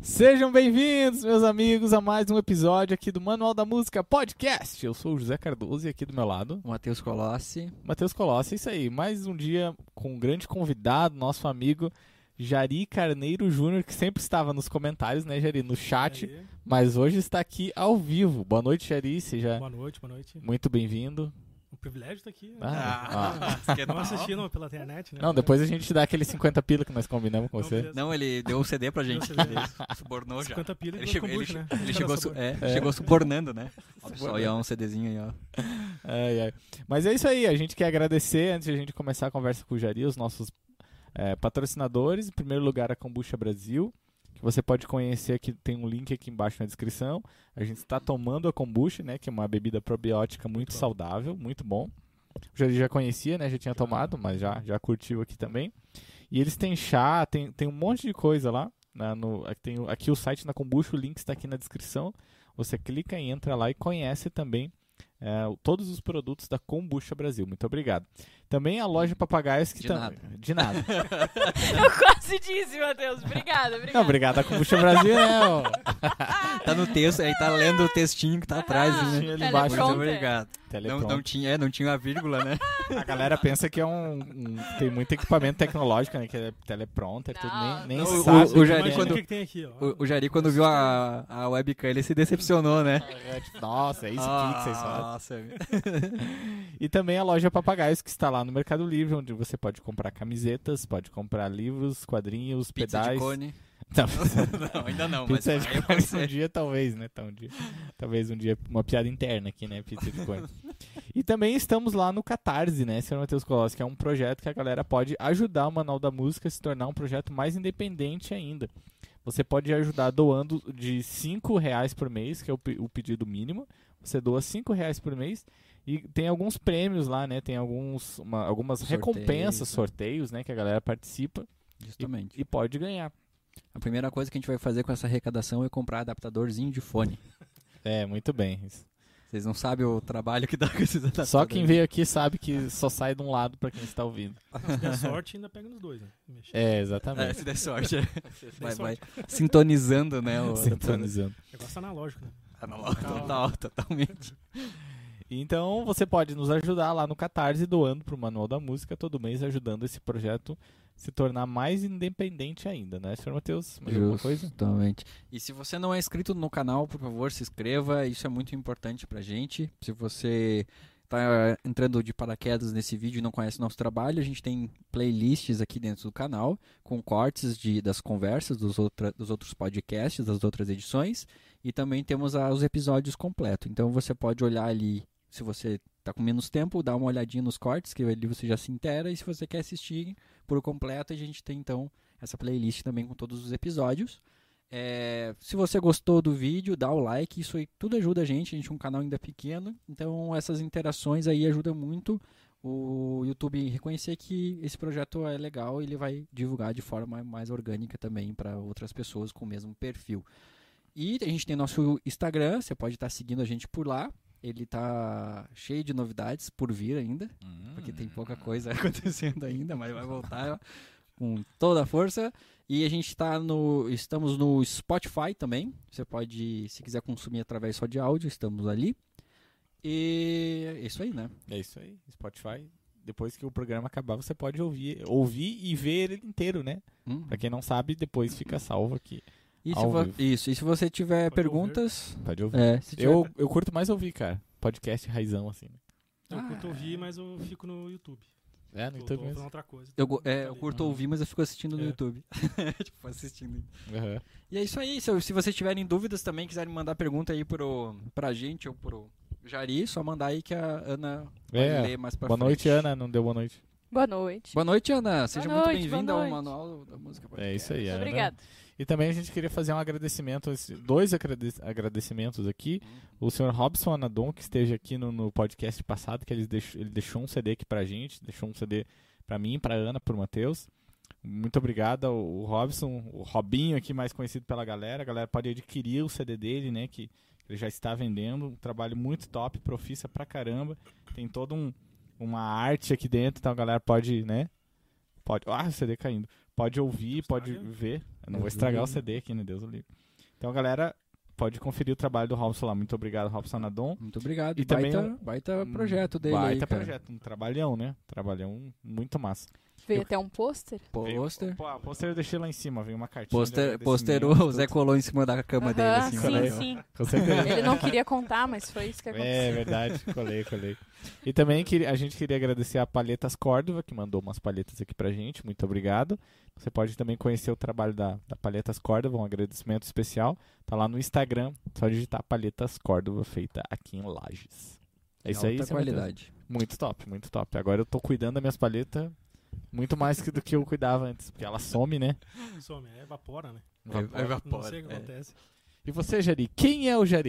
Sejam bem-vindos, meus amigos, a mais um episódio aqui do Manual da Música Podcast. Eu sou o José Cardoso e aqui do meu lado, o Matheus Colossi. Matheus Colossi, isso aí. Mais um dia com um grande convidado, nosso amigo Jari Carneiro Júnior, que sempre estava nos comentários, né, Jari? No chat, mas hoje está aqui ao vivo. Boa noite, Jari. Seja boa noite. Muito bem-vindo. O privilégio está aqui. Né? Não assistindo pela internet, né? Não, depois a gente dá aqueles 50 pila que nós combinamos com você. Não, ele deu o CD pra gente. Subornou já. 50 pila Ele e chegou, kombucha, né? Ele chegou subornando, né? Ó, pessoal, ia um CDzinho aí, ó. Mas é isso aí, a gente quer agradecer, antes de a gente começar a conversa com o Jari, os nossos patrocinadores. Em primeiro lugar, a Kombucha Brasil, que você pode conhecer, aqui tem um link aqui embaixo na descrição. A gente está tomando a kombucha, né, que é uma bebida probiótica muito saudável, muito bom. O Jari já conhecia, né, já tinha tomado, mas já curtiu aqui também. E eles têm chá, tem um monte de coisa lá. Tem aqui o site da Kombucha, o link está aqui na descrição. Você clica e entra lá e conhece também todos os produtos da Kombucha Brasil. Muito obrigado. Também a loja Papagaios, que De nada. Eu quase disse, Matheus. Obrigada. Não, obrigado a Kombucha Brasil, né? Tá no texto, aí tá lendo o textinho que tá atrás, né? Ali embaixo. Muito obrigado. Não tinha a vírgula, né? A galera pensa que tem muito equipamento tecnológico, né? Que é teleprompter, tudo, nem sabe. O Jari, quando viu a webcam, ele se decepcionou, né? Nossa, é isso aqui que vocês fazem. Nossa. E também a loja Papagaios, que está lá no Mercado Livre, onde você pode comprar camisetas, pode comprar livros, quadrinhos, pizza pedais. De cone. Não, ainda não. Pizza mas de cone um dia, talvez, né? Talvez um dia, uma piada interna aqui, né? Pizza de cone. E também estamos lá no Catarse, né, Sr. Matheus Colossi, que é um projeto que a galera pode ajudar o Manual da Música a se tornar um projeto mais independente ainda. Você pode ajudar doando de R$5 por mês, que é o pedido mínimo. Você doa R$5 por mês e tem alguns prêmios lá, né? Tem algumas recompensas, sorteios, né? Que a galera participa. Justamente. E pode ganhar. A primeira coisa que a gente vai fazer com essa arrecadação é comprar adaptadorzinho de fone. Muito bem. Vocês não sabem o trabalho que dá com esses adaptadores. Só quem veio aqui sabe que só sai de um lado pra quem está ouvindo. Se der sorte, ainda pega nos dois, né? Exatamente. Se der sorte. Vai sintonizando, né? Sintonizando. Negócio analógico, né? Totalmente. Então você pode nos ajudar lá no Catarse, doando pro Manual da Música todo mês, ajudando esse projeto se tornar mais independente ainda, né, Sr. Matheus? Mais alguma coisa? Justamente. E se você não é inscrito no canal, por favor, se inscreva. Isso é muito importante pra gente. Se você tá entrando de paraquedas nesse vídeo e não conhece nosso trabalho, a gente tem playlists aqui dentro do canal, com cortes das conversas dos outros podcasts, das outras edições, e também temos os episódios completos. Então você pode olhar ali, se você está com menos tempo, dá uma olhadinha nos cortes, que ali você já se inteira, e se você quer assistir por completo, a gente tem então essa playlist também com todos os episódios. Se você gostou do vídeo, dá o like, isso aí tudo ajuda a gente é um canal ainda pequeno, então essas interações aí ajudam muito o YouTube reconhecer que esse projeto é legal e ele vai divulgar de forma mais orgânica também para outras pessoas com o mesmo perfil. E a gente tem nosso Instagram, você pode estar seguindo a gente por lá. Ele tá cheio de novidades por vir ainda, porque tem pouca coisa acontecendo ainda, mas vai voltar com toda a força. E a gente estamos no Spotify também. Você pode, se quiser consumir através só de áudio, estamos ali. E é isso aí, né? É isso aí, Spotify. Depois que o programa acabar, você pode ouvir e ver ele inteiro, né? Pra quem não sabe, depois fica salvo aqui. E se você tiver perguntas... Pode ouvir. Eu curto mais ouvir, cara. Podcast raizão, assim. Eu curto ouvir, mas eu fico no YouTube. No YouTube mesmo. Outra coisa. Eu curto ouvir, mas eu fico assistindo no YouTube. Tipo, assistindo. Uhum. E é isso aí. Se vocês tiverem dúvidas também, quiserem mandar pergunta aí pra gente ou pro Jari, só mandar aí que a Ana vai ler mais pra frente. Boa noite, Ana. Não deu boa noite. Boa noite. Boa noite, Ana. Seja muito bem-vinda ao Manual da Música. É isso aí, Ana. Obrigada. E também a gente queria fazer um agradecimento, dois agradecimentos aqui. O Sr. Robson Anadon, que esteve aqui no podcast passado, que ele deixou um CD aqui pra gente, deixou um CD pra mim, pra Ana, pro Matheus. Muito obrigado ao Robson, o Robinho aqui, mais conhecido pela galera. A galera pode adquirir o CD dele, né, que ele já está vendendo. Um trabalho muito top, profissa pra caramba. Tem toda uma arte aqui dentro, então a galera pode, né? O CD caindo. Pode ouvir, pode ver. Eu não vou Deus estragar o o livre. CD aqui, né? Deus o livre. Então, galera, pode conferir o trabalho do Robson lá. Muito obrigado, Robson Anadon. Muito obrigado. E E também baita projeto dele aí, Baita cara. projeto, um trabalhão, né? Trabalhão muito massa. Veio até um pôster. Pôster. Pô, a pôster eu deixei lá em cima, veio uma cartinha. Pôster, de o Zé colou em cima da cama dele, Aham, assim. sim, né? sim. Com certeza. Ele não queria contar, mas foi isso que aconteceu. É verdade, colei. E também a gente queria agradecer a Palhetas Córdova, que mandou umas palhetas aqui pra gente. Muito obrigado. Você pode também conhecer o trabalho da Palhetas Córdova, um agradecimento especial. Tá lá no Instagram, só digitar Palhetas Córdova, feita aqui em Lages. É isso aí, Alta Zé Matheus? qualidade. Muito top, muito top. Agora eu tô cuidando das minhas palhetas muito mais do que eu cuidava antes, porque ela some, né? Some, evapora, né? Evapora. Não sei o que é. acontece. E você, Jari? Quem é o Jari?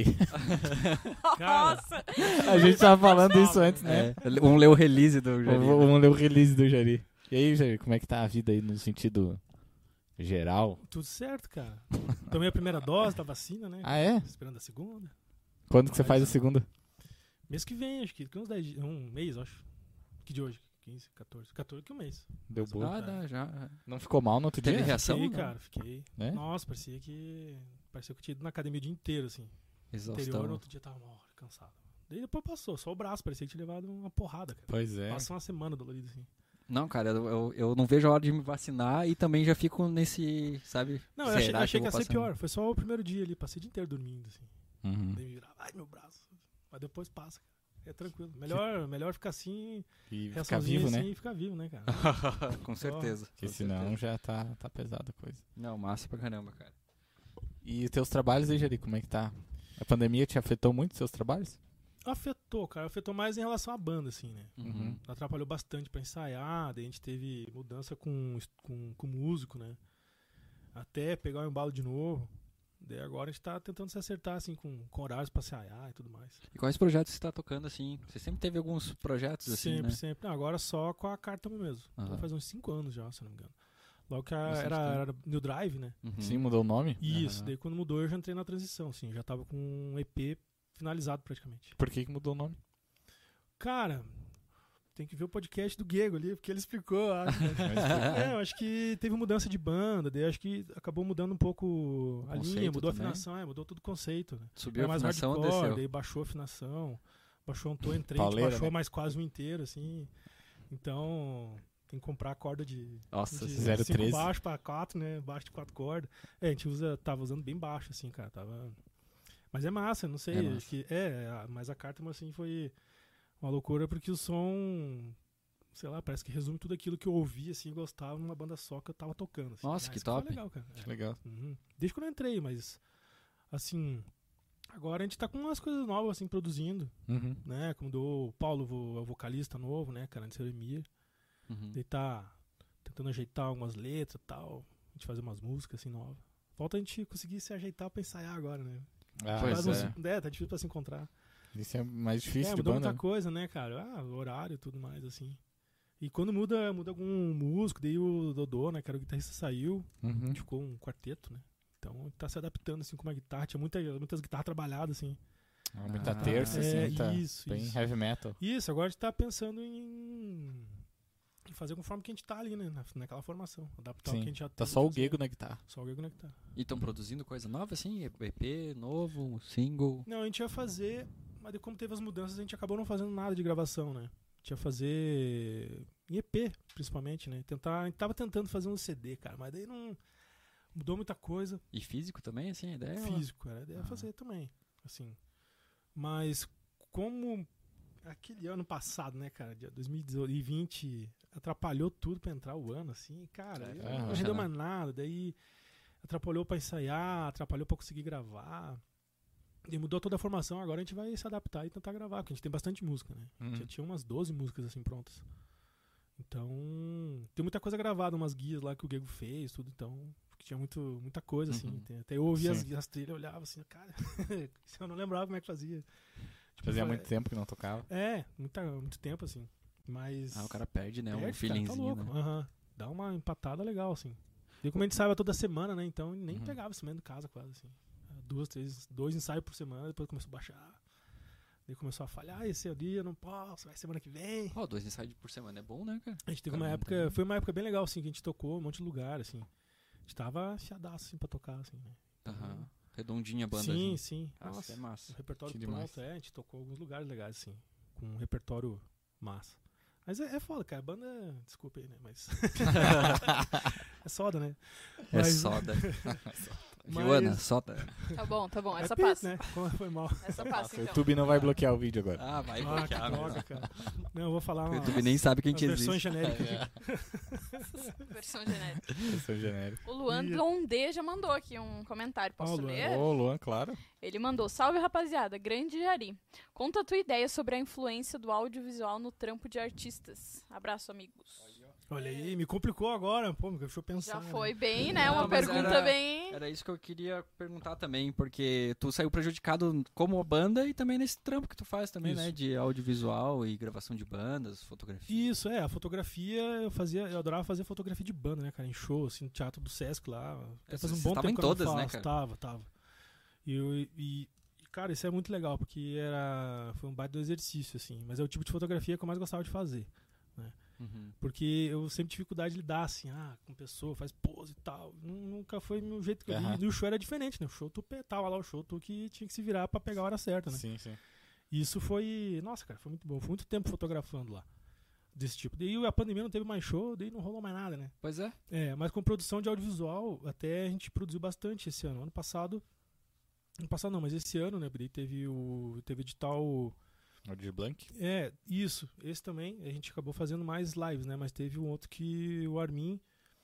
Cara, Nossa! A gente tava falando isso antes, né? É, um leu o release do Jari. Vamos ler o release do Jari. E aí, Jari, como é que tá a vida aí no sentido geral? tudo certo, cara. Tomei a primeira dose da vacina, né? Ah, é? Esperando a segunda. Quando que você Mas- faz a segunda? Mês que vem, acho que daqui uns 10 dias. Um mês, acho. Que de hoje? 15, 14. 14 que um mês. Deu boa. Ah, dá, já. Não ficou mal no outro Teve dia? reação? Fiquei, Não? cara, fiquei. É? Nossa, parecia que eu tinha ido na academia o dia inteiro, assim. Interior, no Exaustão. outro dia tava uma hora, cansado. Daí depois passou, só o braço, parecia que tinha levado uma porrada, cara. Pois é. Passa uma semana dolorido, assim. Não, cara, eu não vejo a hora de me vacinar e também já fico nesse, sabe? Não, eu será achei que eu ia vou ser passar? pior. Foi só o primeiro dia ali, passei o dia inteiro dormindo, assim. Uhum. Daí me virava, ai meu braço. Mas depois passa, cara. É tranquilo. Melhor ficar assim, E ficar reaçãozinha vivo, assim né? e ficar vivo, né, cara? Com certeza. Porque com senão certeza. já tá pesada a coisa. Não, massa pra caramba, cara. E os teus trabalhos aí, Jari, como é que tá? A pandemia te afetou muito os seus trabalhos? Afetou, cara. Afetou mais em relação à banda, assim, né? Uhum. Atrapalhou bastante pra ensaiar, daí a gente teve mudança com músico, né? Até pegar o embalo de novo. Daí agora a gente tá tentando se acertar, assim, com horários pra ensaiar e tudo mais. E quais projetos você tá tocando, assim? Você sempre teve alguns projetos, assim, Sempre, né? sempre. Não, agora só com a Cártamo mesmo. Aham. Então faz uns 5 anos já, se eu não me engano. Logo que Bastante era New Drive, né? Uhum. Sim, mudou o nome? Isso, Aham. daí quando mudou eu já entrei na transição, assim. Já tava com um EP finalizado praticamente. Por que mudou o nome? Cara, tem que ver o podcast do Diego ali, porque ele explicou, eu acho. Né? Eu acho que teve mudança de banda, daí acho que acabou mudando um pouco a linha, conceito mudou também. a afinação, mudou todo o conceito. Né? Subiu Era a mais afinação ou hardcore, desceu? daí baixou a afinação, baixou um tom entrante, Pauleira, baixou né? mais quase um inteiro, assim. Então, tem que comprar a corda de Nossa, de 0,13. 5 baixo pra 4, né? Baixo de 4 cordas. É, a gente tava usando bem baixo, assim, cara. Mas é massa, não sei. É massa. Acho que, mas a Cartman, assim, foi uma loucura porque o som, sei lá, parece que resume tudo aquilo que eu ouvi, assim, gostava numa banda só que eu tava tocando. Assim. Nossa, que isso foi top. legal, cara. Que legal. Uhum. Desde quando eu entrei, mas, assim, agora a gente tá com umas coisas novas, assim, produzindo, Uhum. né? Como o Paulo, o vocalista novo, né, cara, de Emir. Uhum. Ele tá tentando ajeitar algumas letras e tal. A gente fazer umas músicas assim novas. Falta a gente conseguir se ajeitar pra ensaiar agora, né? Ah, Pois Faz é. tá difícil pra se encontrar. Isso é mais difícil de Mudou banda. muita coisa, né, cara? Horário e tudo mais, assim. E quando muda algum músico, daí o Dodô, né, que era o guitarrista, saiu. A Uhum. gente ficou um quarteto, né? Então a gente tá se adaptando, assim, com uma guitarra. Tinha muitas guitarras trabalhadas, assim. Muita Ah, terça, assim, muita, isso, bem isso. heavy metal. Isso, agora a gente tá pensando em fazer conforme que a gente tá ali, né? Naquela formação. Adaptar o Sim. que a gente já Tá tem, só o fazer. Gego na guitarra. Só o Gego na guitarra. E estão produzindo coisa nova, assim? EP novo, single? Não, a gente ia fazer, mas daí como teve as mudanças, a gente acabou não fazendo nada de gravação, né? A gente ia fazer em EP, principalmente, né? A gente tava tentando fazer um CD, cara, mas daí não mudou muita coisa. E físico também, assim, a ideia? Físico, era a ideia fazer também, assim. Mas como aquele ano passado, né, cara, de 2020, atrapalhou tudo pra entrar o ano, assim, cara, não rendeu mais nada, daí atrapalhou pra ensaiar, atrapalhou pra conseguir gravar. E mudou toda a formação, agora a gente vai se adaptar e tentar gravar, porque a gente tem bastante música, né? Uhum. Já tinha umas 12 músicas assim prontas. Então, tem muita coisa gravada, umas guias lá que o Gego fez, tudo, então, tinha muita coisa, assim. Uhum. Até eu ouvia Sim. as trilhas, eu olhava assim, cara, eu não lembrava como é que fazia. Tipo, Fazia foi- muito tempo que não tocava. muito tempo, assim. Mas. Ah, o cara perde, né? Um perde, cara, feelingzinho, tá louco. né? Aham. Dá uma empatada legal, assim. E como a gente saiba toda semana, né? Então nem Uhum. pegava instrumento em casa quase, assim. 2 ensaios por semana, depois começou a baixar. Daí começou a falhar, esse dia eu não posso, vai semana que vem. Pô, 2 ensaios por semana é bom, né, cara? A gente teve Cara, uma não época, foi uma época bem legal, assim, que a gente tocou um monte de lugar, assim. gente tava chiadaço, assim, pra tocar, assim, né? Aham. Redondinha a banda. Sim, assim. sim. Nossa, Nossa, é massa. o repertório Que pronto, demais. a gente tocou em alguns lugares legais, assim, com um repertório massa. Mas é foda, cara, a banda, desculpa aí, né, mas... é soda, né? É Mas- soda. Mas- Joana, soda. Tá bom, essa é pito, passa. né? Foi mal. Essa Nossa, passa, o então. YouTube não vai bloquear o vídeo agora. Ah, vai Ah, que bloquear, droga, meu. cara. Não, eu vou falar O uma... YouTube nem sabe quem as que versões existe. genéricas. Versão genérica. Versão genérica. O Luan Ih. Blondê já mandou aqui um comentário. Posso Ó, Luan. ler? Ô, Luan, claro. Ele mandou: salve rapaziada, grande Jari. Conta a tua ideia sobre a influência do audiovisual no trampo de artistas. Abraço, amigos. Olha aí, me complicou agora, pô, me deixou pensar. Já né? foi bem, né? Não, Uma mas pergunta era- bem. Era isso que eu queria perguntar também, porque tu saiu prejudicado como banda e também nesse trampo que tu faz também, Isso. né? De audiovisual e gravação de bandas, fotografia. Isso, a fotografia, eu adorava fazer fotografia de banda, né, cara, em show, assim, no teatro do Sesc lá. Até faz um Vocês bom estavam tempo em que eu não todas, né, faço. cara? Tava. E, cara, isso é muito legal, porque foi um baita do exercício, assim, mas é o tipo de fotografia que eu mais gostava de fazer. Uhum. Porque eu sempre tive dificuldade de lidar, assim, com pessoa, faz pose e tal. Nunca foi o jeito que eu Aham. vi. E o show era diferente, né? O show tu tava lá, o show tu que tinha que se virar pra pegar a hora certa, né? Sim, sim. E isso foi, nossa, cara, foi muito bom. Foi muito tempo fotografando lá, desse tipo. Daí a pandemia não teve mais show, daí não rolou mais nada, né? Pois é. Mas com produção de audiovisual, até a gente produziu bastante esse ano. Ano passado não, mas esse ano, né, daí teve edital... Aldir Blanc. Isso, esse também, a gente acabou fazendo mais lives, né, mas teve um outro que o Armin,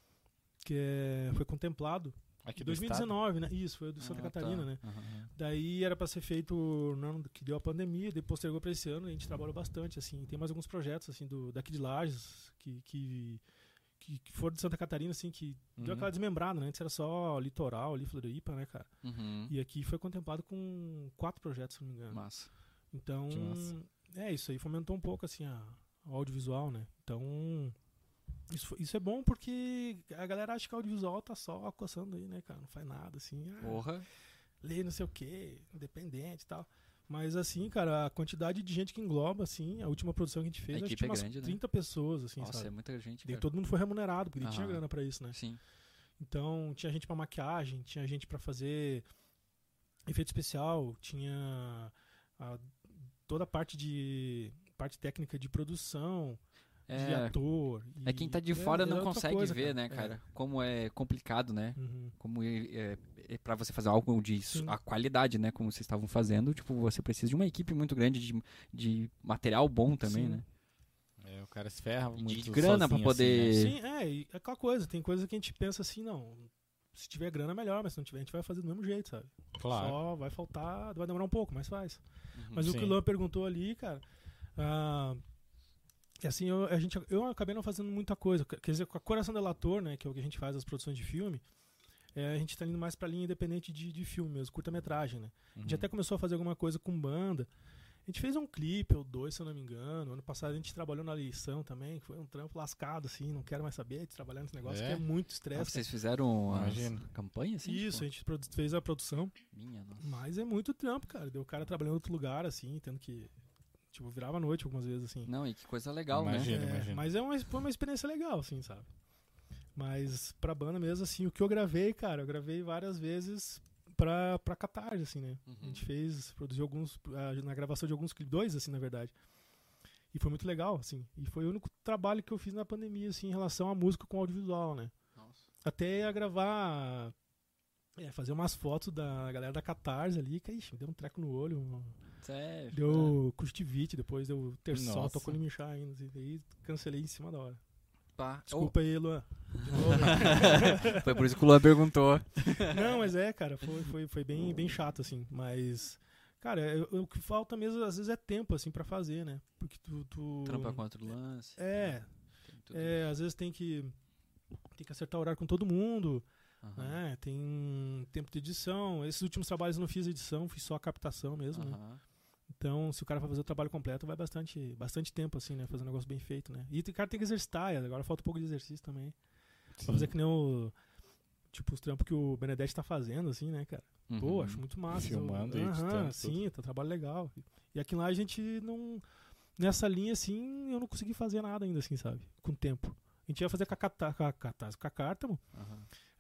foi contemplado, Aqui em do estado. 2019, né, isso, foi o do Santa Ah, Catarina, tá. né. Aham. Daí era pra ser feito no ano que deu a pandemia, depois postergou pra esse ano, e a gente trabalhou bastante, assim, tem mais alguns projetos, assim, daqui de Lages, que foram de Santa Catarina, assim, que deu Uhum. aquela desmembrada, né, antes era só litoral ali, Floripa, né, cara, Uhum. e aqui foi contemplado com 4 projetos, se não me engano. Massa. Então, Que massa. isso aí fomentou um pouco, assim, o audiovisual, né, então... Isso é bom porque a galera acha que o audiovisual tá só coçando aí, né, cara, não faz nada, assim, Porra. lei não sei o que, independente e tal. Mas assim, cara, a quantidade de gente que engloba, assim, a última produção que a gente fez, A acho que equipe tinha é umas grande, né? 30 pessoas, assim, Nossa, sabe? é muita gente, Daí cara. todo mundo foi remunerado, porque tinha Aham. grana pra isso, né? Sim. Então, tinha gente pra maquiagem, tinha gente pra fazer efeito especial, tinha toda a parte técnica de produção, de ator. É quem tá de fora não era outra consegue coisa, ver, né, cara? Como é complicado, né? Uhum. Como é pra você fazer algo de Sim. a qualidade, né? Como vocês estavam fazendo, tipo, você precisa de uma equipe muito grande de material bom também, Sim. né? O cara se ferra E muito de grana pra sozinho, poder- assim, né? Sim, e é aquela coisa, tem coisa que a gente pensa assim, não, se tiver grana melhor, mas se não tiver, a gente vai fazer do mesmo jeito, sabe? Claro. Só vai faltar, vai demorar um pouco, mas faz. Mas o Sim. que o Luan perguntou ali, cara, assim, eu acabei não fazendo muita coisa. Quer dizer, com a Coração del Ator, né, que é o que a gente faz as produções de filme, a gente tá indo mais pra linha independente de filme mesmo, curta-metragem, né? A gente até começou a fazer alguma coisa com banda. A gente fez um clipe ou 2, se eu não me engano. Ano passado a gente trabalhou na lição também, que foi um trampo lascado, assim, não quero mais saber de trabalhar nesse negócio, É? que é muito Ah, estresse. vocês fizeram Imagino. a campanha, assim? Isso, tipo? a gente fez a produção, Minha nossa. mas é muito trampo, cara. Deu o cara trabalhando em outro lugar, assim, tendo que, tipo, virava à noite algumas vezes, assim. Não, e que coisa legal, Imagina. né? Imagino. Mas foi uma experiência legal, assim, sabe? Mas pra banda mesmo, assim, o que eu gravei, cara, eu gravei várias vezes pra Catarse, assim, né? A gente produziu na gravação de alguns clipes, 2, assim, na verdade. E foi muito legal, assim. E foi o único trabalho que eu fiz na pandemia, assim, em relação à música com audiovisual, né? Nossa. Até a gravar, fazer umas fotos da galera da Catarse ali, que ixi, me deu um treco no olho, Sério. deu conjuntivite, depois deu terçol, Nossa. tocou Liminchar ainda, assim, aí cancelei em cima da hora. Pá. Desculpa aí, Luan. De novo. Foi por isso que o Luan perguntou. Não, mas cara, foi bem chato, assim. Mas, cara, o que falta mesmo, às vezes, é tempo, assim, pra fazer, né? Porque tu... Trampa contra o lance. É, Tem tudo. às vezes tem que acertar o horário com todo mundo, Aham. né? Tem tempo de edição. Esses últimos trabalhos eu não fiz edição, fiz só a captação mesmo, né? Aham. Então, se o cara for fazer o trabalho completo, vai bastante tempo, assim, né? Fazer um negócio bem feito, né? E o cara tem que exercitar, agora falta um pouco de exercício também. Pra fazer que nem os trampos que o Benedetti tá fazendo, assim, né, cara? Pô, Uhum. acho muito massa. Filmando e Aham, editando sim, tá um trabalho legal. E aqui lá a gente não... Nessa linha, assim, eu não consegui fazer nada ainda, assim, sabe? Com o tempo. A gente ia fazer com a Cártamo. Aham.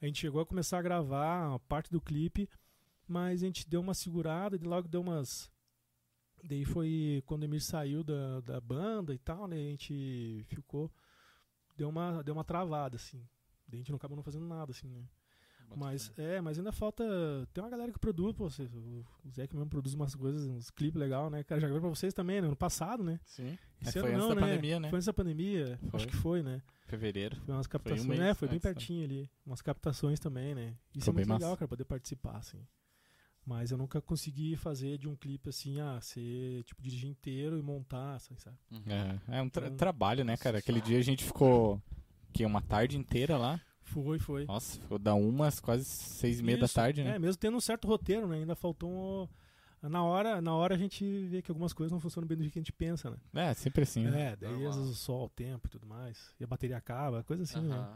A gente chegou a começar a gravar a parte do clipe, mas a gente deu uma segurada e logo deu umas... Daí foi quando o Emir saiu da banda e tal, né? A gente ficou... Deu uma travada, assim. Daí a gente não acabou não fazendo nada, assim, né? Mas ainda falta... Tem uma galera que produz, pô, o Zé que mesmo produz umas coisas, uns clipes legais, né? Cara, já gravei pra vocês também, né? No passado, né? Sim. Esse Foi ano antes não, da pandemia, né? Foi antes da pandemia, Foi. acho que foi, né? Fevereiro. Foi umas captações, um mês foi bem antes, né? pertinho ali. Umas captações também, né? Isso Ficou é muito bem legal, massa. cara, poder participar, assim. Mas eu nunca consegui fazer de um clipe assim, ser, tipo, dirigir inteiro e montar, assim, sabe? É um Então, trabalho, né, cara? Aquele dia a gente ficou, uma tarde inteira lá. Foi. Nossa, ficou da umas quase 6:30 da Isso, tarde, né? mesmo tendo um certo roteiro, né? Ainda faltou na hora a gente vê que algumas coisas não funcionam bem do jeito que a gente pensa, né? É, sempre assim. né? Daí normal. às vezes o sol, o tempo e tudo mais. E a bateria acaba, coisa assim, né?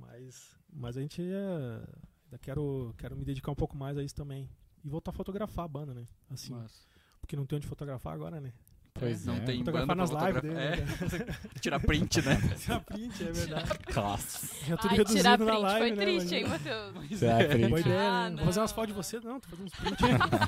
Mas a gente ainda quero me dedicar um pouco mais a isso também. E voltar a fotografar a banda, né? Assim, porque não tem onde fotografar agora, né? Pois não é. tem Fotografar banda nas pra lives fotografar. dele, né? Tirar print, né? Tirar print, é verdade. Nossa. Já tudo Ai, reduzido tirar na print live, foi né? triste, hein, Imagina. Matheus? Será que Boa ideia, Ah, né? Vou fazer umas não. fotos de você? Não, tô fazendo uns prints.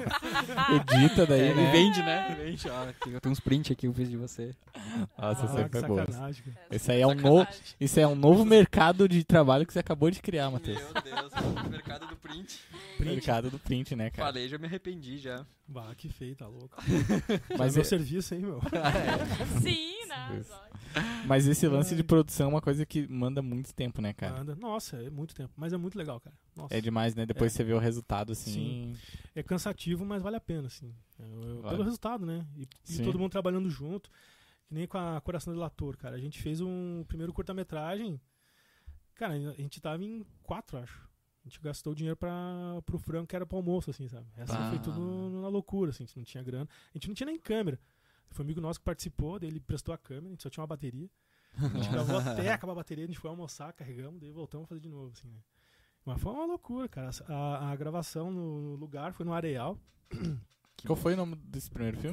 Edita daí, Ele né? vende, né? Vende. Ó, aqui, eu tenho uns prints aqui, eu fiz de você. Nossa, essa aí que foi boa. sacanagem, cara. Esse aí é um Sacanagem. Isso é um novo mercado de trabalho que você acabou de criar, Matheus. Meu Deus, mercado do print. Mercado do print, né, cara? Falei, já me arrependi já. Bah, que feio, tá louco. Mas Mas meu é- serviço, hein, meu? Sim, né? Isso. Mas esse lance de produção é uma coisa que manda muito tempo, né, cara? Anda. Nossa, é muito tempo. Mas é muito legal, cara. Nossa. É demais, né? Depois É. você vê o resultado, assim. Sim. É cansativo, mas vale a pena, assim. Vale. Pelo resultado, né? E Sim. todo mundo trabalhando junto. Que nem com a Coração do Ator, cara. A gente fez um primeiro curta-metragem. Cara, a gente tava em 4, acho. A gente gastou dinheiro pro frango que era pro almoço, assim, sabe? Essa Ah. foi tudo na loucura, assim. A gente não tinha grana. A gente não tinha nem câmera. Foi um amigo nosso que participou, daí ele prestou a câmera, a gente só tinha uma bateria. A gente gravou até acabar a bateria, a gente foi almoçar, carregamos, daí voltamos a fazer de novo, assim, né? Mas foi uma loucura, cara. A gravação no lugar foi no Areal. Qual foi o nome desse primeiro filme?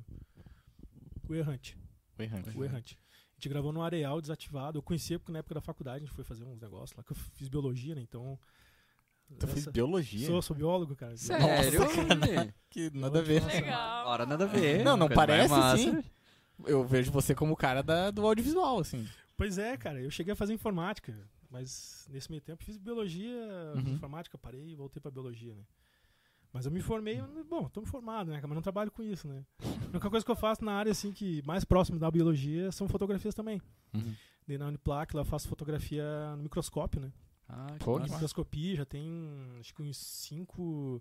O Errante. O Errante. O Errante. A gente gravou no Areal desativado. Eu conhecia porque na época da faculdade a gente foi fazer uns negócios lá, que eu fiz biologia, né? Então. Tu fez biologia? Sou biólogo, cara. Sério? Que nada a ver. Legal. Ora, nada a ver. Não Coisa parece, mais sim. massa. Eu vejo você como o cara do audiovisual, assim. Pois é, cara. Eu cheguei a fazer informática, mas nesse meio tempo fiz biologia, Uhum. informática, parei e voltei pra biologia, né? Mas eu me formei, bom, tô me formado, né? Mas não trabalho com isso, né? A única coisa que eu faço na área, assim, que mais próximo da biologia são fotografias também. Uhum. Daí na Uniplac, lá eu faço fotografia no microscópio, né? Ah, que Pô, que massa. Microscopia, já tem acho que uns 5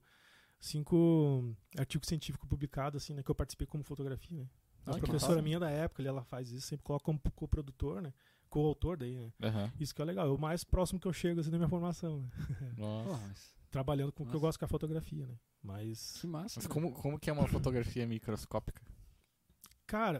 artigos científicos publicados, assim, né? Que eu participei como fotografia, né? Ah, A que professora massa. minha da época, ela faz isso, sempre coloca como co-produtor, né? Co-autor daí, né? Aham. Isso que é legal, é o mais próximo que eu chego, assim, da minha formação, né? Pô, Nossa. mas Trabalhando com o que eu Nossa. gosto, que é a fotografia, né? Mas, que massa. Mas como que é uma fotografia microscópica? cara,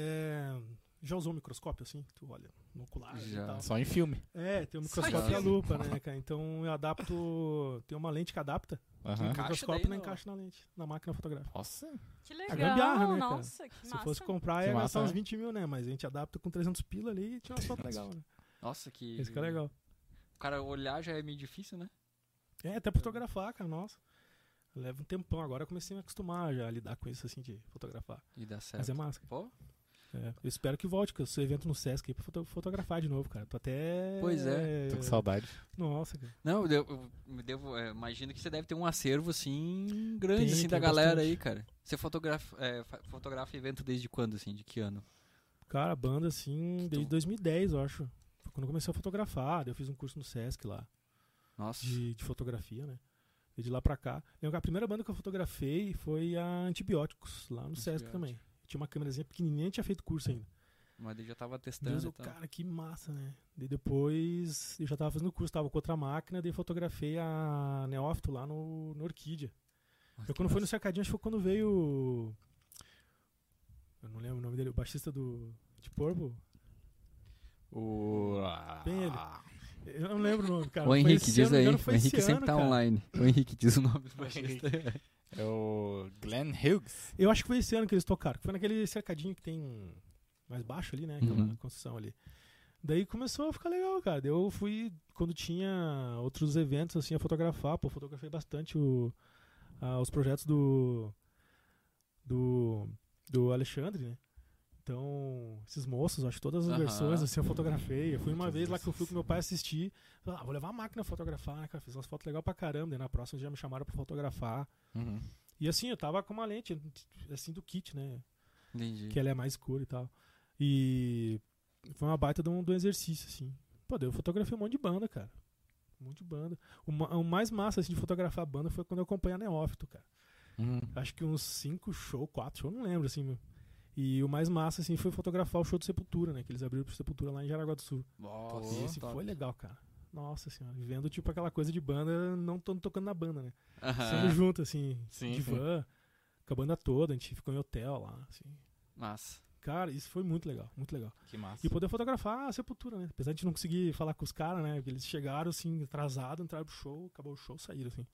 já usou um microscópio, assim? Tu olha no ocular e Já. tal. Só em filme. Tem um Só microscópio e a isso. lupa, né, cara? Então eu adapto, tem uma lente que adapta, Aham. o Encaixa microscópio daí não no- encaixa na lente, na máquina fotográfica. Nossa. Que A legal. gambiarra, né, cara? Nossa, que Se massa. fosse comprar, Que ia massa, gastar uns né? 20 mil, né? Mas a gente adapta com 300 pila ali e tinha uma foto legal, né? Nossa, que... Isso que é legal. O cara olhar já é meio difícil, né? Até fotografar, cara, nossa. Leva um tempão. Agora eu comecei a me acostumar já a lidar com isso, assim, de fotografar. E dá certo. Mas é massa. Pô, Eu espero que volte, que eu sou evento no Sesc aí pra fotografar de novo, cara. Tô até... Pois é, Tô com saudade. Nossa, cara. não, imagino que você deve ter um acervo, assim, grande, Tem, assim, da tem galera bastante. aí, cara. Você fotografa evento desde quando, assim? De que ano? Cara, a banda, assim, Que desde tu- 2010, eu acho. Foi quando eu comecei a fotografar. Daí eu fiz um curso no Sesc lá, Nossa. de fotografia, né? E de lá pra cá. Lembro que a primeira banda que eu fotografei foi a Antibióticos, lá no Sesc Antibióticos. também. Tinha uma câmerazinha pequenininha, tinha feito curso ainda. Mas ele já tava testando Deus, e o tal. cara, que massa, né? Daí depois eu já tava fazendo curso, tava com outra máquina, daí fotografei a Neófito lá no Orquídea. Nossa, Eu que quando foi no massa. Cercadinho, acho que foi quando veio. Eu não lembro o nome dele, o baixista do de Purple. Bem ele. Eu não lembro o nome, cara. O Foi Henrique, esse diz ano, aí. não O foi esse Henrique sempre ano, tá cara. online. O Henrique diz o nome do O baixista. É o Glenn Hughes. Eu acho que foi esse ano que eles tocaram. Que foi naquele cercadinho que tem mais baixo ali, né? Aquela Uhum. construção ali. Daí começou a ficar legal, cara. Daí eu fui, quando tinha outros eventos, assim, a fotografar. Pô, fotografei bastante os projetos do Alexandre, né? Então, esses moços, acho que todas as versões, assim, eu fotografei. Eu fui uma vez lá que eu fui com meu pai assistir. Vou levar a máquina a fotografar, né, cara? Fiz umas fotos legais pra caramba. Daí na próxima já me chamaram pra fotografar. Uhum. E assim, eu tava com uma lente, assim, do kit, né? Entendi. Que ela é mais escura e tal. E foi uma baita de um exercício, assim. Pô, daí eu fotografei um monte de banda, cara. Um monte de banda. O mais massa, assim, de fotografar a banda foi quando eu acompanhei a Neófito, cara. Uhum. Acho que uns 5 shows, 4 shows, não lembro, assim, meu. E o mais massa, assim, foi fotografar o show do Sepultura, né? Que eles abriram pro Sepultura lá em Jaraguá do Sul. Nossa, E esse foi legal, cara. Nossa senhora, vendo tipo aquela coisa de banda, não tô tocando na banda, né? Sendo junto, assim, de van, com a banda toda, a gente ficou em hotel lá, assim. Massa. Cara, isso foi muito legal, muito legal. Que massa. E poder fotografar a Sepultura, né? Apesar de a gente não conseguir falar com os caras, né? Porque eles chegaram, assim, atrasados, entraram pro show, acabou o show, saíram, assim.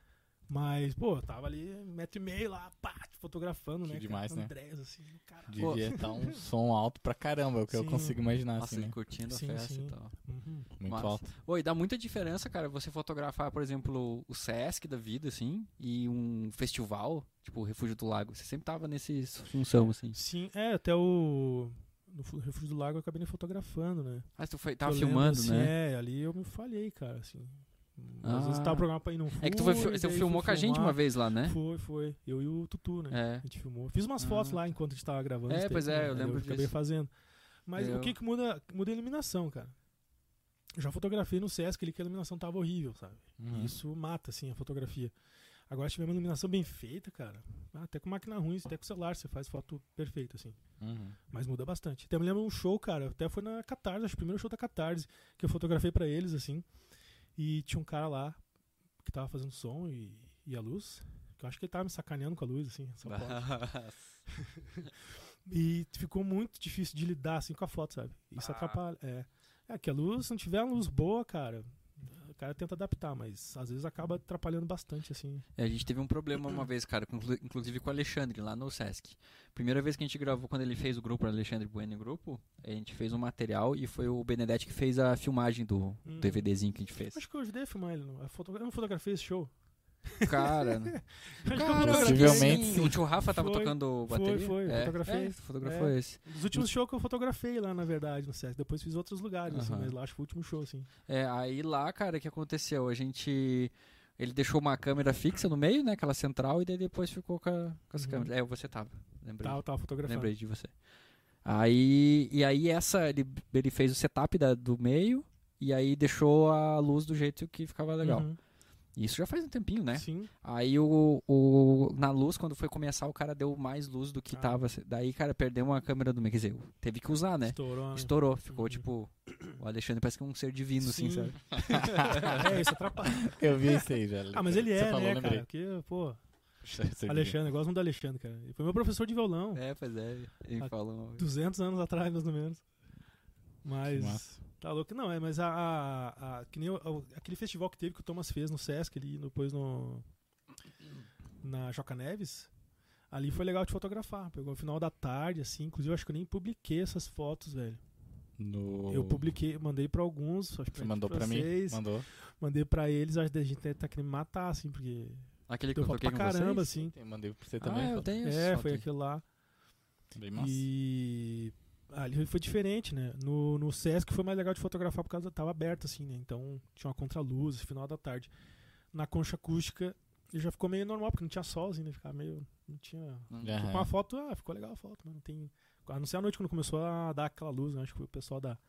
Mas, pô, tava ali 1,5 metro lá, pá, fotografando, Que né? demais, cara? né? Andrés, assim, cara. Devia estar um som alto pra caramba, é o que eu Sim. consigo imaginar, Nossa, assim, né? curtindo Sim, a festa sim. e tal. Uhum. Muito Massa. alto. Oi, dá muita diferença, cara, você fotografar, por exemplo, o Sesc da vida, assim, e um festival, tipo o Refúgio do Lago. Você sempre tava nesse função, assim. Sim, até no Refúgio do Lago eu acabei nem fotografando, né? Ah, tu tava Eu lembro, filmando, assim, né? ali eu me falhei, cara, assim. Às vezes tava programado pra ir, não fui. É que você filmou com a gente uma vez lá, né? Foi. Eu e o Tutu, né? É. A gente filmou. Fiz umas fotos lá enquanto a gente tava gravando. É, esse pois tempo, é, né? eu lembro Acabei disso. fazendo. Mas Eu- o que muda? Muda a iluminação, cara. Eu já fotografei no Sesc ali que a iluminação tava horrível, sabe? Uhum. E isso mata, assim, a fotografia. Agora, se tiver uma iluminação bem feita, cara, até com máquina ruim, até com celular, você faz foto perfeita, assim. Uhum. Mas muda bastante. Até me lembro um show, cara, até foi na Catarse, acho que o primeiro show da Catarse, que eu fotografei pra eles, assim. E tinha um cara lá que tava fazendo som e a luz, que eu acho que ele tava me sacaneando com a luz, assim, essa foto. E ficou muito difícil de lidar, assim, com a foto, sabe? Isso atrapalha. É que a luz, se não tiver uma luz boa, cara, o cara tenta adaptar, mas às vezes acaba atrapalhando bastante, assim. A gente teve um problema uma vez, cara, inclusive com o Alexandre, lá no Sesc. Primeira vez que a gente gravou, quando ele fez o grupo, o Alexandre Bueno Grupo, a gente fez um material e foi o Benedetti que fez a filmagem do DVDzinho que a gente fez. Acho que eu ajudei a filmar ele. Eu não fotografei esse show. Cara, Possivelmente sim. sim. O tio Rafa tava Foi, tocando bateria? foi, fotografei. Fotografou É. esse. Dos últimos shows que eu fotografei lá, na verdade, no Sesc. Depois fiz outros lugares, assim, Aham. mas lá acho que foi o último show, assim. Aí lá, cara, o que aconteceu? Ele deixou uma câmera fixa no meio, né, aquela central, e daí depois ficou com as Uhum. câmeras. Você tava, lembrei. Tava fotografando. Lembrei de você. Aí ele fez o setup do meio e aí deixou a luz do jeito que ficava legal. Uhum. Isso já faz um tempinho, né? Sim. Aí na luz, quando foi começar, o cara deu mais luz do que tava. Daí, cara, perdeu uma câmera do meio. Quer dizer, teve que usar, né? Estourou. Né? Estourou. Ficou Uhum. tipo. O Alexandre parece que é um ser divino, assim, Sim. sabe? Isso atrapalha. Eu vi isso aí já. Mas ele Você é, falou, né, lembrei. cara? Porque, pô, Você Alexandre, eu gosto muito do Alexandre, cara. Ele foi meu professor de violão. Pois é. Ele Ah, falou. 200 anos atrás, mais ou menos. Que Mas. massa. Tá louco? Não, mas que nem aquele festival que teve que o Thomas fez no Sesc ali, depois na Joca Neves. Ali foi legal de fotografar. Pegou no final da tarde, assim. Inclusive, eu acho que eu nem publiquei essas fotos, velho. Eu publiquei, mandei pra alguns. Acho que Você mandou pra mim? vocês, Mandou. Mandei pra eles. Acho que a gente tá querendo me matar, assim, porque. Aquele que Deu eu foto toquei pra com caramba, vocês? assim. Mandei pra você também. Eu tenho essa foto Foi aí. aquilo lá. Bem massa. E ali foi diferente, né? No Sesc foi mais legal de fotografar por causa tava aberto, assim, né? Então tinha uma contraluz, final da tarde. Na concha acústica já ficou meio normal, porque não tinha sol, assim, né? Ficava meio. Não tinha. Aham. Tipo, uma foto, ficou legal a foto, mas não tem. A não ser a noite quando começou a dar aquela luz, né? Acho que foi o pessoal da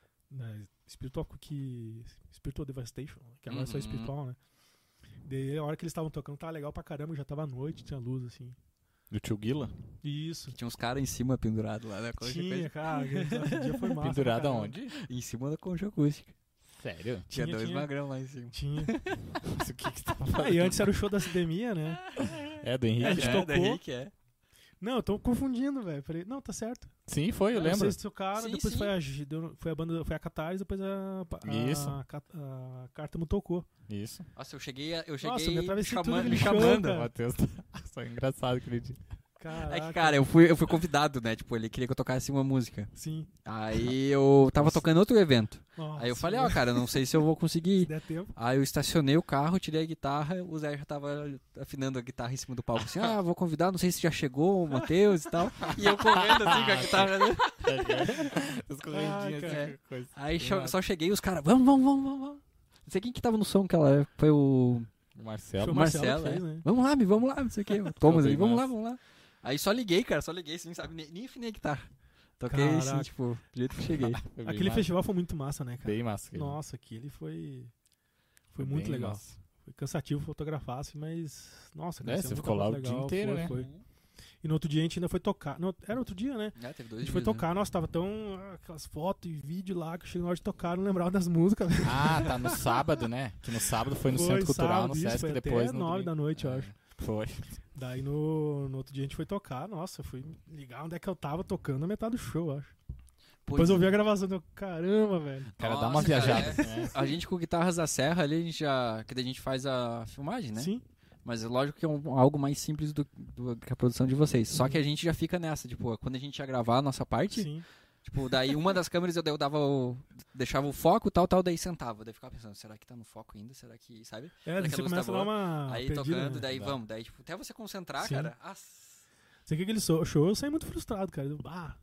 Spiritual Devastation, que agora é só Uhum. espiritual, né? Daí a hora que eles estavam tocando tava legal pra caramba, já tava à noite, tinha luz, assim. Do tio Guila? Isso. Tinha uns caras em cima pendurados lá na concha Tinha, acústica. cara, aquele dia foi massa. Pendurado pra caramba. aonde? Em cima da concha acústica. Sério? Tinha Tinha, dois tinha. magrão lá em cima. Tinha. Isso, o que você tava fazendo? E antes era o show da Academia, né? É, do Henrique? A gente tocou. da Henrique, é. Não, eu tô confundindo, velho. Falei, não, tá certo. Sim, foi, eu lembro. Vocês tocaram, Sim, depois sim. foi a banda, foi a Catarse, depois Isso. a Cártamo tocou. Isso. Nossa, eu cheguei Nossa, eu me atravessei tudo me aquele show, chamando. cara. O Matheus tá só engraçado aquele dia. Caraca. É que, cara, eu fui convidado, né? Tipo, ele queria que eu tocasse uma música. Sim. Aí eu tava tocando outro evento. Nossa, Aí eu falei, cara, não sei se eu vou conseguir. se der tempo. Aí eu estacionei o carro, tirei a guitarra, o Zé já tava afinando a guitarra em cima do palco, assim, vou convidar, não sei se já chegou o Matheus e tal. E eu correndo assim com a guitarra. Né? As correndinhas, cara. coisa. Aí só cheguei e os caras, vamos. Não sei quem que tava no som aquela época, foi o O Marcelo. Foi o Marcelo, Marcelo que fez, né? Vamos lá, não sei o que. Thomas aí, bem vamos lá. Aí só liguei, assim, sabe, nem afinei a guitarra. Toquei assim, Caraca. tipo, do jeito que cheguei. Foi bem Aquele massa. festival foi muito massa, né, cara? Bem massa. aquele. Nossa, aquele foi muito Bem legal. massa. Foi cansativo fotografar, assim, mas... Nossa, cara, É, isso você muita ficou lá coisa o dia legal. inteiro, Foi, né? foi. E no outro dia a gente ainda foi tocar. Era outro dia, né? Teve A 2 gente foi dias, tocar, nossa, tava tão... Aquelas fotos e vídeo lá, que eu cheguei na hora de tocar, não lembrava das músicas. Ah, tá no sábado, né? Que no sábado foi no Centro Cultural, no sábado, isso, Sesc, foi depois até no 9 da noite, eu É, acho. Foi. Daí no outro dia a gente foi tocar, nossa, eu fui ligar onde é que eu tava tocando na metade do show, eu acho. Depois eu vi a gravação e eu, caramba, velho. Cara, dá uma Nossa, viajada. cara, né? A gente com guitarras da serra ali, que daí a gente faz a filmagem, né? Sim, Mas é lógico que é algo mais simples do que a produção de vocês. Só que a gente já fica nessa, tipo, quando a gente ia gravar a nossa parte, sim. tipo, daí uma das câmeras eu deixava o foco, tal, daí sentava. Daí ficava pensando, será que tá no foco ainda? Será que, sabe? É, Será daí que a você luz começa tá a dar boa? uma Aí perdida, tocando, né? daí Dá. vamos. Daí, tipo, até você concentrar, Sim. cara. Sei que aquele show eu saí muito frustrado, cara.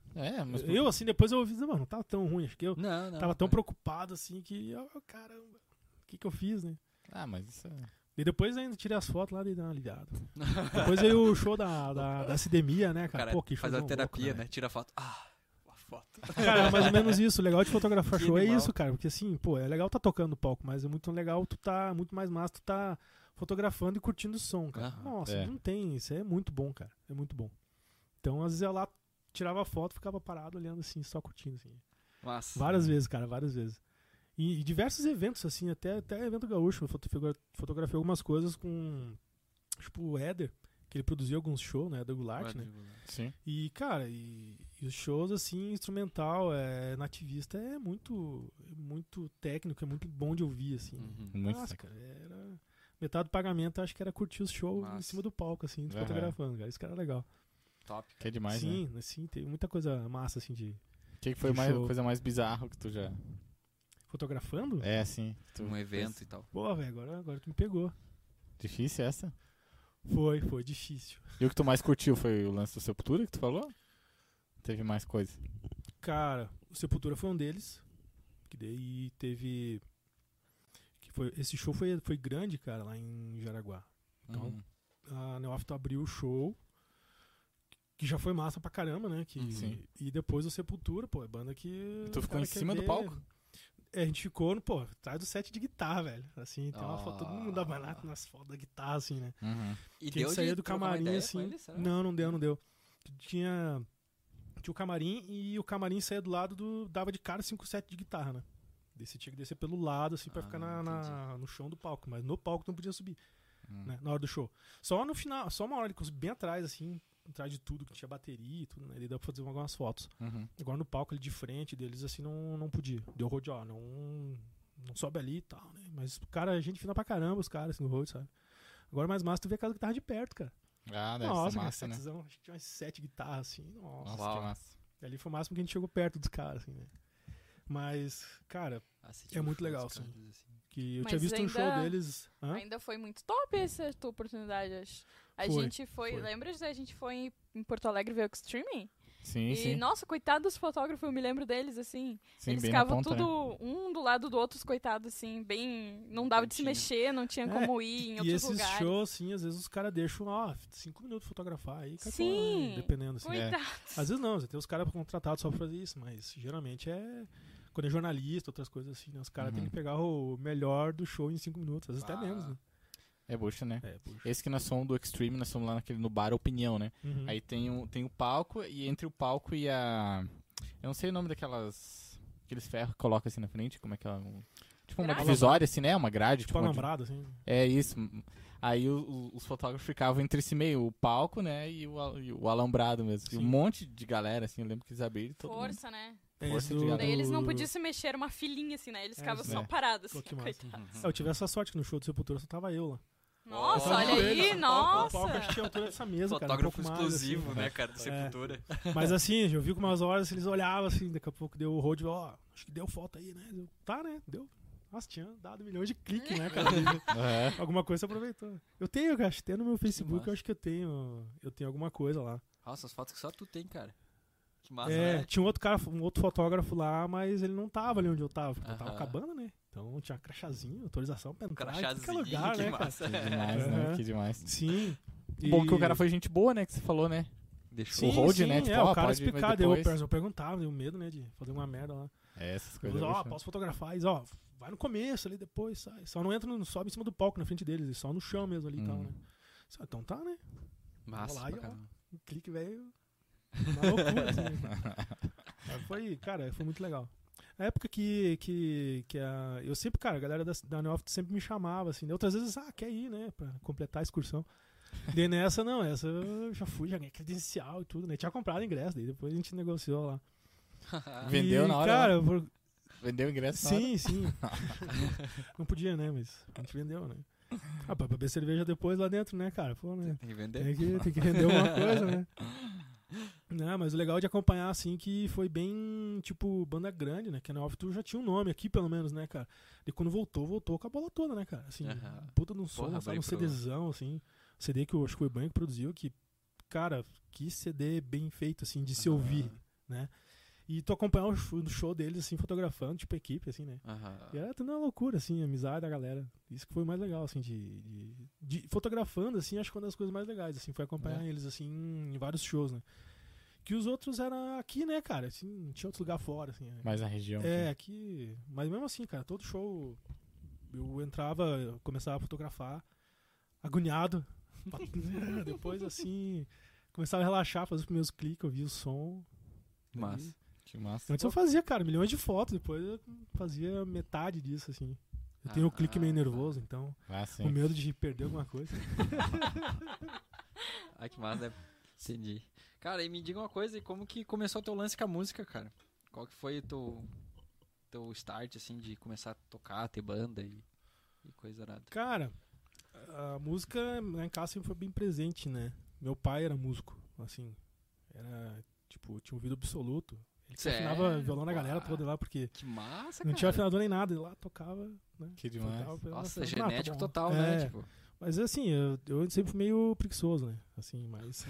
Mas Eu, assim, depois eu ouvi, mano, não tava tão ruim. Acho que eu Não. tava tão cara. preocupado, assim, que, caramba, o que eu fiz, né? Ah, mas isso é... E depois ainda tirei as fotos lá e dei uma aliviada. Depois veio o show da Academia, né, O cara? cara Pô, que faz a showzão terapia, louco, né? Tira foto. A foto. Cara, é mais ou menos isso. O legal de fotografar Que show é animal. isso, cara. Porque assim, pô, é legal tá tocando no palco, mas é muito legal muito mais massa tu tá fotografando e curtindo o som, cara. Aham. Nossa, É. não tem. Isso é muito bom, cara. É muito bom. Então, às vezes eu lá tirava foto, ficava parado olhando assim, só curtindo, assim. Massa. Várias vezes, cara, várias vezes. E diversos eventos, assim, até evento gaúcho. Eu fotografei algumas coisas com, tipo, o Éder, que ele produziu alguns shows, né, da Goulart, né? Sim. E, cara, e os shows, assim, instrumental, nativista, é muito técnico, é muito bom de ouvir, assim. Uhum. Muito Nossa, seco. cara, era... Metade do pagamento, acho que era curtir os shows em Massa. cima do palco, assim, Aham. fotografando, cara. Isso que era legal. Top. Que é demais, né? Sim, assim, teve muita coisa massa, assim, de... O que foi De a show. coisa mais bizarra que tu já... Fotografando? É, assim. Um evento e tal. Pô, velho, agora tu me pegou. Difícil essa? Foi difícil. E o que tu mais curtiu foi o lance do Sepultura que tu falou? Teve mais coisa? Cara, o Sepultura foi um deles. Que daí teve... Esse show foi grande, cara, lá em Jaraguá. Então, Uhum. a Neófito abriu o show, que já foi massa pra caramba, né? Sim. E depois o Sepultura, pô, é banda que... E tu o ficou cara em quer cima do ver. palco? É, a gente ficou, atrás do set de guitarra, velho. Assim, tem uma foto, todo mundo dá barato nas fotos da guitarra, assim, né? Uhum. E Que a gente saía do trocar uma camarim, ideia assim... com ele, será? Não deu. Tinha o camarim e o camarim saía do lado dava de cara 5 sets de guitarra, né? Daí você tinha que descer pelo lado, assim, pra ficar no chão do palco. Mas no palco tu não podia subir, né? Na hora do show. Só no final, só uma hora ele conseguiu bem atrás, assim, atrás de tudo, que tinha bateria e tudo, né? Ele deu pra fazer algumas fotos. Uhum. Agora no palco, ele de frente deles, assim, não podia. Deu road, ó, não sobe ali e tal, né? Mas, cara, a gente fina pra caramba os caras, assim, no road, sabe? Agora mais massa tu vê aquela guitarra de perto, cara. Ah, deve Nossa, ser cara, massa, né? setzão, acho que tinha umas 7 guitarras, assim, nossa. Nossa, Uau. que massa. E ali foi o máximo que a gente chegou perto dos caras, assim, né? Mas, cara, Assistir É o muito show legal, dos sim. caras, assim. que eu Mas tinha visto um ainda- show deles. Hã? Ainda foi muito top essa tua oportunidade, acho. A Foi, gente foi, foi. lembra de a gente foi em Porto Alegre ver o Extreme? Sim, E, sim. nossa, coitados dos fotógrafos, eu me lembro deles, assim. Sim, Eles bem na ficavam ponta, tudo né? um do lado do outro, os coitados, assim, bem... Não dava de se Cantinho. mexer, não tinha É, como ir em E outros esses lugares. shows, assim, às vezes os caras deixam, 5 minutos fotografar aí, cai Sim. fora, né? Dependendo, assim. Coitados. Às vezes não, você tem os caras contratados só pra fazer isso, mas geralmente quando é jornalista, outras coisas assim, né? Os caras têm Uhum. que pegar o melhor do show em 5 minutos, às vezes até menos, né? É bucha, né? Puxa. Esse que nós somos do Extreme, nós somos lá no bar Opinião, né? Uhum. Aí tem o palco, e entre o palco e a... Eu não sei o nome aqueles ferros que coloca assim na frente, como é que é? Tipo uma Grade? divisória, assim, né? Uma grade. Tipo uma alambrado, assim. É isso. Aí os fotógrafos ficavam entre si meio, o palco, né? E o alambrado mesmo. E um Sim. monte de galera, assim, eu lembro que eles abriram todo mundo. Força, né? Força Esse de Daí eles não podiam se mexer, era uma filinha, assim, né? Eles ficavam isso só é. parados, Pô, assim, que massa. coitados. Eu tive essa sorte que no show do Sepultura só tava eu lá. Nossa, Ó, olha aí, O nossa. palco acho que tinha a altura dessa mesa, cara. Fotógrafo um pouco exclusivo, mais, né, cara, do Sepultura. assim. Mas assim, eu vi com umas horas, eles olhavam assim, daqui a pouco deu o road, ó, acho que deu foto aí, né? Eu, tá, né? Deu. Nossa, tinha dado milhões de cliques, né, cara? Alguma coisa você aproveitou. Eu tenho, cara, acho que tem no meu Facebook, massa. eu acho que eu tenho alguma coisa lá. Nossa, as fotos que só tu tem, cara. Que massa, né? Tinha um outro cara, um outro fotógrafo lá, mas ele não tava ali onde eu tava, porque eu tava Aham. acabando, né? Então tinha crachazinho, autorização pra entrar em Crachazinho, qualquer lugar, que né, cara? massa. Que demais, né? Aham. Que demais. Sim. Bom que o cara foi gente boa, né? Que você falou, né? Deixou. o road, né? Tipo, o ó, cara pode, mas explicava, depois- eu perguntava, deu medo, né, de fazer uma merda lá. Essas Eu coisas. falei, ó, bicho. posso fotografar? Eles, ó, vai no começo ali, depois sai. Só não entra, não sobe em cima do palco na frente deles, só no chão mesmo ali e tal, né? Só, então tá, né? Massa, Vou lá e, pra ó, caramba. um clique, velho, uma loucura, assim. Mas foi, cara, foi muito legal. A época eu sempre, cara, a galera da Neoft sempre me chamava, assim, né? Outras vezes, quer ir, né, pra completar a excursão. Daí nessa, não, essa eu já fui, já ganhei credencial e tudo, né? Tinha comprado ingresso, daí depois a gente negociou lá. Vendeu E, na hora. cara, né? Vendeu o ingresso na hora. sim. Não podia, né, mas a gente vendeu, né? Pra beber cerveja depois lá dentro, né, cara? Pô, né? Tem que vender. Tem que vender alguma coisa, né? Não, mas o legal de acompanhar, assim, que foi bem, tipo, banda grande, né? Que a Neoft já tinha um nome aqui, pelo menos, né, cara? E quando voltou com a bola toda, né, cara? Assim, Aham. puta de um som, Porra, lançaram um abriu pro- CDzão, assim. CD que eu acho que foi o Banho que produziu, que, cara, que CD bem feito, assim, de se ouvir, né? E tu acompanhar o show deles, assim, fotografando, tipo, equipe, assim, né? Aham. E era tudo uma loucura, assim, a amizade da galera. Isso que foi o mais legal, assim, de fotografando, assim, acho que uma das coisas mais legais, assim, foi acompanhar eles, assim, em vários shows, né? Que os outros eram aqui, né, cara? Assim, não tinha outro lugar fora, assim. Né? Mais na região. Aqui. Mas mesmo assim, cara, todo show eu entrava, eu começava a fotografar, agoniado. Depois, assim, começava a relaxar, fazer os primeiros cliques, ouvia o som. Massa. Que massa. Antes eu fazia, cara, milhões de fotos, depois eu fazia metade disso, assim. Eu tenho o clique meio nervoso, então, Ah, sim. com medo de perder alguma coisa. Ai, que massa, né? Entendi. Cara, e me diga uma coisa, e como que começou o teu lance com a música, cara? Qual que foi o teu start, assim, de começar a tocar, ter banda e coisa nada? Cara, a música lá em casa sempre foi bem presente, né? Meu pai era músico, assim, era, tipo, tinha ouvido absoluto. Ele que Sério? afinava violão na galera Uau. toda lá, porque Que massa, não cara. tinha afinador nem nada, ele lá tocava, né? Que demais. Tocava, Nossa, tá genético bom. total, né? É. Tipo, Mas assim, eu sempre fui meio preguiçoso, né? Assim, mas.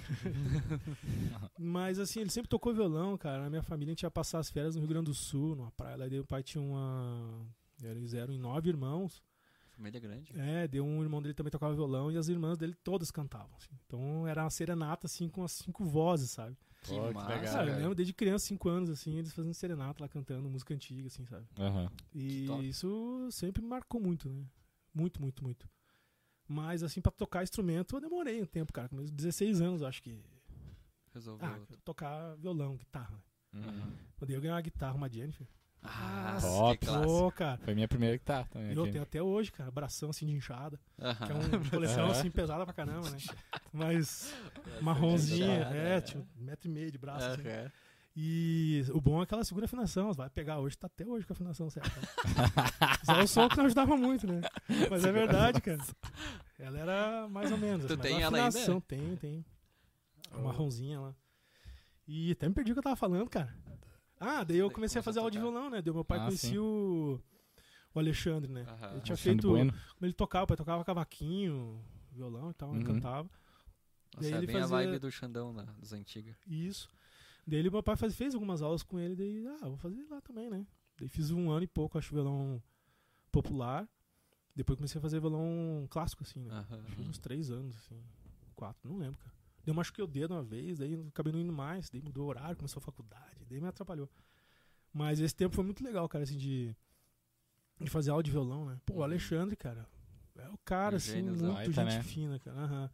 Mas assim, ele sempre tocou violão, cara. Na minha família a gente ia passar as férias no Rio Grande do Sul, numa praia. Lá daí o pai tinha uma. Eles eram em 9 irmãos. família grande. Deu um irmão dele também tocava violão e as irmãs dele todas cantavam. Assim. Então era uma serenata, assim, com as 5 vozes, sabe? Que Pô, que massa, legal, Cara, eu cara. lembro desde criança, 5 anos, assim, eles fazendo serenata lá cantando música antiga, assim, sabe? Aham. E top. isso sempre me marcou muito, né? Muito, muito, muito. Mas, assim, pra tocar instrumento, eu demorei um tempo, cara. Com meus 16 anos, eu acho que. Resolveu. Tocar violão, guitarra. Uhum. Quando eu ganhei uma guitarra, uma Jennifer. Ah, top. que clássico. Pô, cara. Foi minha primeira guitarra também. E eu aqui. tenho até hoje, cara, abração assim de inchada. Que é Aham. uma coleção assim pesada pra caramba, né? Mas marronzinha, tinha 1,5 m de braço. Assim. Aham. E o bom é que ela segura a afinação, vai pegar hoje, tá até hoje com a afinação certa. Só o som que não ajudava muito, né? Mas é verdade, cara. Ela era mais ou menos. Tu assim, mas tem a ela ainda? afinação, tem. A marronzinha lá. E até me perdi o que eu tava falando, cara. Daí eu comecei a fazer aula de violão, né? Daí meu pai conhecia sim. o Alexandre, né? Aham. Ele tinha Alexandre feito. Bueno. Como ele tocava, o pai tocava cavaquinho, violão e tal, ele Uhum. cantava. Nossa, Daí é ele bem a fazia- vibe do Xandão das antigas. Isso. Daí meu pai fez algumas aulas com ele, daí, vou fazer lá também, né? Daí fiz 1 ano e pouco, acho, violão popular. Depois comecei a fazer violão clássico, assim, né? Aham. Fiz uns 3 anos, assim, 4, não lembro, cara. Daí eu machuquei o dedo uma vez, daí acabei não indo mais, daí mudou o horário, começou a faculdade, daí me atrapalhou. Mas esse tempo foi muito legal, cara, assim, de fazer aula de violão, né? Pô, o Alexandre, cara, é o cara, assim, Gêniozão. muito Baita, gente né? fina, cara. Aham.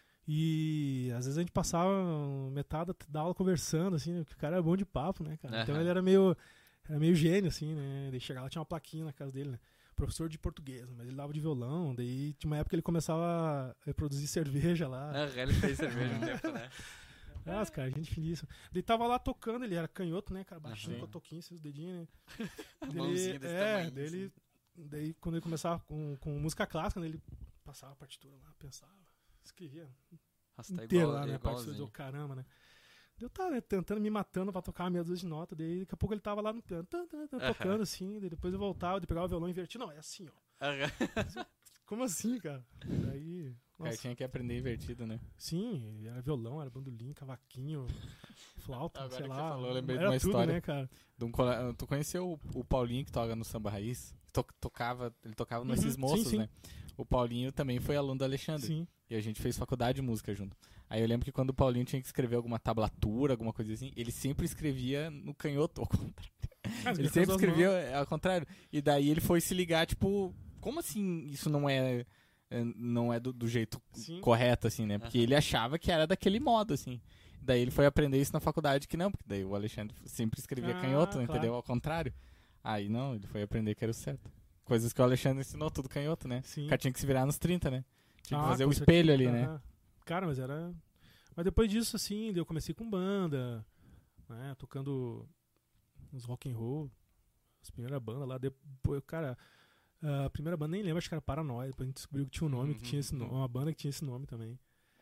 E às vezes a gente passava metade da aula conversando, assim, né? Porque o cara era bom de papo, né, cara? Então Aham. ele era meio gênio, assim, né? Daí chegava lá, tinha uma plaquinha na casa dele, né? Professor de português, mas ele dava de violão, daí tinha uma época que ele começava a produzir cerveja lá. Aham, ele fez cerveja um tempo, né? Nossa, cara, gente finíssima. Ele tava lá tocando, ele era canhoto, né, cara? Baixinho, Aham. com o toquinho, esses dedinhos, né? Mãozinha desse tamanho, daí quando ele começava com música clássica, né, ele passava a partitura lá, pensava, escrevia Tá inteiro igual, lá, né? A partitura igualzinho. do caramba, né? Eu tava, né, tentando me matando pra tocar uma meia dúzia de nota, daí daqui a pouco ele tava lá no piano, tocando assim, daí depois eu voltava, daí pegava o violão e invertia. Não, é assim, ó. Como assim, cara? Daí, O cara nossa, tinha que aprender invertido, né? sim, era violão, era bandolim, cavaquinho, flauta, Agora sei que lá. você falou, eu lembrei de era uma tudo, história. né, cara? Tu conheceu o Paulinho que toca no Samba Raiz? Ele tocava Uhum, nesses sim, moços, sim. né? O Paulinho também foi aluno do Alexandre. Sim. E a gente fez faculdade de música junto. Aí eu lembro que quando o Paulinho tinha que escrever alguma tablatura, alguma coisa assim, ele sempre escrevia no canhoto, ao contrário. Ele sempre escrevia ao contrário. E daí ele foi se ligar, tipo, como assim isso não é do jeito Sim. correto, assim, né? Porque ele achava que era daquele modo, assim. Daí ele foi aprender isso na faculdade, que não, porque daí o Alexandre sempre escrevia canhoto, claro. entendeu? Ao contrário. Aí não, ele foi aprender que era o certo. Coisas que o Alexandre ensinou, tudo canhoto, né? Sim. O cara tinha que se virar nos 30, né? Tinha que fazer com o espelho ali, certeza. né? Aham. Cara, mas era... Mas depois disso, assim, daí eu comecei com banda, né? Tocando uns rock and roll. As primeiras bandas lá. Depois, cara, a primeira banda nem lembro, acho que era Paranoia. Depois a gente descobriu que tinha um nome, que tinha esse nome, uma banda que tinha esse nome também.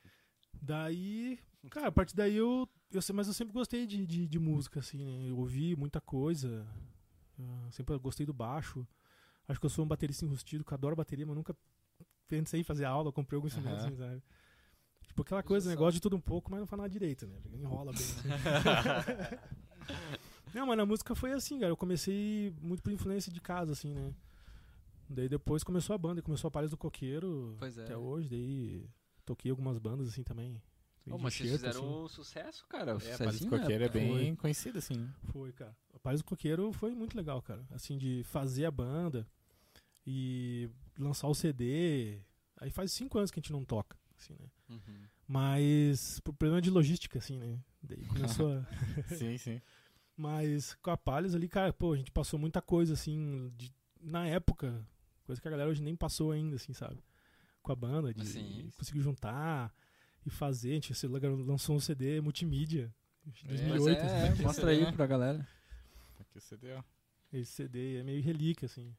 Daí, cara, a partir daí mas eu sempre gostei de música, assim, né? Eu ouvi muita coisa. Sempre gostei do baixo. Acho que eu sou um baterista enrustido, que eu adoro bateria, mas nunca pensei em fazer aula, comprei algum instrumento, assim, sabe? Tipo aquela coisa, né? Gosto de tudo um pouco, mas não faz nada direito, né? Enrola bem. Assim. Não, mas na música foi assim, cara. Eu comecei muito por influência de casa, assim, né? Daí depois começou a banda, começou a Palhas do Coqueiro, Pois é. até hoje. Daí toquei algumas bandas, assim, também. Mas vocês enxerto, fizeram sucesso, cara. O A Palha do sucessinho, Coqueiro é bem Foi. conhecido, assim, né? Foi, cara. A Palhas do Coqueiro foi muito legal, cara. Assim, de fazer a banda e lançar o CD. Aí faz 5 anos que a gente não toca, assim, né? Uhum. Mas por problema de logística, assim, né? Daí começou a... Sim, sim. Mas com a Palhas ali, cara, pô, a gente passou muita coisa, assim, na época, coisa que a galera hoje nem passou ainda, assim, sabe? Com a banda, de Sim. conseguir juntar e fazer. A gente lançou um CD multimídia em Pois 2008. é, assim. mostra aí pra galera. Aqui o CD, ó. Esse CD é meio relíquia, assim.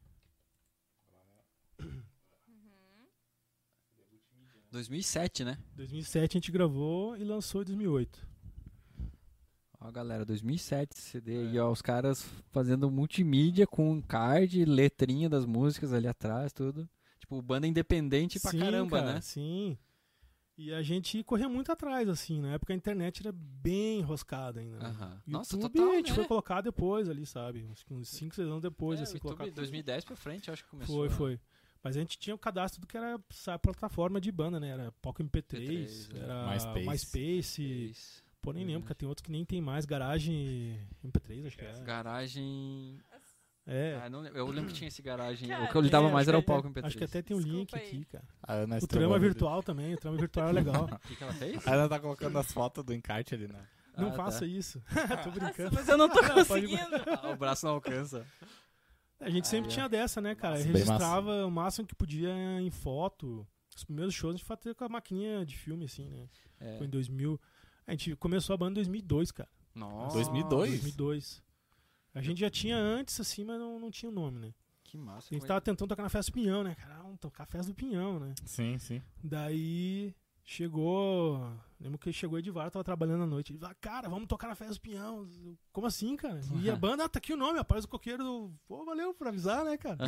2007, né? 2007 a gente gravou e lançou em 2008. Ó, galera, 2007 esse CD aí, ó, os caras fazendo multimídia com card, letrinha das músicas ali atrás, tudo. Tipo, banda independente pra Sim, caramba, cara, né? Sim. E a gente corria muito atrás, assim. Na época a internet era bem enroscada ainda. Né? Aham. YouTube, Nossa, total, a gente né? foi colocar depois ali, sabe? Uns 5, 6 anos depois, É, assim, o YouTube, colocar. 2010 pra frente, eu acho que começou. Foi, foi. Mas a gente tinha o cadastro do que era a plataforma de banda, né? Era Poco MP3, MP3, era MySpace. MySpace. Isso. Pô, nem lembro, porque tem outros que nem tem mais. Garagem MP3, acho que é. Garagem... É. Ah, não lembro. Eu lembro que tinha esse garagem. Cara, o que eu lidava é, mais acho era o que palco MP3. Acho que até tem um link Desculpa aí. aqui, cara. A Ana O estragou trama a vida. virtual também, o trama virtual é legal. O que ela fez? A Ana tá colocando as fotos do encarte ali, né? Não Ah, faça tá. isso. Tô Nossa, brincando. mas eu não tô Não, pode- conseguindo. Ah, o braço não alcança. A gente sempre é. tinha dessa, né, cara? Massa, bem Registrava o máximo que podia em foto. Os primeiros shows a gente fazia com a maquininha de filme, assim, né? É. Foi em 2000. A gente começou a banda em 2002, cara. Nossa, 2002? 2002. A gente já tinha antes, assim, mas não tinha o nome, né? que massa. A gente tava tentando tocar na Festa do Pinhão, né, cara? Vamos tocar a Festa do Pinhão, né? Sim, sim. Daí chegou. Lembro que chegou o Edivar, tava trabalhando à noite. Ele falou, cara, vamos tocar na Festa do Pinhão. Eu, como assim, cara? E a banda, tá aqui o nome, Palhas do Coqueiro. Pô, valeu por avisar, né, cara?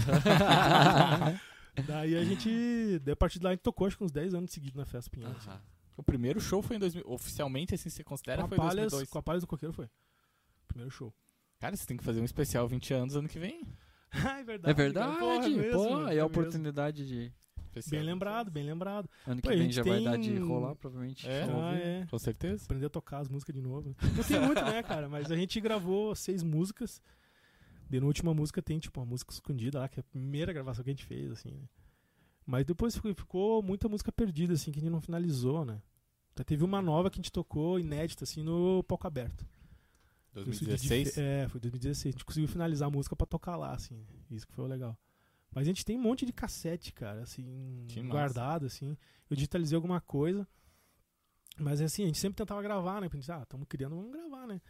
Daí a gente. Daí a partir de lá a gente tocou, acho que uns 10 anos seguidos na Festa do Pinhão. assim. Aham. O primeiro show foi em 2000. Oficialmente, assim, você considera, foi em 2002. Com a Palhas do Coqueiro foi. Primeiro show. Cara, você tem que fazer um especial 20 anos ano que vem. É verdade. É verdade, Porra, mesmo, pô, aí a mesmo. oportunidade de... Especial. Bem lembrado, bem lembrado. Ano Pô, que a vem gente já vai dar tem- de rolar, provavelmente. É? Só ouvir. É. Com certeza. Aprender a tocar as músicas de novo. Não tem muito, né, cara? Mas a gente gravou 6 músicas. Daí na última música tem, tipo, uma música escondida lá, que é a primeira gravação que a gente fez, assim, né? Mas depois ficou muita música perdida, assim, que a gente não finalizou, né? Então, teve uma nova que a gente tocou, inédita, assim, no palco aberto. 2016? Foi 2016. A gente conseguiu finalizar a música pra tocar lá, assim. Isso que foi o legal. Mas a gente tem um monte de cassete, cara, assim, Que massa. guardado, assim. Eu digitalizei alguma coisa. Mas assim, a gente sempre tentava gravar, né? Porque a gente, estamos criando, vamos gravar, né?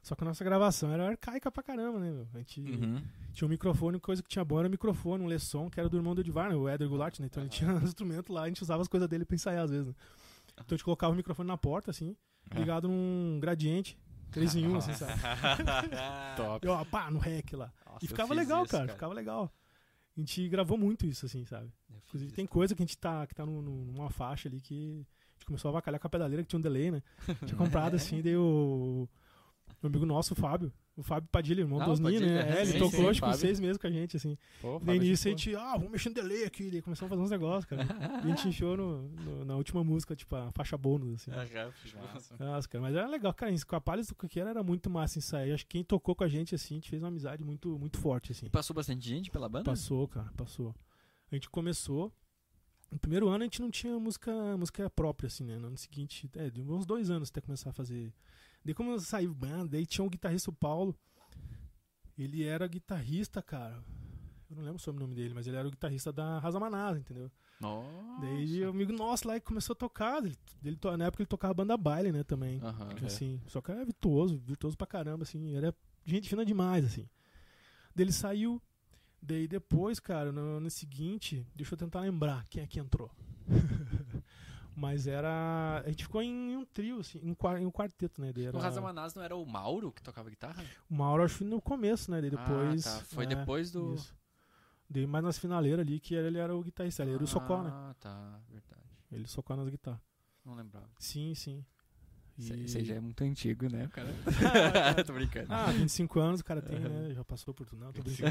Só que a nossa gravação era arcaica pra caramba, né, meu? A gente tinha um microfone, coisa que tinha boa era um microfone, um Lesson, que era do irmão do Edvar, né, o Éder Goulart, né? Então ele tinha um instrumento lá, a gente usava as coisas dele pra ensaiar às vezes, né? Então a gente colocava o microfone na porta, assim, ligado num gradiente, 3 em 1, assim, sabe? Top. E ó, pá, no rec lá. Nossa, E ficava eu fiz legal, isso, cara, ficava legal. A gente gravou muito isso, assim, sabe? Inclusive tem coisa que a gente tá numa faixa ali que a gente começou a avacalhar com a pedaleira, que tinha um delay, né? Tinha comprado assim, daí o amigo nosso, o Fábio Padilha, irmão do Osni, né? Ele Sim, tocou, sim, tipo, Fábio. 6 meses com a gente, assim. Pô, No início a gente, vamos mexer no delay aqui, daí começamos a fazer uns negócios, cara. E a gente enfiou na última música, tipo, a faixa bônus, assim. Nossa, cara, mas era legal, cara, isso com a Palhas do Coqueiro era muito massa ensaiar. Acho que quem tocou com a gente, assim, a gente fez uma amizade muito, muito forte, assim. E passou bastante gente pela banda? Passou, cara, passou. A gente começou. No primeiro ano a gente não tinha música própria, assim, né? No ano seguinte, deu uns 2 anos até começar a fazer. Daí como saiu banda, daí tinha um guitarrista, o Paulo. Ele era guitarrista, cara. Eu não lembro o sobrenome dele, mas ele era o guitarrista da Rasa Manasa, entendeu? Nossa. Daí o amigo nosso lá que começou a tocar. Na época ele tocava banda baile, né, também. Assim, só que era virtuoso pra caramba, assim. Era gente fina demais, assim. Daí ele saiu. Daí depois, cara, no ano seguinte, deixa eu tentar lembrar quem é que entrou. Mas era... A gente ficou em um trio, assim, em um quarteto, né? Daí era... No Rasa Manás não era o Mauro que tocava guitarra? O Mauro acho que no começo, né? Daí depois... tá. Foi depois do... Isso. Daí mais nas finaleiras ali, que ele era o guitarrista. Ele era o Socó, né? Ah, tá. Verdade. Ele socou nas guitarras. Não lembrava. Sim, sim. Você já é muito antigo, né, cara? Tô brincando. 25 anos o cara tem, né? Já passou por tudo. Não, tô brincando.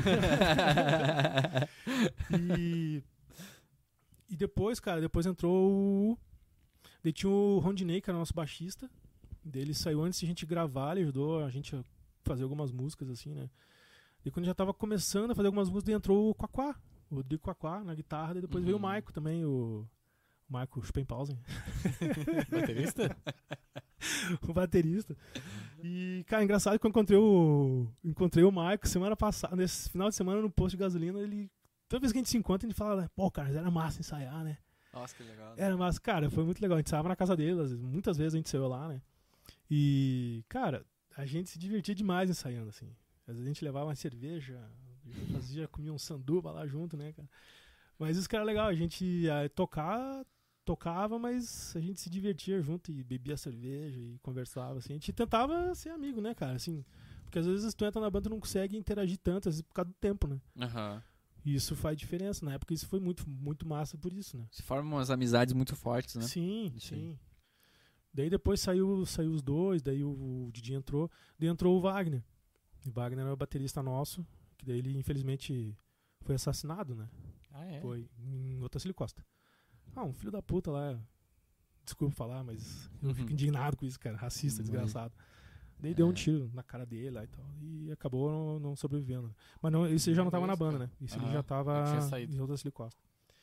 E depois, cara, entrou o... Daí tinha o Rondinei, que era o nosso baixista. Daí ele saiu antes de a gente gravar, ele ajudou a gente a fazer algumas músicas, assim, né? E quando já tava começando a fazer algumas músicas, daí entrou o Quaquá, o Rodrigo Quaquá na guitarra, daí depois veio o Maico também, o Maico Spenpausen. Baterista? O baterista. E, cara, engraçado que eu encontrei o Maico semana passada, nesse final de semana no posto de gasolina, toda vez que a gente se encontra, a gente fala, pô, cara, era massa ensaiar, né? Nossa, que legal. Era massa, cara, foi muito legal. A gente ensaiava na casa dele, muitas vezes a gente saiu lá, né? E, cara, a gente se divertia demais ensaiando, assim. Às vezes a gente levava uma cerveja, comia um sanduba lá junto, né, cara? Mas isso que era legal, a gente tocava, mas a gente se divertia junto e bebia cerveja e conversava, assim. A gente tentava ser amigo, né, cara, assim. Porque às vezes tu entra na banda e não consegue interagir tanto, às vezes por causa do tempo, né? E isso faz diferença. Na época isso foi muito, muito massa por isso, né? Se formam umas amizades muito fortes, né? Sim. Daí depois saiu os dois, daí o Didi entrou. Daí entrou o Wagner. O Wagner era o baterista nosso, que daí ele infelizmente foi assassinado, né? Foi em Otacílio Costa. Um filho da puta lá. Desculpa falar, mas eu fico indignado com isso, cara. Racista, desgraçado. Daí deu um tiro na cara dele lá e tal. E acabou não sobrevivendo. Mas não, isso ele já não tava na banda, né? Isso ele já tava em Otacílio Costa.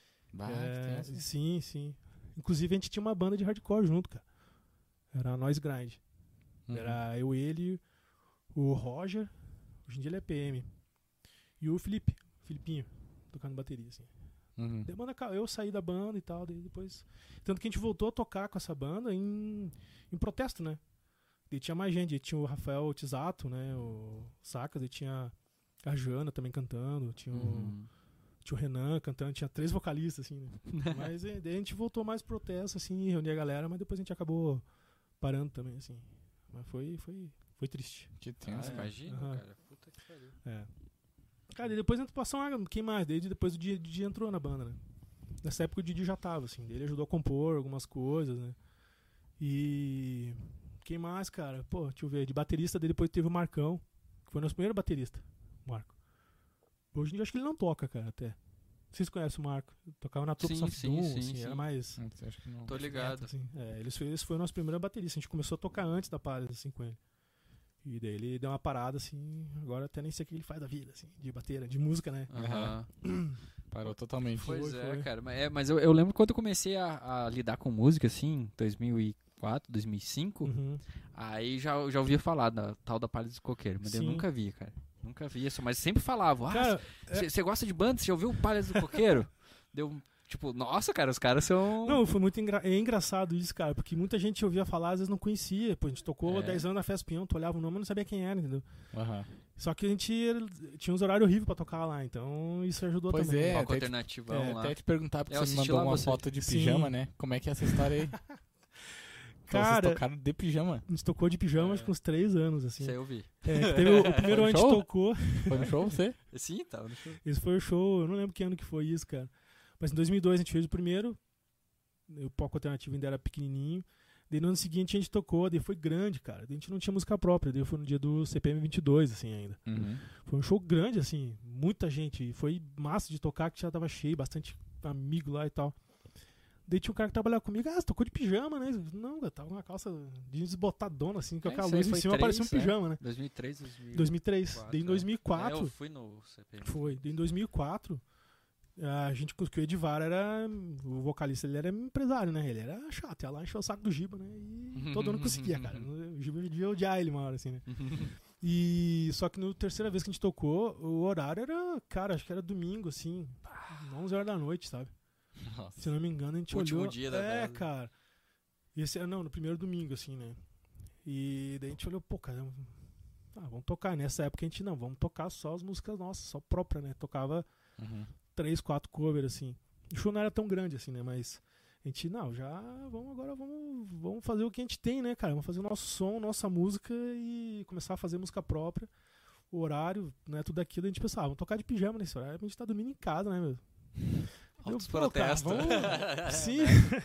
Sim. Inclusive a gente tinha uma banda de hardcore junto, cara. Era a Noise Grind. Era ele, o Roger, hoje em dia ele é PM. E o Filipinho, tocando bateria, assim. Eu saí da banda e tal, daí depois... Tanto que a gente voltou a tocar com essa banda em protesto, né? E tinha mais gente, tinha o Rafael Tisato, né? O Sacas, e tinha a Jana também cantando, tinha o Renan cantando, tinha 3 vocalistas, assim, né? Mas daí a gente voltou mais pro protesto, assim, reunir a galera, mas depois a gente acabou parando também, assim. Mas foi triste. Que tenso, imagina, cara. Puta que pariu. Cara, e depois passou quem mais? Daí depois o Didi entrou na banda, né? Nessa época o Didi já tava, assim. Ele ajudou a compor algumas coisas, né? E... Quem mais, cara? Pô, deixa eu ver. De baterista, daí depois teve o Marcão, que foi nosso primeiro baterista, o Marco. Hoje em dia acho que ele não toca, cara, até. Vocês conhecem o Marco? Tocava na Tropa Safdum, assim, era mais... Acho que não. Tô ligado. Assim. Esse foi o nosso primeiro baterista. A gente começou a tocar antes da parada, assim, com ele. E daí ele deu uma parada, assim, agora até nem sei o que ele faz da vida, assim, de bateria, de música, né? Parou totalmente. Pois é, cara. Mas eu lembro quando eu comecei a lidar com música, assim, 2004, 2005, aí já ouvia falar da tal da Palhas do Coqueiro, mas eu nunca vi, cara. Nunca vi isso, mas sempre falavam, você gosta de banda? Você já ouviu o Palhas do Coqueiro? Tipo, nossa, cara, os caras são... Não, foi muito engraçado isso, cara, porque muita gente ouvia falar, às vezes não conhecia. Pô, a gente tocou 10 anos na Festa Pinhão, tu olhava o nome e não sabia quem era, entendeu? Aham. Só que a gente tinha uns horários horríveis pra tocar lá, então isso ajudou Pois também. é. Palco até alternativão lá. Até te perguntar, porque Eu você me assisti mandou lá uma você. foto de Sim. pijama, né? Como é que é essa história aí? Então, Cara, vocês tocaram de pijama. a gente tocou de pijama acho que uns 3 anos, assim. Isso aí eu vi. É, que teve o primeiro ano a gente Show? tocou, Foi no show você? Sim, tava no show. esse foi o show, eu não lembro que ano que foi isso, cara. Mas em 2002 a gente fez o primeiro, o palco alternativo ainda era pequenininho. Daí no ano seguinte a gente tocou, daí foi grande, cara. Daí a gente não tinha música própria, daí foi no dia do CPM 22, assim, ainda. Uhum. Foi um show grande, assim, muita gente. E foi massa de tocar, que já tava cheio, bastante amigo lá e tal. Daí tinha um cara que trabalhava comigo, você tocou de pijama, né? Não, eu tava com uma calça jeans botadona, assim, com aquela isso aí luz em foi cima, parecia um 3, pijama, né? 2003, 2004. 2003. Daí em 2004... Eu fui no CPM. Foi. Daí em 2004, a gente, que o Edivar era, o vocalista, ele era empresário, né? Ele era chato, ia lá encher o saco do Giba, né? E todo ano conseguia, cara. O Giba devia odiar ele uma hora, assim, né? E só que na terceira vez que a gente tocou, o horário era, cara, acho que era domingo, assim, 11 horas da noite, sabe? Nossa. Se eu não me engano, a gente Último olhou... dia da festa. cara. E esse era, não, no primeiro domingo, assim, né? E daí a gente olhou, pô, cara, vamos tocar. Nessa época a gente, não, vamos tocar só as músicas nossas, só própria, né? Tocava Uhum. 3, 4 covers, assim. O show não era tão grande, assim, né? Mas a gente, não, vamos fazer o que a gente tem, né, cara? Vamos fazer o nosso som, nossa música e começar a fazer música própria. O horário, né, tudo aquilo. A gente pensava, vamos tocar de pijama nesse horário. A gente tá dormindo em casa, né, meu? Altos Pô, cara, protestos. Sim.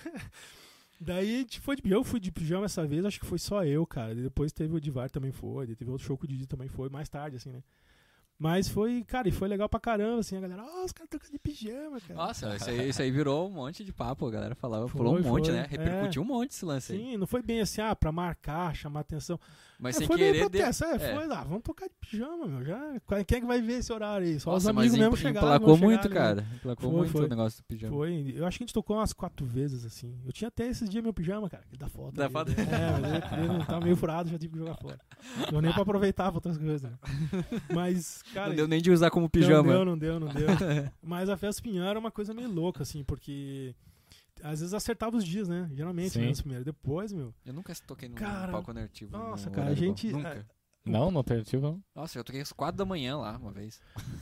Daí a gente foi de pijama. Eu fui de pijama essa vez, acho que foi só eu, cara. Depois teve o Divar também foi. Teve outro show que o Didi também foi, mais tarde, assim, né? Mas foi, cara, e foi legal pra caramba, assim, a galera, os caras tocando de pijama, cara. Nossa, isso aí virou um monte de papo, a galera falava, Foi, pulou um monte, foi. né? Repercutiu um monte esse lance aí. Sim, não foi bem assim, pra marcar, chamar atenção. Mas sem foi bem querer... protesto, foi lá, vamos tocar de pijama, meu. Quem é que vai ver esse horário aí? Só Nossa, os amigos mas mesmo chegaram. emplacou vão chegar muito, ali. cara. Emplacou Foi, muito foi. o negócio do pijama. Foi, eu acho que a gente tocou umas 4 vezes, assim. Eu tinha até esses dias meu pijama, cara, que dá foto. Dá ali, foto? né? Mas ele tava meio furado, já tive que jogar fora. Não deu nem pra aproveitar pra outras coisas, né? Mas, cara... Não deu nem de usar como pijama. Não deu. Mas a Festa Pinhão era uma coisa meio louca, assim, porque... Às vezes acertava os dias, né? Geralmente, Sim. né? Nos primeiros. Depois, meu... Eu nunca toquei no Cara, palco alternativo. nossa, no cara, a horário gente- bom. Nunca. Não, no alternativo não. Nossa, eu toquei às 4 da manhã lá, uma vez.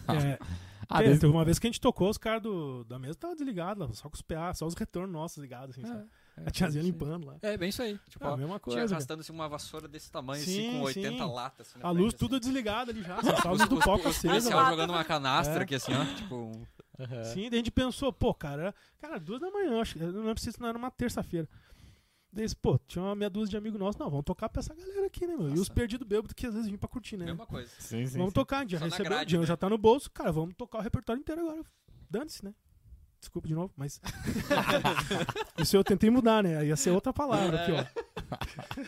Teve uma vez que a gente tocou, os caras da mesa estavam desligados, lá, só com os PA, só os retornos nossos ligados, assim, sabe? A tiazinha bem isso aí. limpando lá. É, bem isso aí. Tipo, A mesma tinha coisa. cara. arrastando assim, uma vassoura desse tamanho, Sim, assim, com 80 sim. latas. Assim, na A frente, luz assim. tudo desligada ali já, só a luz do palco O acesa. policial lá. jogando uma canastra É. aqui, assim, ó. Tipo, Sim, daí a gente pensou, pô, cara, 2 da manhã, acho, eu não lembro se isso não era uma terça-feira. Daí, pô, tinha uma meia dúzia de amigos nossos, não, vamos tocar pra essa galera aqui, né, meu? E os Nossa. perdidos bêbados que às vezes vinham pra curtir, né? mesma coisa. Sim, sim. Vamos sim. tocar, a gente já Só na recebeu, o grade, dinheiro né? já tá no bolso, cara, vamos tocar o repertório inteiro agora. Dane-se, né? Desculpa de novo, mas. Isso eu tentei mudar, né? Ia ser outra palavra aqui, ó.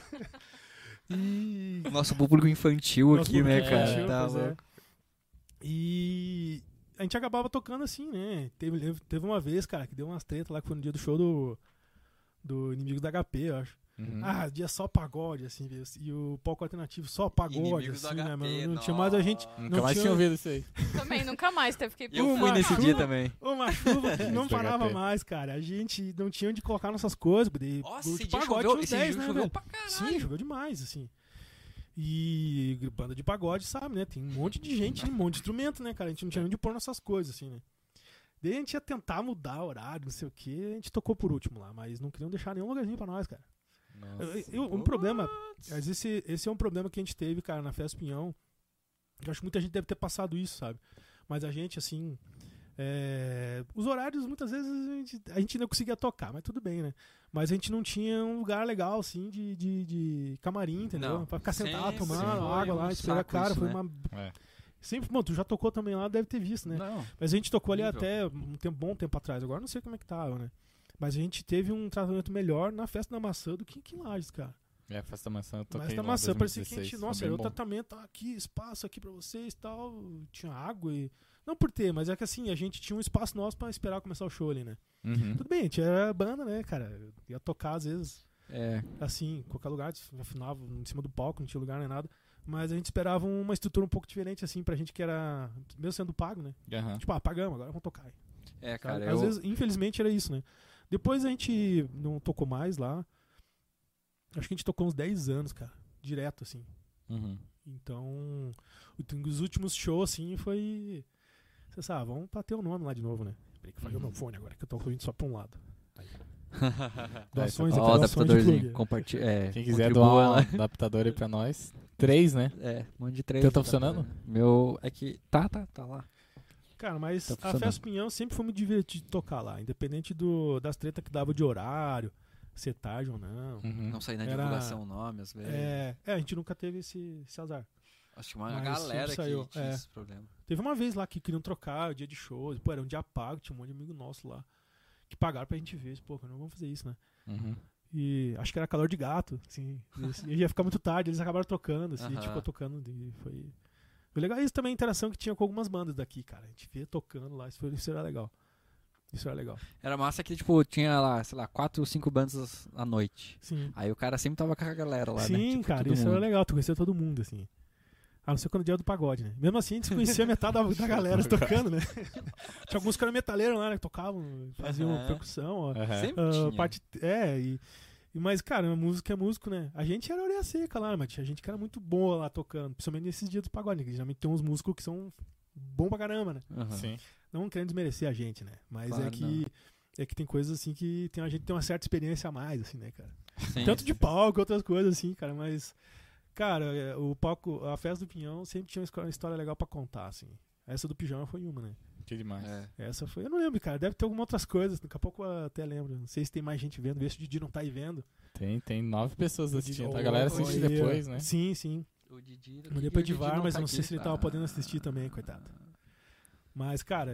E. Nosso público infantil Nosso aqui, né, público cara? infantil, Tá pois é. louco. E a gente acabava tocando assim, né? Teve uma vez, cara, que deu umas tretas lá, que foi no dia do show do Inimigos da HP, eu acho. Uhum. Dia só pagode, assim, viu? E o palco alternativo só pagode, Inimigos do assim, né? HP, Mas não tinha mais a gente. Nunca não mais tinha- tinha ouvido isso aí. Também, nunca mais teve que ir E eu pro fui nesse chuva. dia também. Uma chuva que não Isso, parava HP. mais, cara. A gente não tinha onde colocar nossas coisas. De, Nossa, de esse dia pagode choveu, tinha uns esse 10, dia né, choveu velho? pra caralho. Sim, choveu demais, assim. E banda de pagode, sabe, né? Tem um monte de gente, um monte de instrumento, né, cara? A gente não tinha onde pôr nossas coisas, assim, né? Daí a gente ia tentar mudar o horário, não sei o que. A gente tocou por último lá, mas não queriam deixar nenhum lugarzinho pra nós, cara. Um problema, mas esse é um problema que a gente teve, cara, na Festa Pinhão. Eu acho que muita gente deve ter passado isso, sabe? Mas a gente, assim, os horários, muitas vezes, a gente não conseguia tocar, mas tudo bem, né? Mas a gente não tinha um lugar legal, assim, de camarim, entendeu? Não. Pra ficar sentado, Sempre tomando foi água um lá, esperar, saco cara, isso, foi né? uma... É. Sempre, tu já tocou também lá, deve ter visto, né? Não. Mas a gente tocou ali Horrível. até bom tempo atrás, agora não sei como é que tava, né? Mas a gente teve um tratamento melhor na Festa da Maçã do que em Lages, cara. É, Festa da Maçã, eu toquei Mas da lá maçã, em parecia que a 2016, gente, foi nossa, bem era o bom. tratamento, aqui, espaço aqui pra vocês e tal, tinha água e... Não por ter, mas é que assim, a gente tinha um espaço nosso pra esperar começar o show ali, né? Uhum. Tudo bem, a gente era banda, né, cara? Ia tocar às vezes, É. assim, em qualquer lugar, afinava em cima do palco, não tinha lugar nem nada. Mas a gente esperava uma estrutura um pouco diferente, assim, pra gente que era, mesmo sendo pago, né? Aham. Tipo, pagamos, agora vamos tocar aí. É, cara, Às vezes, infelizmente, era isso, né? Depois a gente não tocou mais lá. Acho que a gente tocou uns 10 anos, cara. Direto, assim. Uhum. Então, os últimos shows, assim, foi... Você sabe, vamos pra ter o nome lá de novo, né? Peraí que eu falei o meu fone agora, que eu tô ouvindo só pra um lado. Aí. Doações aqui, Ó, o doações de adaptadorzinho. plug. Quem quiser Contribua doar um lá. adaptador aí pra nós. 3, né? Um monte de 3. Teu tá funcionando? Meu, é que... Tá lá. Cara, mas Tá a funcionando. Festa Pinhão sempre foi muito divertido de tocar lá, independente das tretas que dava de horário, ser tarde ou não. Uhum. Não saí na Era- divulgação o nome, às vezes. A gente nunca teve esse azar. Acho que uma Mas galera sempre que saiu, tinha é. esse problema. Teve uma vez lá que queriam trocar o dia de show, pô, era um dia pago, tinha um monte de amigo nosso lá, que pagaram pra gente ver, pô, não vamos fazer isso, né? Uhum. E acho que era calor de gato, assim, e ia ficar muito tarde, eles acabaram trocando, assim, a gente Aham. ficou tocando, e foi legal. Isso também é a interação que tinha com algumas bandas daqui, cara, a gente via tocando lá, isso era legal. Isso era legal. Era massa que, tipo, tinha lá, sei lá, 4 ou 5 bandas à noite. Sim. Aí o cara sempre tava com a galera lá, né? Sim, Tipo, cara, todo isso mundo. era legal, tu conhecia todo mundo, assim. A não ser quando o dia do pagode, né? Mesmo assim, a gente conhecia metade da galera tocando, né? Tinha alguns caras metaleiros lá, né? Que tocavam, faziam Aham. percussão, ó. Aham. Sempre Ah, tinha. mas, cara, a música é músico, né? A gente era orelha seca lá, mas tinha gente que era muito boa lá tocando, principalmente nesses dias do pagode, né? Que geralmente tem uns músicos que são bom pra caramba, né? Aham. Sim. Não querendo desmerecer a gente, né? Mas Claro, é que tem coisas assim que a gente tem uma certa experiência a mais, assim, né, cara? Sim, Tanto sim. de palco, outras coisas assim, cara, mas... Cara, o palco, a Festa do Pinhão sempre tinha uma história legal pra contar, assim. Essa do Pijama foi uma, né? Que demais. É. Essa foi... Eu não lembro, cara. Deve ter algumas outras coisas. Daqui a pouco eu até lembro. Não sei se tem mais gente vendo. Vê se o Didi não tá aí vendo. Tem 9 pessoas assistindo. A Oh, galera assiste olha. depois, né? Sim, sim. O Didi... Mandei pra Edivar, mas eu não sei se ele tava podendo assistir também, coitado. Mas, cara,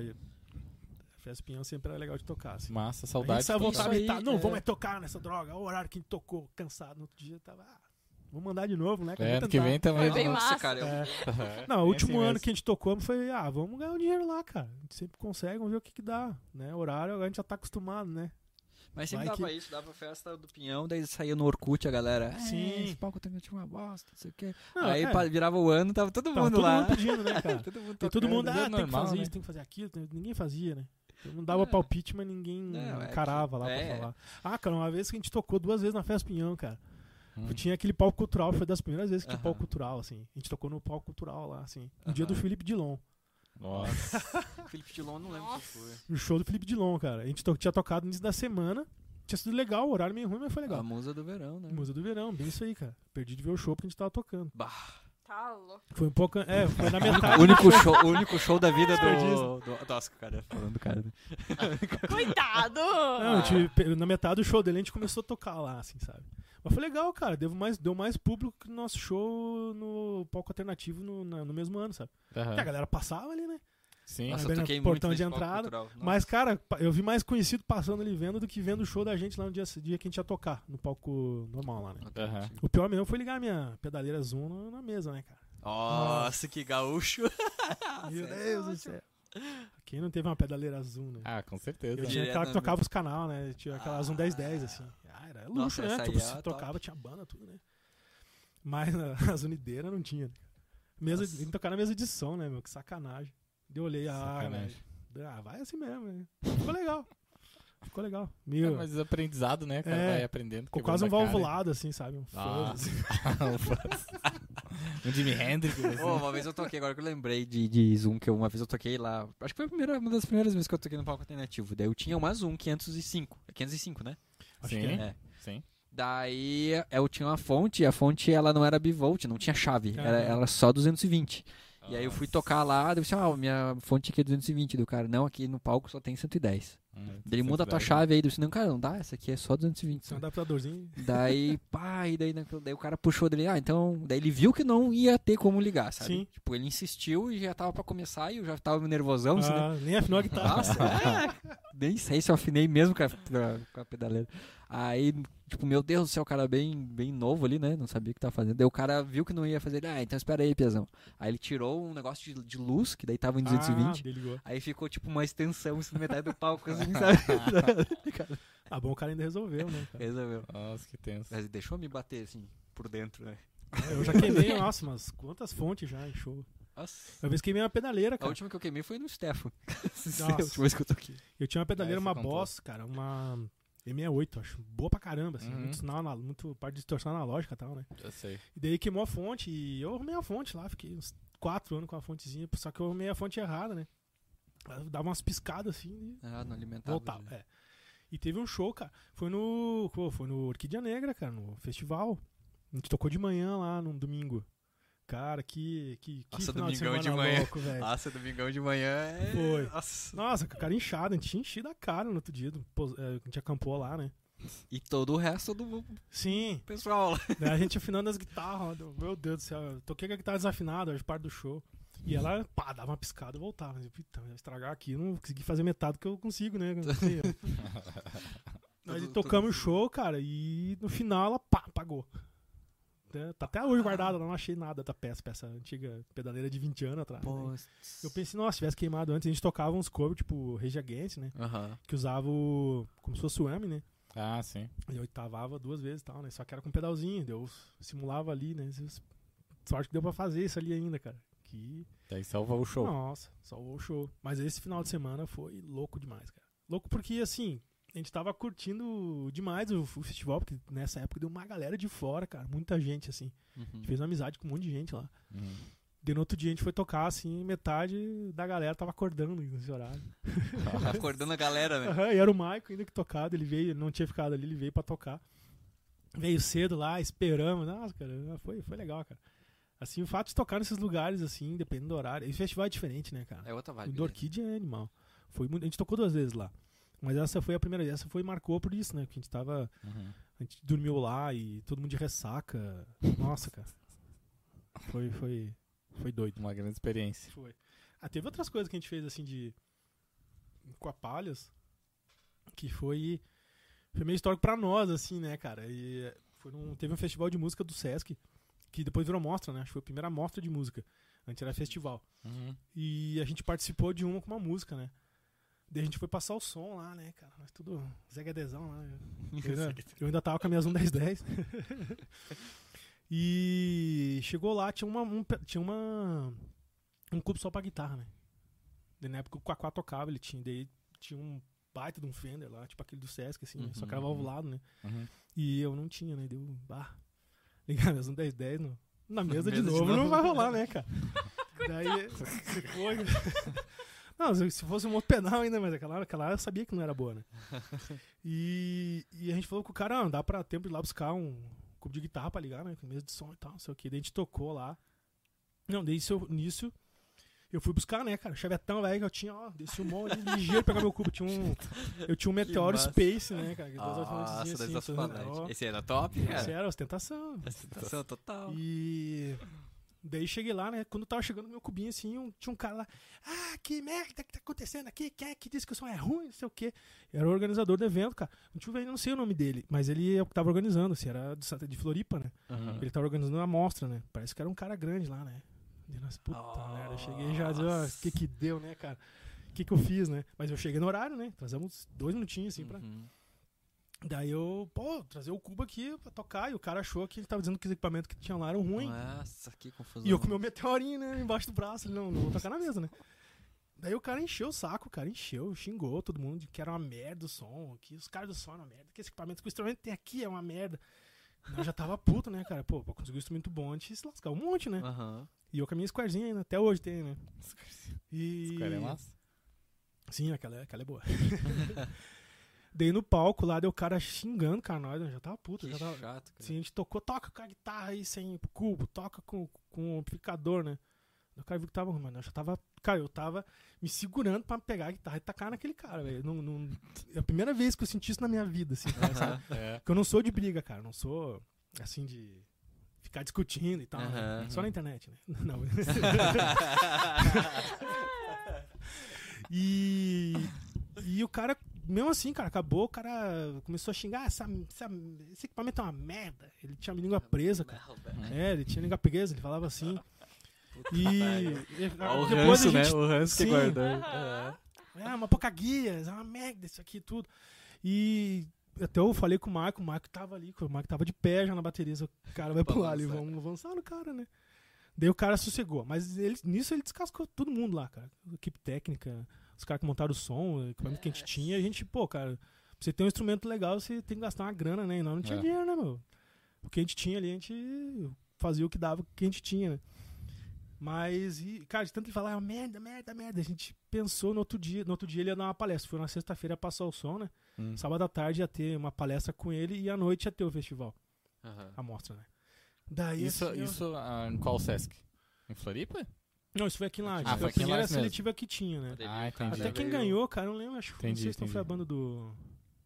a Festa do Pinhão sempre era legal de tocar, assim. Massa, A saudade. gente saiu de voltar tocar. Isso aí, metade. Não, é. vamos tocar nessa droga. Olha o horário que a gente tocou, cansado. No outro dia tava... vamos mandar de novo, né? cara? É, Vamos ano que tentar. vem também. Foi bem Nossa, massa. cara, É. Aham. Não, o Bem último assim ano mesmo. que a gente tocou foi, vamos ganhar um dinheiro lá, cara. A gente sempre consegue, vamos ver o que dá, né? Horário, a gente já tá acostumado, né? Mas sempre Vai dava que- isso, dava festa do Pinhão, daí saía no Orkut a galera. Sim. Esse palco tem uma bosta, não sei o quê. Não, Aí é. virava o ano, tava todo Tava mundo todo lá. mundo pedindo, né, cara? Todo mundo E todo mundo, mas é tem que normal, fazer né? isso, tem que fazer aquilo. Ninguém fazia, né? Todo mundo dava É. palpite, mas ninguém Não, é encarava lá que- pra é. falar. Ah, cara, uma vez que a gente tocou 2 vezes na Festa Pinhão, cara. Hum. Tinha aquele palco cultural, foi das primeiras vezes que tinha Aham. palco cultural, assim. A gente tocou no palco cultural lá, assim. No dia do Aham. Felipe Dilon. Nossa. Felipe Dilon, não lembro se foi. O show do Felipe Dilon, cara. A gente tinha tocado no início da semana. Tinha sido legal, o horário meio ruim, mas foi legal. A musa do verão, né? Música do verão, bem isso aí, cara. Perdi de ver o show porque a gente tava tocando. Bah. Tá louco. Foi um pouco. Foi na O metade. único show da vida Desperdício. do Nossa, cara, falando do cara. né? Coitado! Não, na metade do show dele a gente começou a tocar lá, assim, sabe? Mas foi legal, cara. Deu mais público que o nosso show no palco alternativo no mesmo ano, sabe? Aham. Porque a galera passava ali, né? Sim. Nossa, bem eu no toquei portão muito de nesse palco entrada, cultural. Nossa. Mas, cara, eu vi mais conhecido passando ali vendo do que vendo o show da gente lá no dia que a gente ia tocar, no palco normal lá, né? Aham. O pior mesmo foi ligar a minha pedaleira Zoom na mesa, né, cara? Nossa, que gaúcho. Meu Deus do céu. Quem não teve uma pedaleira Zoom, né? Ah, com certeza. Eu tinha Direto aquela que na tocava os canal, né? Tinha aquela Zoom 1010, assim. Ah, era luxo, Nossa, né? essa Tipo, aí é se a tocava, top. tinha banda, tudo, né? Mas a Zunideira não tinha. Né? Nossa. Tem que tocar na mesa de som, né, meu? Que sacanagem. Daí eu olhei, Sacanagem. vai assim mesmo, né? Ficou legal. Ficou legal. É, Meio, mas aprendizado, né? O cara É. vai aprendendo. ficou quase um quebrando a cara. valvulado, assim, sabe? Um Ah. fuzz, assim. Um fuzz. Um Jimi Hendrix. assim. Ô, uma vez eu toquei, agora que eu lembrei de Zoom, que uma vez eu toquei lá. Acho que foi uma das primeiras vezes que eu toquei no palco alternativo. Daí eu tinha uma Zoom 505. É 505, né? Acho Sim. que é. É. Sim. Daí eu tinha uma fonte, e a fonte ela não era bivolt, não tinha chave, Ah. era só 220. E aí eu fui Nossa. tocar lá, eu disse, minha fonte aqui é 220, do cara, não, aqui no palco só tem 110. Daí ele muda a tua 110. chave aí, eu disse, não, cara, não dá, essa aqui é só 220. Tem um Sabe? adaptadorzinho. Daí, pá, e daí o cara puxou dele, então, daí ele viu que não ia ter como ligar, sabe? Sim. Tipo, ele insistiu e já tava pra começar e eu já tava nervosão, assim, né? Nem afinou a guitarra. Nossa, nem sei se eu afinei mesmo com a pedaleira. Aí, tipo, meu Deus do céu, o cara bem novo ali, né? Não sabia o que tava fazendo. Daí o cara viu que não ia fazer. Então espera aí, Piazão. Aí ele tirou um negócio de luz, que daí tava em 220. Daí ligou. Aí ficou, tipo, uma extensão assim, na metade do palco, assim, sabe? Bom, o cara ainda resolveu, né, cara? Resolveu. Nossa, que tenso. Mas deixou me bater, assim, por dentro, né? Eu já queimei, nossa, mas quantas fontes já em show. Nossa. Uma vez queimei uma pedaleira, A cara. última que eu queimei foi no Stefan. Nossa. A última vez que eu toquei. Eu tinha uma pedaleira, Aí uma você contou. Boss, cara, uma E68, acho. Boa pra caramba, assim. Uhum. Muito sinal, muito parte de distorção analógica e tal, né? Eu sei. E daí queimou a fonte e eu arrumei a fonte lá. Fiquei uns 4 anos com a fontezinha. Só que eu arrumei a fonte errada, né? Ela dava umas piscadas assim e Ah, não alimentava. voltava. É. E teve um show, cara. Foi no Orquídea Negra, cara, no festival. A gente tocou de manhã lá, num domingo. Cara, que Nossa, final de domingão semana de manhã. louco, velho. Nossa, domingão de manhã é... Foi. Nossa. Nossa, com a cara inchada. A gente tinha enchido a cara no outro dia. A gente acampou lá, né? E todo o resto do Sim. pessoal lá. Daí a gente afinando as guitarras. Meu Deus do céu. Eu toquei com a guitarra desafinada, hoje parte do show. E ela, pá, dava uma piscada e voltava. Puta, vai estragar aqui. Eu não consegui fazer metade do que eu consigo, né? Não sei, Nós tocamos o show, cara, e no final ela, pá, apagou. Tá até hoje guardada, não achei nada da peça antiga pedaleira de 20 anos atrás. Pô, Né? Eu pensei, nossa, se tivesse queimado antes, a gente tocava uns covers, tipo Rage Against, né? Aham. Que usava como se fosse o AM, né? Ah, sim. E eu oitavava 2 vezes e tal, né? Só que era com pedalzinho, eu simulava ali, né? Sorte que deu pra fazer isso ali ainda, cara. Que... Daí salvou o show. Nossa, salvou o show. Mas esse final de semana foi louco demais, cara. Louco porque, assim, a gente tava curtindo demais o festival, porque nessa época deu uma galera de fora, cara. Muita gente, assim. A gente fez uma amizade com um monte de gente lá. Uhum. Daí no outro dia a gente foi tocar, assim, metade da galera tava acordando nesse horário. Acordando a galera, né? Aham, e era o Maico ainda que tocava, ele veio, ele não tinha ficado ali, ele veio pra tocar. Veio cedo lá, esperamos. Nossa, cara, foi legal, cara. Assim, o fato de tocar nesses lugares, assim, dependendo do horário. Esse festival é diferente, né, cara? É outra O vibe. do Orquídea é animal. Foi muito, a gente tocou 2 vezes lá. Mas essa foi a primeira vez. Essa marcou por isso, né? Porque a gente tava. Uhum. A gente dormiu lá e todo mundo de ressaca. Nossa, cara. Foi doido. Uma grande experiência. Foi. Ah, teve outras coisas que a gente fez assim com a Palhas. Que foi meio histórico pra nós, assim, né, cara? E teve um festival de música do Sesc. Que depois virou mostra, né? Acho que foi a primeira mostra de música. Antes era festival. Uhum. E a gente participou de uma com uma música, né? Daí a gente foi passar o som lá, né, cara? Mas tudo Zé Gadezão lá. Eu ainda tava com as minhas 1.1010. E chegou lá, tinha um cubo só pra guitarra, né? Daí, na época o Quaquá tocava, daí tinha um baita de um Fender lá, tipo aquele do Sesc, assim, né? Só que era valvulado, né? Uhum. E eu não tinha, né? Deu, ligar minhas 1.1010 na mesa de mesa de novo, novo. não vai rolar, né, cara? Daí, foi... Não, se fosse um outro pedal ainda, mas aquela eu sabia que não era boa, né? E a gente falou com o cara, dá pra tempo de ir lá buscar um cubo de guitarra pra ligar, né? Com mesa de som e tal, não sei o que. Daí a gente tocou lá. Não, daí nisso eu fui buscar, né, cara? O chavetão, velho, que eu tinha, desci um monte, ligeiro pra pegar meu cubo. Eu tinha um Meteoro massa. Space, né, cara? Nossa, Assim, das sacanagem. Esse era top, Esse cara. era ostentação. Ostentação total. E daí cheguei lá, né? Quando eu tava chegando no meu cubinho, assim, tinha um cara lá. Ah, que merda que tá acontecendo aqui? Quem é que disse que o som é ruim? Não sei o quê. Era o organizador do evento, cara. Não sei o nome dele, mas ele é o que tava organizando, assim, era de Floripa, né? Uhum. Ele tava organizando uma amostra, né? Parece que era um cara grande lá, né? E nós, puta merda, eu cheguei já, o que deu, né, cara? O que eu fiz, né? Mas eu cheguei no horário, né? Trazemos 2 minutinhos, assim, pra... Daí eu, trazer o cubo aqui pra tocar. E o cara achou que ele tava dizendo que os equipamentos que tinham lá eram ruins. Nossa, que confusão. E eu com meu meteorinho, né, embaixo do braço. Ele, não vou tocar na mesa, né? Daí o cara encheu o saco, xingou todo mundo de que era uma merda o som, que os caras do som eram uma merda, que esse equipamento que o instrumento tem aqui é uma merda. Eu já tava puto, né, cara? Pô, pra conseguir um instrumento bom, a gente se lascar um monte, né? Aham. E eu com a minha Squarezinha ainda, até hoje tem, né? E... Square é massa? Sim, aquela é boa. Daí no palco lá, deu o cara xingando, cara, nós, eu já tava puto. Que Já tava... chato, cara. Sim, a gente tocou, toca com a guitarra aí sem cubo, toca com o amplificador, né? O cara viu que tava ruim, mas eu já tava... Cara, eu tava me segurando pra pegar a guitarra e tacar naquele cara, velho. É a primeira vez que eu senti isso na minha vida, assim, cara, sabe? É. Porque eu não sou de briga, cara. Não sou, assim, de ficar discutindo e tal. Né? Aham. Só na internet, né? Não. E o cara, mesmo assim, cara, acabou, o cara começou a xingar, esse equipamento é uma merda. Ele tinha a língua presa, cara. Ele tinha a língua presa, ele falava assim. E Ó, o depois ranço, a gente, né? O ranço que sim, guardou. uma pouca guia, é uma merda isso aqui tudo. E até eu falei com o Marco tava ali, o Marco tava de pé já na bateria, o cara vai pular ali, vamos avançar no cara, né? Daí o cara sossegou. Mas nisso ele descascou todo mundo lá, cara. Equipe técnica, os caras que montaram o som, o equipamento que a gente tinha. A gente, pô, cara, pra você ter um instrumento legal, você tem que gastar uma grana, né? E nós não tinha dinheiro, né, meu? O que a gente tinha ali, a gente fazia o que dava, o que a gente tinha, né? Mas, cara, de tanto ele falar, merda. A gente pensou no outro dia ele ia dar uma palestra. Foi na sexta-feira passar o som, né? Sábado à tarde ia ter uma palestra com ele e à noite ia ter o festival. A mostra, né? Daí, Isso em qual Sesc? Em Floripa? Não, isso foi aqui em Lages. Foi Foi a aqui em primeira Lages mesmo. seletiva que tinha, né? Entendi. Até quem ganhou, cara, eu não lembro, acho que não sei se não foi a Entendi. banda do...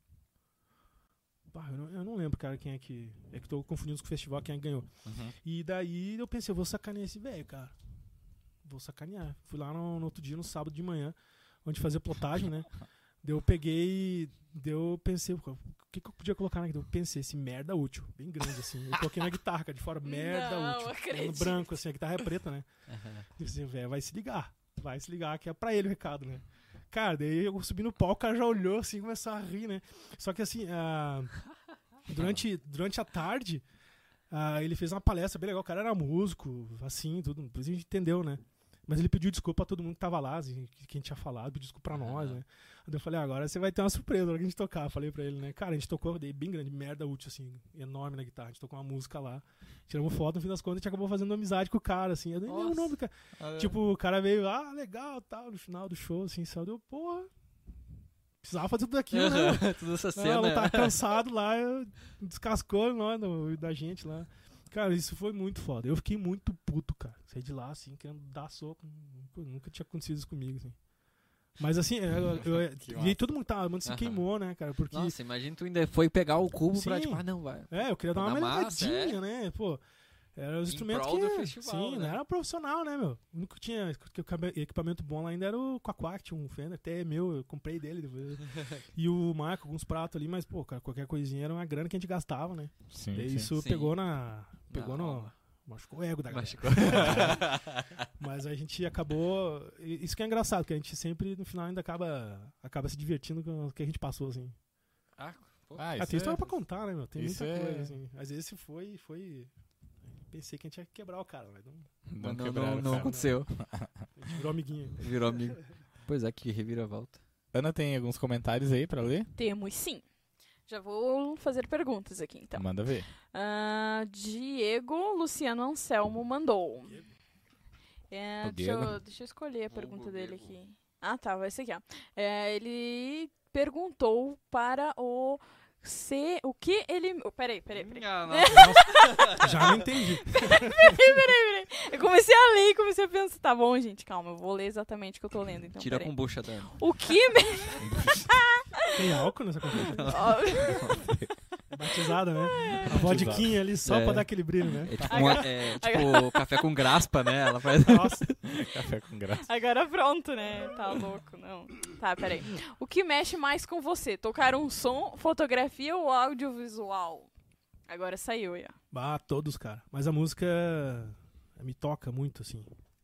Eu não lembro, cara, quem é que... É que tô confundindo com o festival, quem é que ganhou. E daí eu pensei, eu vou sacanear esse velho, cara. Vou sacanear. Fui lá no outro dia, no sábado de manhã, onde fazia plotagem, né? Daí eu peguei... Daí eu pensei, o que eu podia colocar na guitarra? Eu pensei, esse merda útil, bem grande, assim. Eu coloquei na guitarra, cara, de fora, merda útil. No branco, assim, a guitarra é preta, né? Eu pensei, velho, vai se ligar, que é pra ele o recado, né? Cara, daí eu subi no palco, o cara já olhou, assim, começou a rir, né? Só que, assim, durante a tarde, ele fez uma palestra bem legal, o cara era músico, assim, tudo, depois a gente entendeu, né? Mas ele pediu desculpa pra todo mundo que tava lá, assim, que a gente tinha falado, pediu desculpa pra nós, né? Aí eu falei, agora você vai ter uma surpresa na hora que a gente tocar. Falei pra ele, né? Cara, a gente tocou bem grande, merda útil, assim, enorme na guitarra. A gente tocou uma música lá, tiramos foto, no fim das contas a gente acabou fazendo amizade com o cara, assim. Eu nem lembro o nome do cara. Tipo, o cara veio, legal, tal, no final do show, assim, saiu, deu, porra. Precisava fazer tudo aquilo, né? Toda essa cena. Ela tava cansado lá, descascou nós, da gente lá. Cara, isso foi muito foda. Eu fiquei muito puto, cara. Saí de lá, assim, querendo dar soco. Nunca tinha acontecido isso comigo, assim. Mas assim, e todo mundo se queimou, né, cara? Porque... Nossa, imagina tu ainda foi pegar o cubo pra, Sim. tipo, não, vai. Eu queria dar uma melhoradinha, né? Pô, eram os Em instrumentos prol do que... festival, Sim, né? não era profissional, né, meu? O único que tinha equipamento bom lá ainda era o Quaquac, tinha um Fender, até meu, eu comprei dele depois. E o Marco, alguns pratos ali, mas, pô, cara, qualquer coisinha era uma grana que a gente gastava, né? Sim, Daí sim. isso Sim. pegou no... Machucou o ego da galera. Mas a gente acabou... Isso que é engraçado, que a gente sempre, no final, ainda acaba se divertindo com o que a gente passou, assim. Tem história pra contar, né, meu? Tem muita coisa, assim. Às vezes foi... Pensei que a gente ia quebrar o cara, mas Não aconteceu. a gente virou amiguinho. Virou amigo. Pois é, que reviravolta. Ana, tem alguns comentários aí pra ler? Temos sim. Já vou fazer perguntas aqui, então. Manda ver. Diego Luciano Anselmo mandou. Deixa eu escolher a pergunta dele aqui. Tá, vai ser aqui, ó. Ele perguntou para o que ele... Peraí. Já não entendi. Peraí. Eu comecei a ler e comecei a pensar. Tá bom, gente, calma. Eu vou ler exatamente o que eu tô lendo. Então, Tira a kombucha, Dani. O que... Tem álcool nessa conversa? Batizada, né? A vodquinha ali só pra dar aquele brilho, né? É tipo café com graspa, né? Ela faz... Nossa. Café com graça. Agora pronto, né? Tá louco, não. Tá, peraí. O que mexe mais com você? Tocar um som, fotografia ou audiovisual? Agora saiu aí, ó. Todos, cara. Mas a música me toca muito, assim.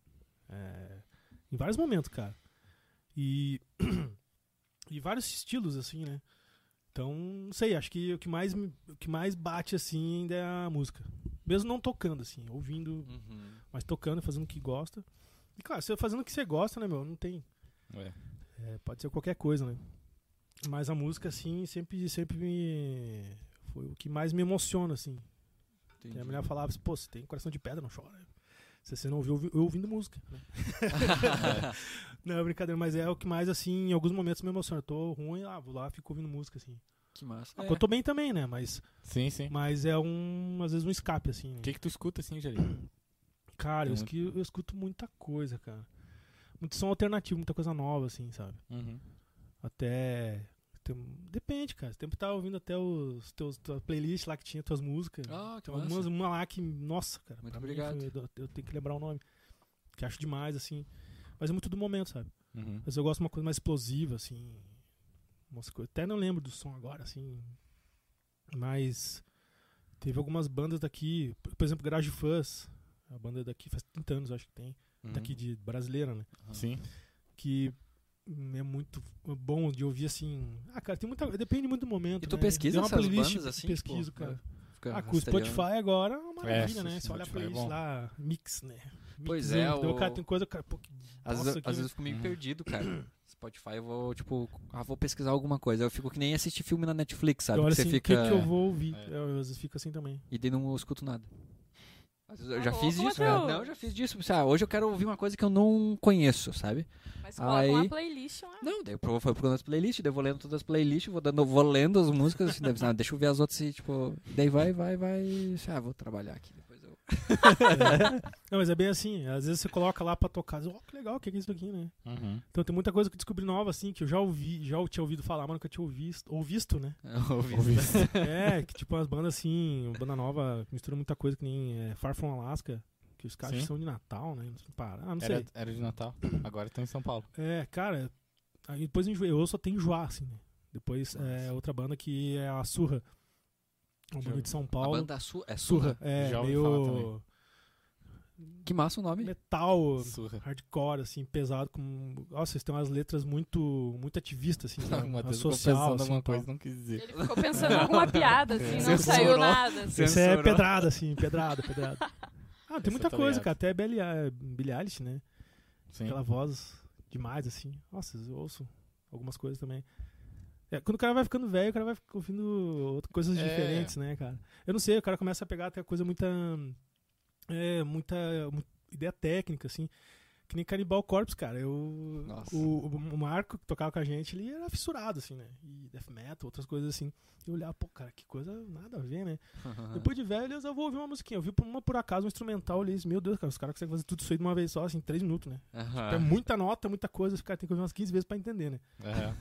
Em vários momentos, cara. E vários estilos, assim, né? Então, não sei, acho que o que mais bate, assim, ainda é a música. Mesmo não tocando, assim, ouvindo, mas tocando, fazendo o que gosta. E, claro, você fazendo o que você gosta, né, meu? Não tem... pode ser qualquer coisa, né? Mas a música, assim, sempre me... Foi o que mais me emociona, assim. Entendi. A mulher falava assim, pô, você tem coração de pedra, não chora. Se você não ouviu, eu ouvindo música. Né? Não, é brincadeira, mas é o que mais, assim, em alguns momentos me emociona. Eu tô ruim, vou lá, fico ouvindo música, assim. Que massa. Eu tô bem também, né? Mas Sim. é às vezes um escape, assim. Né? O que tu escuta, assim, Jari? Cara, eu escuto muita coisa, cara. Muito som alternativo, muita coisa nova, assim, sabe? Até... Depende, cara. Você sempre tá ouvindo até tua playlist lá que tinha tuas músicas. Que tem uma lá que... Nossa, cara. Muito obrigado. Eu tenho que lembrar o nome. Que acho demais, assim. Mas é muito do momento, sabe? Mas eu gosto de uma coisa mais explosiva, assim. Até não lembro do som agora, assim. Mas teve algumas bandas daqui. Por exemplo, Garage Fuzz. A banda daqui faz 30 anos, acho que tem. Daqui de brasileira, né? Sim. Que... é muito bom de ouvir, assim... cara, tem muita... Depende muito do momento, E tu né? pesquisa Tem uma essas playlist bandas, assim? Pesquiso, tipo, cara. fica Com o rastreando. Spotify agora é uma maravilha, né? sim, Você olha a Spotify é playlist bom. lá, mix, né? Pois Mixinho, é, daí o- cara tem coisa, cara, pô, que Às bosta vezes, aqui, às né? vezes eu fico meio perdido, cara. Spotify, eu vou, tipo, vou pesquisar alguma coisa. Eu fico que nem assistir filme na Netflix, sabe? Eu olho Que você assim, fica... o que eu vou ouvir? É. Eu às vezes fico assim também. E daí não escuto nada. Às vezes eu Ah, já fiz louco, isso. Matheus. Não, eu já fiz disso. Hoje eu quero ouvir uma coisa que eu não conheço, sabe? Mas coloca Aí- uma playlist lá. Não, daí eu vou procurando as playlists, daí eu vou lendo todas as playlists, vou lendo as músicas, assim, daí, deixa eu ver as outras e, tipo, daí vai, vou trabalhar aqui, depois eu... Não, mas é bem assim, às vezes você coloca lá pra tocar, que legal, o que é isso aqui, né? Uhum. Então tem muita coisa que eu descobri nova, assim, que eu já tinha ouvido falar, mas nunca tinha visto, né? Eu ouvi Ouvi isso. isso. É, que tipo umas bandas assim, uma banda nova, mistura muita coisa, que nem Far From Alaska, que os caras Sim. são de Natal, né? Não sei. Era de Natal, agora estão em São Paulo. É, cara, aí depois eu enjoei, eu só tenho enjoar, assim, né? Depois outra banda que é a Surra, uma banda de São A Paulo. banda é Surra. É, Já ouvi falar meio Que massa o nome. metal, Surra. hardcore, assim, pesado, com... Nossa, eles têm umas letras muito ativistas, assim, sabe? Uma vez social, pensando assim, alguma tal. coisa, não quis dizer. Ele ficou pensando em alguma piada, assim, não Censurou. saiu nada. Isso é Censurou. pedrada, assim, pedrada. Ah, tem Essa muita eu tô coisa, ligado. cara. Até Billie Eilish, né? Sim. Aquela voz demais, assim. Nossa, eu ouço algumas coisas também. Quando o cara vai ficando velho, o cara vai ouvindo outras coisas É. diferentes, né, cara? Eu não sei, o cara começa a pegar até coisa muita ideia técnica, assim. Que nem Cannibal Corpse, cara. Nossa. O Marco, que tocava com a gente, ele era fissurado, assim, né? E death metal, outras coisas assim. Eu olhava, pô, cara, que coisa nada a ver, né? Depois de velho, eu vou ouvir uma musiquinha. Eu vi por acaso um instrumental, eu olhei isso, meu Deus, cara, os caras conseguem fazer tudo isso aí de uma vez só, assim, em 3 minutos, né? É muita nota, muita coisa, os caras tem que ouvir umas 15 vezes pra entender, né? Aham.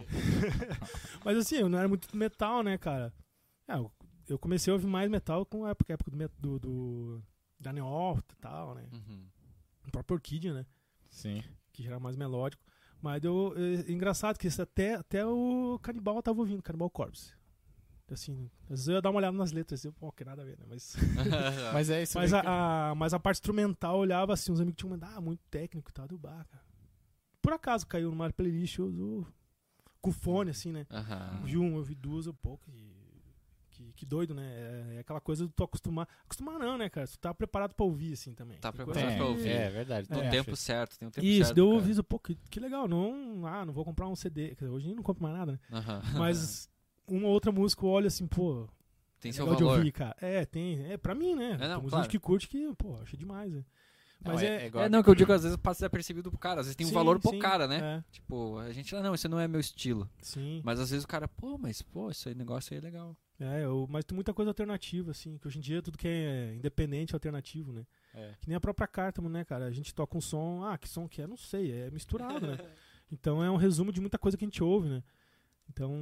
Mas assim, eu não era muito metal, né, cara? Eu comecei a ouvir mais metal com a época do Daniel Oft e tal, né? Uhum. O próprio Orquídea, né? Sim. Que já era mais melódico. Mas engraçado que isso até o Canibal eu tava ouvindo, Cannibal Corpse. Assim, às vezes eu ia dar uma olhada nas letras, pô, que nada a ver, né? Mas é isso. Mas meio mas a parte instrumental eu olhava assim, os amigos tinham mandado, muito técnico e tal, do bar, cara. Por acaso caiu numa playlist com fone, assim, né? Aham. Eu vi duas, pouco, que doido, né? É aquela coisa de tu acostumar. Acostumar não, né, cara? Tu tá preparado pra ouvir, assim, também. Tá Tem preparado coisa pra que- ouvir. É verdade. No também tempo acho certo, tem um tempo Isso, certo. deu cara. ouvido, pô, que legal. Não vou comprar um CD. Quer dizer, hoje eu não compro mais nada, né? Aham. Mas uma outra música eu olho assim, pô. Tem é seu legal de valor. ouvir, cara. Tem. É pra mim, né? É, não, Tem muita claro. gente que curte que, pô, achei demais, né? Não, Mas igual- É, não, que eu digo às vezes passa desapercebido pro cara. Às vezes tem um Sim, valor pro sim, cara, né? É, Tipo, a gente, não, esse não é meu estilo. sim. Mas às vezes o cara, esse aí, negócio aí é legal. Mas tem muita coisa alternativa, assim, que hoje em dia tudo que é independente é alternativo, né? É. Que nem a própria Cártamo, né, cara? A gente toca um som, que som que é? Não sei, é misturado, né? Então é um resumo de muita coisa que a gente ouve, né? Então,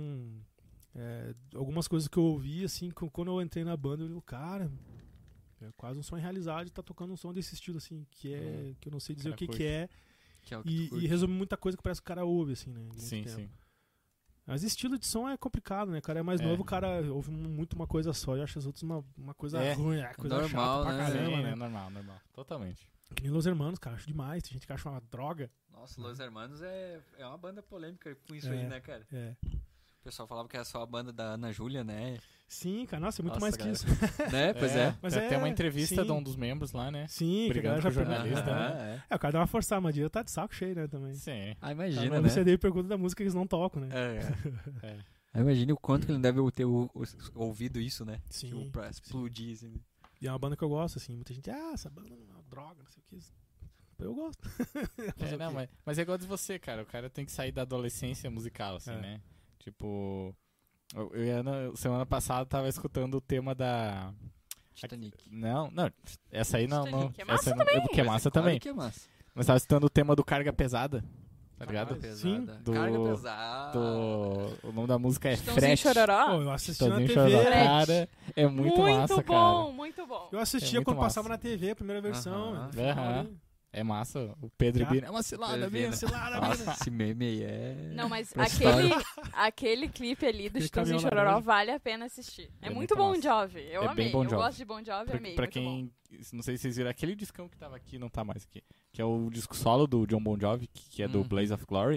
algumas coisas que eu ouvi, assim, quando eu entrei na banda, eu falei, cara, é quase um sonho realizado de estar tocando um som desse estilo, assim, que eu não sei dizer Cara, o que curte. é, Que é o que tu e curte. resume muita coisa que parece que o cara ouve, assim, né? de muito Sim, tempo. sim. Mas estilo de som é complicado, né? O cara é mais É. novo, o cara ouve muito uma coisa só e acha as outras uma coisa É. ruim, coisa Normal, chata pra né? caramba, Sim, né? é normal. Totalmente. Que nem Los Hermanos, cara, acho demais. Tem gente que acha uma droga. Nossa, Los Hermanos é uma banda polêmica com isso É. aí, né, cara? É. O pessoal falava que era só a banda da Ana Júlia, né? Sim, cara, nossa, é muito Nossa, mais que galera. isso. Né? Pois é. Mas Tem até uma é, entrevista sim. de um dos membros lá, né? Sim, que a Brigando galera já com o jornalista, Aham, né? o cara dá uma forçada, mas dia tá de saco cheio, né, também. Sim. Ah, Tá imagina, no né? CD e pergunta da música que eles não tocam, né? É. Ah, imagine o quanto que ele deve ter ouvido isso, né? Sim. Tipo, pra explodir, assim. E é uma banda que eu gosto, assim. Muita gente, essa banda não é uma droga, não sei o que. Eu gosto. Fazer o Não, quê? mas é igual de você, cara. O cara tem que sair da adolescência musical, assim, É. né? Tipo, semana passada tava escutando o tema da... Titanic. Não, essa aí não. Titanic é essa massa não, também. que é massa também. Claro que é massa. Mas tava escutando o tema do Carga Pesada, tá ligado? Carga Sim. pesada. Do- Carga pesada. O nome da música é Chitãozinho Fresh. Chororó. Pô, eu assisti na Chitãozinho TV. Chororó, Fresh. cara. É muito massa, bom, cara. muito bom. Eu assistia É muito quando massa. passava na TV, a primeira versão. Aham. no final Aham. ali. É massa. O Pedro Já. Bina. É uma cilada, Pedro Bina. Bina. Cilada, Nossa, Bina. esse meme aí é... Não, mas pra aquele clipe ali do Aquele Chitãozinho caminhão Chororó laranja. vale a pena assistir. É É muito muito Bon massa. Jovi. Eu É bem amei. Bon Eu Jovi. gosto de Bon Jovi, amei. Pra muito quem. bom. Não sei se vocês viram, aquele discão que tava aqui não tá mais aqui. Que é o disco solo do John Bon Jovi, que é do Uhum. Blaze of Glory.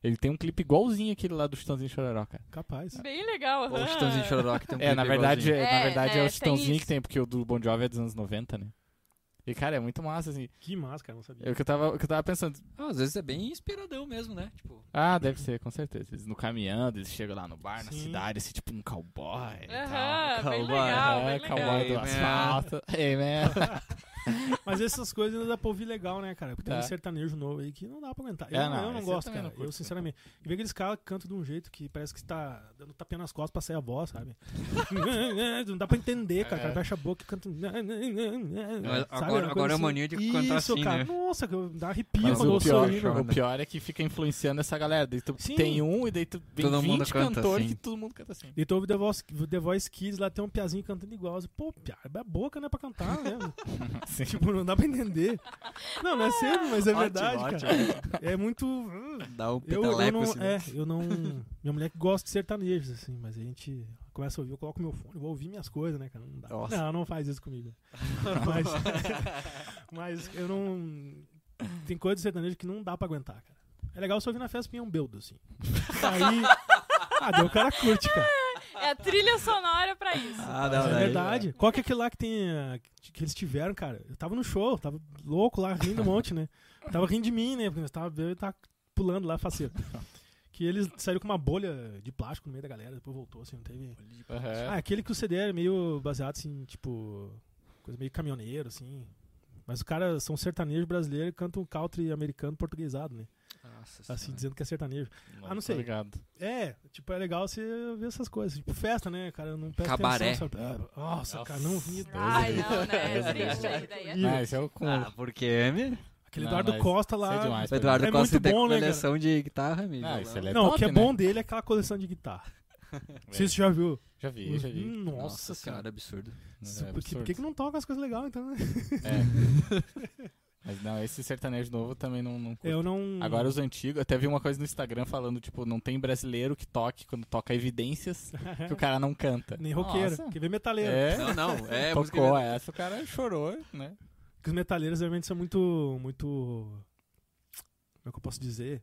Ele tem um clipe igualzinho aquele lá do Chitãozinho e Chororó, cara. Capaz. Bem legal. O Chitãozinho e Chororó que tem um clipe Na verdade igualzinho. é o tem Chitãozinho isso. que tem, porque o do Bon Jovi é dos anos 90, né? E, cara, é muito massa, assim. Que massa, cara, não sabia. É o que eu tava pensando. Às vezes é bem inspiradão mesmo, né? Tipo, Deve ser, com certeza. Eles no caminhando, eles chegam lá no bar, na Sim. cidade, assim, tipo um cowboy e tal. Aham, bem Cowboy. legal, bem Cowboy legal. do Hey, man. asfalto. Hey, man. Mas essas coisas ainda dá pra ouvir legal, né, cara? Porque tem Tá. um sertanejo novo aí que não dá pra aguentar. É, Eu não, não esse gosto, eu também cara. não curto, Eu, sinceramente. E vê aqueles caras que cantam de um jeito que parece que está dando tapinha nas costas pra sair a voz, sabe? Não dá pra entender, cara. O cara fecha a boca e canta. agora é a mania de cantar Isso, assim, cara. né? Nossa, que dá arrepio Mas quando eu o ouço pior, ouvindo. o pior é que fica influenciando essa galera. Daí tu Sim. tem um e daí tu vem Todo 20 mundo canta cantores assim. que todo mundo canta assim. E tu ouve The Voice Kids, lá tem um piazinho cantando igual. Pô, piá, é a boca, né, pra cantar, né? Sim. Tipo, não dá pra entender. Não é sério, mas é Ótimo, verdade, ótimo. cara. É muito... Dá um Eu peteleco não, assim. né? eu não... Minha mulher que gosta de sertanejos, assim, mas a gente começa a ouvir, eu coloco meu fone, eu vou ouvir minhas coisas, né, cara? Não dá. Nossa. Não faz isso comigo. mas eu não... Tem coisa de sertanejo que não dá pra aguentar, cara. É legal só ouvir na festa Pinhão Beldo, assim. Aí... daí o cara curte, cara. É a trilha sonora pra isso. Ah, Mas não, é daí- verdade. Qual que é aquele lá que tem... que eles tiveram, cara? Eu tava no show, tava louco lá, rindo um monte, né? Tava rindo de mim, né? Porque eu tava pulando lá, faceiro. Que eles saíram com uma bolha de plástico no meio da galera, depois voltou, assim, não teve... Aham. aquele que o CD é meio baseado, assim, tipo... Coisa meio caminhoneiro, assim. Mas os caras são sertanejos brasileiros e cantam country americano portuguesado, né? Nossa Assim, senhora. dizendo que é sertanejo. não tô sei. ligado. Tipo, é legal você ver essas coisas. Tipo, festa, né, cara? Eu não presta Cabaré. atenção. Nossa, cara, não vi. Ai, não, né? É triste aí. Daí é Não, esse é o cúmulo. Porque, meu? Aquele Não, Eduardo mas Costa isso é lá. demais O pra Eduardo É Costa muito tem bom, né, coleção de guitarra, amigo. Ah, isso ele é Não, o top, que é né? bom dele é aquela coleção de guitarra. Não sei se você já viu. Já vi, já vi. Nossa, Nossa cara. senhora, absurdo. É Por que absurdo. não toca as coisas legais, então, né? É. Mas não, esse sertanejo novo também não curto. Eu não... Agora os antigos, até vi uma coisa no Instagram falando, tipo, não tem brasileiro que toque quando toca Evidências que o cara não canta. Nem roqueiro. Nossa. Quer ver metaleiro. É, Não, é música... tocou essa, o cara chorou, né? Porque os metaleiros realmente são muito... Como é que eu posso dizer?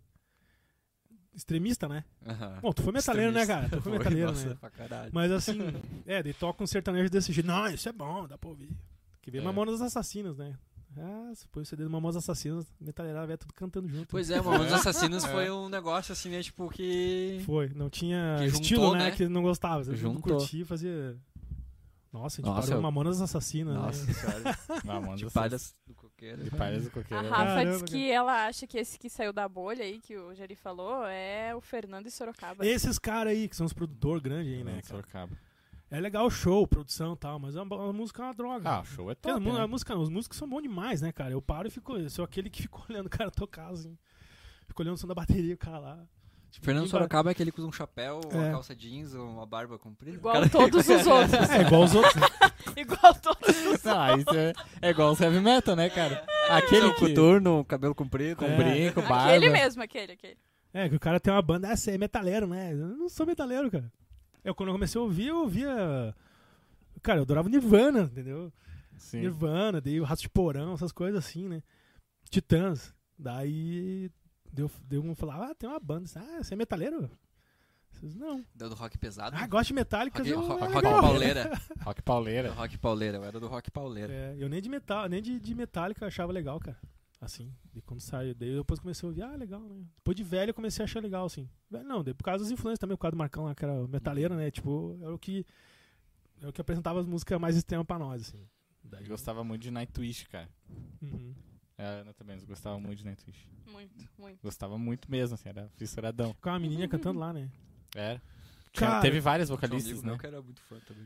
Extremista, né? Aham. Bom, tu foi metaleiro, né, cara? Tu foi metaleiro, Nossa, né? pra caralho. Mas assim, daí toca um sertanejo desse jeito. Não, isso é bom, dá pra ouvir. Que vem É. Mamonas Assassinas, né? Se põe o CD do Mamonas Assassinas, metaleira vai tudo cantando junto. Pois é, mano, os Assassinos foi um negócio assim, né, tipo, que... Foi, não tinha Que estilo, juntou, né? né? Que não gostava. Você não Juntou. curtia, fazia... Nossa, a gente Nossa, parou eu- Mamonas Assassinas, Nossa né? senhora. Vamos, De palhas do coqueiro. De palhas do A coqueiro. Rafa Caramba, disse que ela acha que esse que saiu da bolha aí, que o Jari falou, é o Fernando e Sorocaba. Esses caras aí, que são os produtores grandes aí, né, cara? Sorocaba. É legal o show, produção e tal, mas a música é uma droga. Ah, o show é Porque top, a né? música, os músicos são bons demais, né, cara? Eu paro e fico... Eu sou aquele que fica olhando o cara tocar, assim. Fico olhando o som da bateria, o cara lá. Tipo, Fernando ninguém Sorocaba é aquele que usa um chapéu, uma É. calça jeans, uma barba comprida. Igual todos os outros. É igual os outros. Igual todos os Não, isso é igual o heavy metal, né, cara? Aquele Seu que... coturno, cabelo comprido. Com É. brinco, barba. Aquele mesmo, aquele. É, que o cara tem uma banda, você é metaleiro, né? Eu não sou metaleiro, cara. Quando eu comecei a ouvir, eu ouvia... Cara, eu adorava Nirvana, entendeu? Sim. Nirvana, daí o Rato de Porão, essas coisas assim, né? Titãs. Daí deu um falar, tem uma banda. Você é metaleiro? Vocês, não. Deu do rock pesado. Gosto de Metallica. rock, rock legal. pauleira. Rock pauleira. Rock pauleira, eu era do rock pauleira. Eu nem de metal, nem de Metallica eu achava legal, cara. Assim, e quando saiu, daí depois comecei a ouvir, legal, né? Depois de velho eu comecei a achar legal, assim. Não, daí por causa das influências também, por causa do Marcão lá, que era metaleiro, né? Tipo, era o que apresentava as músicas mais extremas pra nós, assim. Daí Eu gostava muito de Nightwish, cara. Uhum. A Ana também gostava muito de Nightwish. Muito. Gostava muito mesmo, assim, era fissuradão. Com a menininha cantando lá, né? Era. Cara, Teve várias Tinha um vocalistas, amigo né? meu que era muito fã também.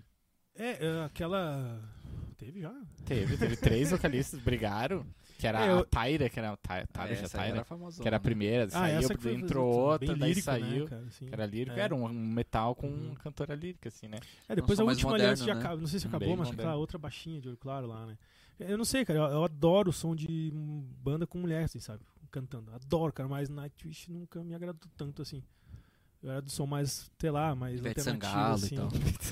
Aquela... Teve já. Teve 3 vocalistas, brigaram. Que era a Tyra, que era a Tyra, Essa aí Tyra, era famosona. que era a primeira, saiu, essa que foi entrou bem outra, daí lírico, saiu. né, cara, assim. Que era lírico, É. era um metal com Uhum. cantora lírica, assim, né? Depois som a mais última ali moderno, antes de né? acabar, não sei se acabou, Bem mas moderno. aquela outra baixinha de olho claro lá, né? Eu não sei, cara, eu adoro o som de banda com mulher, assim, sabe? Cantando. Adoro, cara, mas Nightwish nunca me agradou tanto, assim. Eu era do som mais, sei lá, mais Ivete alternativo, Sangalo assim. e tal.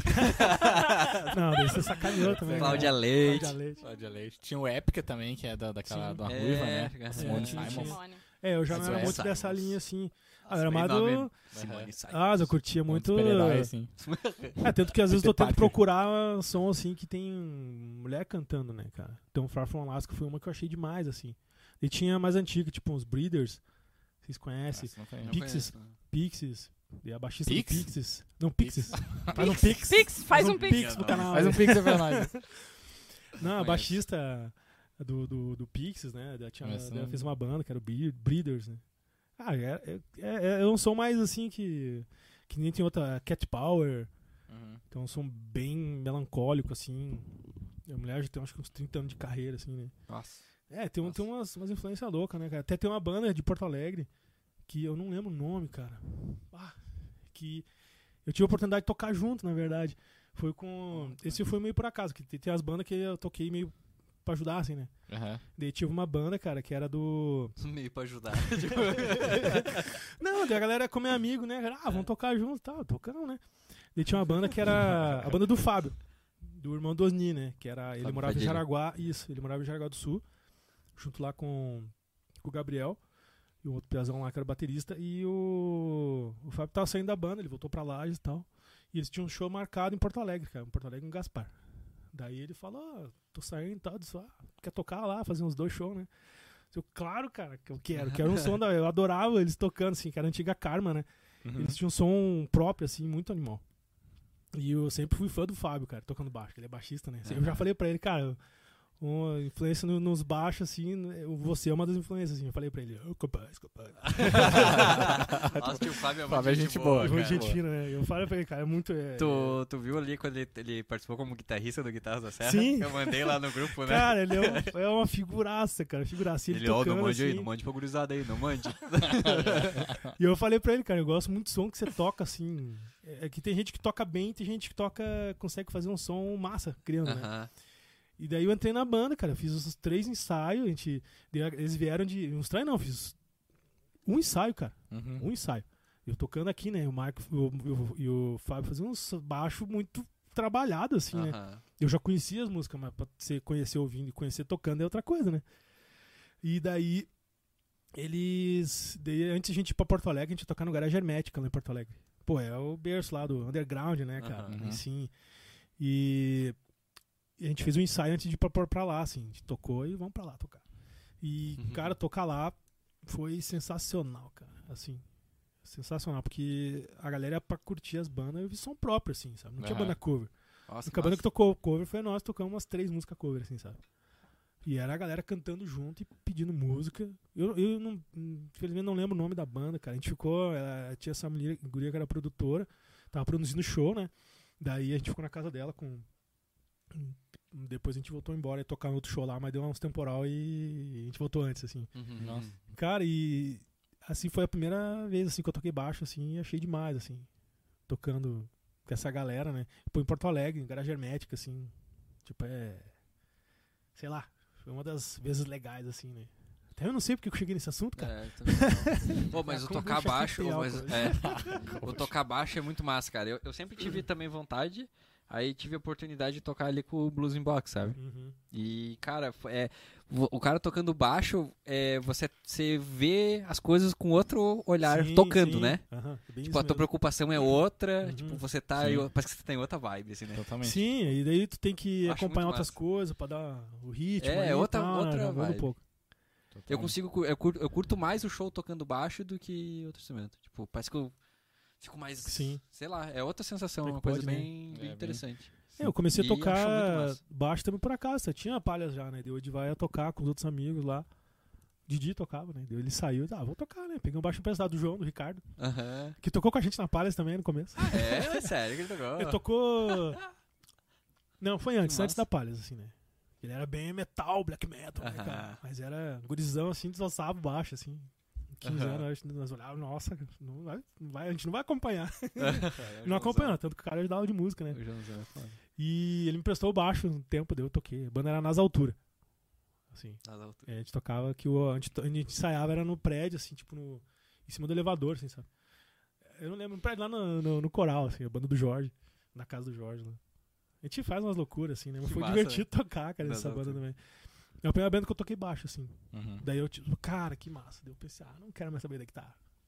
Não, daí você sacaneou também. Cláudia né? Leite. Cláudia Leite. Cláudia Leite. Tinha o Épica também, que é daquela Sim. da É, Ruiva, né? é, Simone tinha, Simon. tinha. Eu já não Mas era é muito Simons. dessa linha, assim. eu era mais do... Simone Sainz. Ah, eu curtia muito... Super-herói, assim. Tanto que às vezes Peter eu tento Parker. procurar som assim que tem mulher cantando, né, cara? Então Far From Alaska foi uma que eu achei demais, assim. E tinha mais antiga, tipo uns Breeders. Vocês conhecem? Nossa, não conheço. Não Pixies. conheço, né? Pixies. E a baixista do Pix? Pixies. Não, Pixies. Faz um Pix, Pix. Pix, faz um Pix. pro canal. Faz um pix pra nós. Não, a conheço. baixista do Pixies, né? Ela fez uma banda que era o Breeders, né? Ah, é um som mais assim que nem tem outra, Cat Power. Uhum. Então é um som bem melancólico, assim. A mulher já tem acho que uns 30 anos de carreira, assim, né? Nossa. Tem umas influências loucas, né, cara? Até tem uma banda de Porto Alegre, que eu não lembro o nome, cara. Que eu tive a oportunidade de tocar junto, na verdade. Foi com... Esse foi meio por acaso, que tem as bandas que eu toquei meio pra ajudar, assim, né? Uhum. Daí tive uma banda, cara, que era do... Meio pra ajudar. Não, daí a galera como é amigo, né? Vamos tocar junto e tal. Tocamos, né? Daí tinha uma banda que era a banda do Fábio, do irmão do Osni, né? Que era... Ele Fábio morava em Padilha. Jaraguá. Isso, ele morava em Jaraguá do Sul. Junto lá com o Gabriel. E o outro piazão lá que era o baterista. E o Fábio tava saindo da banda, ele voltou pra Lages e tal. E eles tinham um show marcado em Porto Alegre, cara. Em Porto Alegre, em Gaspar. Daí ele falou, tô saindo e tal. Disse, quer tocar lá, fazer uns 2 shows, né? Eu, claro, cara, que eu quero. Quero um som eu adorava eles tocando, assim, que era a antiga Karma, né? Uhum. Eles tinham um som próprio, assim, muito animal. E eu sempre fui fã do Fábio, cara, tocando baixo. Ele é baixista, né? Eu já falei pra ele, cara... Uma influência nos baixos, assim, você é uma das influências, assim. Eu falei pra ele, capaz. Nossa, que o Fábio é Fábio é muito gente boa, Muito cara. gente fina, né? Eu falei pra ele, cara, é muito... Tu viu ali quando ele participou como guitarrista do Guitarras da Serra? Sim. Eu mandei lá no grupo, né? Cara, ele é uma figuraça, cara. Figuraça. Ele Ó, não tocando, mande assim, aí, não mande pra gurizada aí, não mande. E eu falei pra ele, cara, eu gosto muito do som que você toca, assim. É que tem gente que toca bem, tem gente que consegue fazer um som massa, criando, né? Aham. E daí eu entrei na banda, cara. Eu fiz os 3 ensaios. Eles vieram de. Uns treinos não, fiz um ensaio, cara. Uhum. Um ensaio. Eu tocando aqui, né? O Marco e o Fábio faziam uns baixo muito trabalhado, assim, né? Aham. Eu já conhecia as músicas, mas pra você conhecer ouvindo e conhecer tocando é outra coisa, né? E daí antes de a gente ir pra Porto Alegre, a gente ia tocar no Garagem Hermética lá em Porto Alegre. Pô, é o berço lá do underground, né, cara? Uhum. Assim. E a gente fez um ensaio antes de ir pra lá, assim. A gente tocou e vamos pra lá tocar. E, cara, tocar lá foi sensacional, cara. Assim, sensacional. Porque a galera, pra curtir as bandas, eu vi som próprio, assim, sabe? Não tinha banda cover. Nossa, A banda que tocou cover foi nós, tocamos umas 3 músicas cover, assim, sabe? E era a galera cantando junto e pedindo música. Eu não, infelizmente não lembro o nome da banda, cara. A gente ficou, tinha essa guria que era produtora, tava produzindo show, né? Daí a gente ficou na casa dela com... Depois a gente voltou embora e tocar outro show lá, mas deu uns temporal e a gente voltou antes, assim. Uhum. Nossa. Cara, e assim foi a primeira vez assim que eu toquei baixo, assim, e achei demais, assim. Tocando com essa galera, né? Pô, em Porto Alegre, em Garagem Hermética, assim. Tipo, sei lá, foi uma das vezes legais, assim, né? Até eu não sei porque eu cheguei nesse assunto, cara. É, também. Pô, mas o Como tocar bucha baixo. tem Mas, álcool, o tocar baixo é muito massa, cara. Eu sempre tive também vontade. Aí tive a oportunidade de tocar ali com o Blues in Box, sabe? Uhum. E, cara, o cara tocando baixo, você vê as coisas com outro olhar Sim, tocando, sim. né? Aham, é bem Tipo, isso a tua mesmo. preocupação é outra, Uhum. tipo, você tá... Sim. Parece que você tá em outra vibe, assim, né? Totalmente. Sim, e daí tu tem que Acho acompanhar muito outras massa. coisas pra dar o ritmo. É, ali e outra tal, né? Já muda vibe. um pouco. Eu consigo... Eu curto mais o show tocando baixo do que outro instrumento. Tipo, parece que eu fico mais... Sim. Sei lá, é outra sensação, É que uma coisa pode, né? bem É, bem- interessante. Eu comecei a E acho muito tocar massa. baixo também por acaso. Eu tinha palhas já, né? Daí o Edivar ia tocar com os outros amigos lá. Didi tocava, né? Daí ele saiu e vou tocar, né? Peguei um baixo emprestado do João, do Ricardo, Aham. que tocou com a gente na Palhas também no começo. É sério que ele tocou. Ele tocou... Não, foi antes massa. da Palhas, assim, né? Ele era bem metal, black metal, né, cara? Aham. Mas era gurizão, assim, desossava o baixo, assim. 15 Aham. anos, nós olhávamos, nossa, a gente não vai acompanhar. Não acompanhou, tanto que o cara ajudava de música, né? O Joãozão é foda. E ele me emprestou o baixo um tempo, daí eu toquei. A banda era nas alturas. Assim. Nas alturas. A gente tocava que a gente ensaiava era no prédio, assim, tipo, em cima do elevador, assim, sabe? Eu não lembro, um prédio lá no coral, assim, a banda do Jorge, na casa do Jorge lá. A gente faz umas loucuras, assim, né? Mas Que foi massa, divertido tocar, cara, Nas essa banda alturas. também. É a primeira banda que eu toquei baixo, assim. Uhum. Daí eu, tipo, cara, que massa. Daí eu pensei, não quero mais saber da guitarra.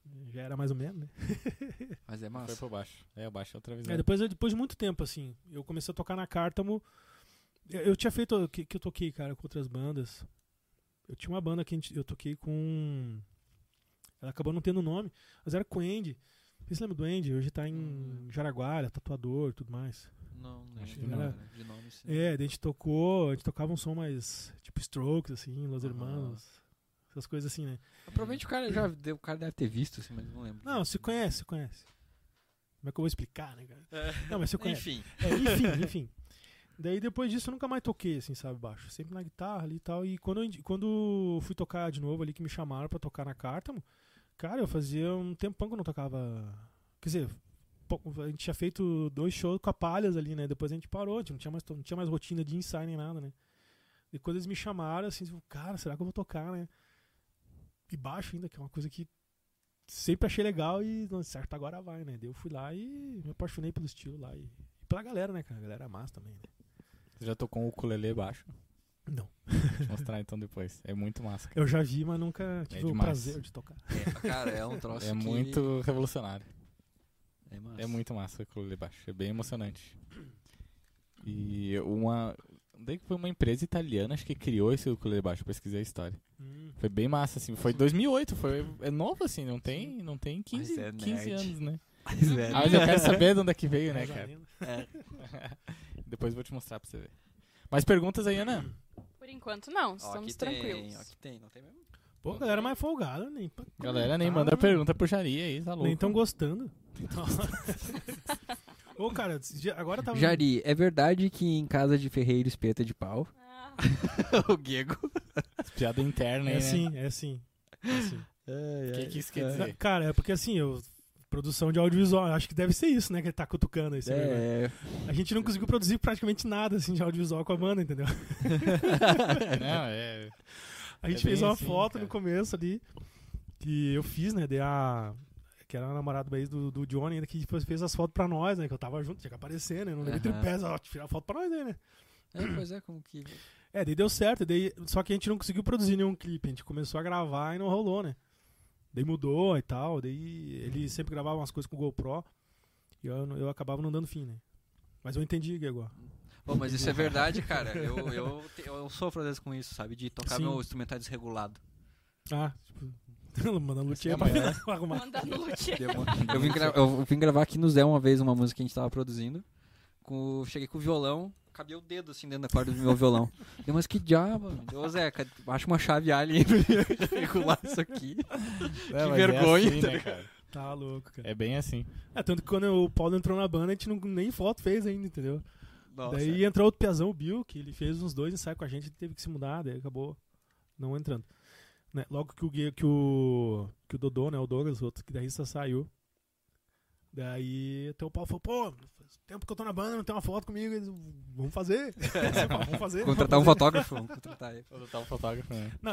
Já era mais ou menos, né? Mas é massa. Foi pro baixo. O baixo é outra visão. Depois de muito tempo, assim, eu comecei a tocar na Cártamo. Eu tinha feito, que eu toquei, cara, com outras bandas. Eu tinha uma banda que eu toquei com... Ela acabou não tendo nome, mas era com o Andy. Você lembra do Andy? Hoje tá em Jaraguá, tatuador e tudo mais. Não, Acho que não. De nome, sim. A gente tocava um som mais tipo Strokes, assim, Los Hermanos, essas coisas assim, né? Provavelmente o cara deve ter visto, assim, mas não lembro. Não, você conhece. Como é que eu vou explicar, né, cara? Não, mas você conhece. Enfim. Enfim. Daí depois disso eu nunca mais toquei, assim, sabe, baixo. Sempre na guitarra ali e tal. E quando fui tocar de novo ali, que me chamaram pra tocar na Cártamo, cara, eu fazia um tempão que eu não tocava. Quer dizer, a gente tinha feito 2 shows com a Palhas ali, né? Depois a gente parou, a gente não tinha mais rotina de ensaio nem nada, né? E quando eles me chamaram, assim, cara, será que eu vou tocar, né? E baixo ainda, que é uma coisa que sempre achei legal e não, certo, agora vai, né? Daí eu fui lá e me apaixonei pelo estilo lá. E pela galera, né, cara? A galera é massa também, né? Você já tocou um ukulele baixo? Não. Vou te mostrar então depois. É muito massa, cara. Eu já vi, mas nunca tive o demais. prazer de tocar. Cara, é um troço É muito revolucionário. É massa. É muito massa o ukulele baixo. É bem emocionante. E daí foi uma empresa italiana, acho que criou esse ukulele baixo. Pesquisei a história. Foi bem massa, assim. Foi 2008. É novo, assim. Não tem 15 anos, né? Mas eu quero saber de onde é que veio, né, cara? Depois eu vou te mostrar pra você ver. Mais perguntas aí, Ana? Por enquanto, não. Estamos tranquilos. Aqui tem, não tem mesmo? Pô, a galera mais folgada, nem pra Galera, nem comentar, manda né? pergunta pro Jari aí, tá louco. Nem tão gostando. Ô, cara, agora tava... Jari, é verdade que em casa de ferreiro espeta de pau? Ah, O Guego. Piada interna aí, É assim. O que isso quer dizer? Cara, é porque assim, produção de audiovisual, acho que deve ser isso, né, que ele tá cutucando esse negócio. A gente não conseguiu produzir praticamente nada, assim, de audiovisual com a banda, entendeu? Não, A gente É fez bem uma assim, foto cara. no começo ali, que eu fiz, né, que era a namorada do Johnny, ainda que fez as fotos pra nós, né, que eu tava junto, tinha que aparecer, né, não levei tripés, tirar a foto pra nós aí, né. Pois é, como que... Daí deu certo, só que a gente não conseguiu produzir nenhum clipe, a gente começou a gravar e não rolou, né. Daí mudou e tal, daí ele sempre gravava umas coisas com o GoPro e eu acabava não dando fim, né. Mas eu entendi, Gregor. Pô, mas isso é verdade, cara. Eu sofro às vezes com isso, sabe? De tocar Sim. meu instrumental desregulado. Tipo, mandando lutinha pra arrumar. mandando luthier. Eu vim gravar aqui no Zé uma vez uma música que a gente tava produzindo. Cheguei com o violão, cabia o dedo assim dentro da corda do meu violão. Deu, mas que diabo, mano. Ô Zé, acha uma chave alien pra regular isso aqui. Que vergonha, assim, tá né, cara? Tá louco, cara. É bem assim. Tanto que quando o Paulo entrou na banda, a gente nem foto fez ainda, entendeu? Nossa. Daí entrou outro piazão, o Bill, que ele fez uns 2 ensaios com a gente, ele teve que se mudar, daí acabou não entrando. Né? Logo que o Dodô, né, o Douglas, o outro guitarrista, saiu. Daí até o Paulo falou, pô, faz tempo que eu tô na banda, não tem uma foto comigo, eles, vamos fazer. Vamos fazer. Contratar um fotógrafo. Vamos contratar ele. Eu tava fotógrafo, né? Não,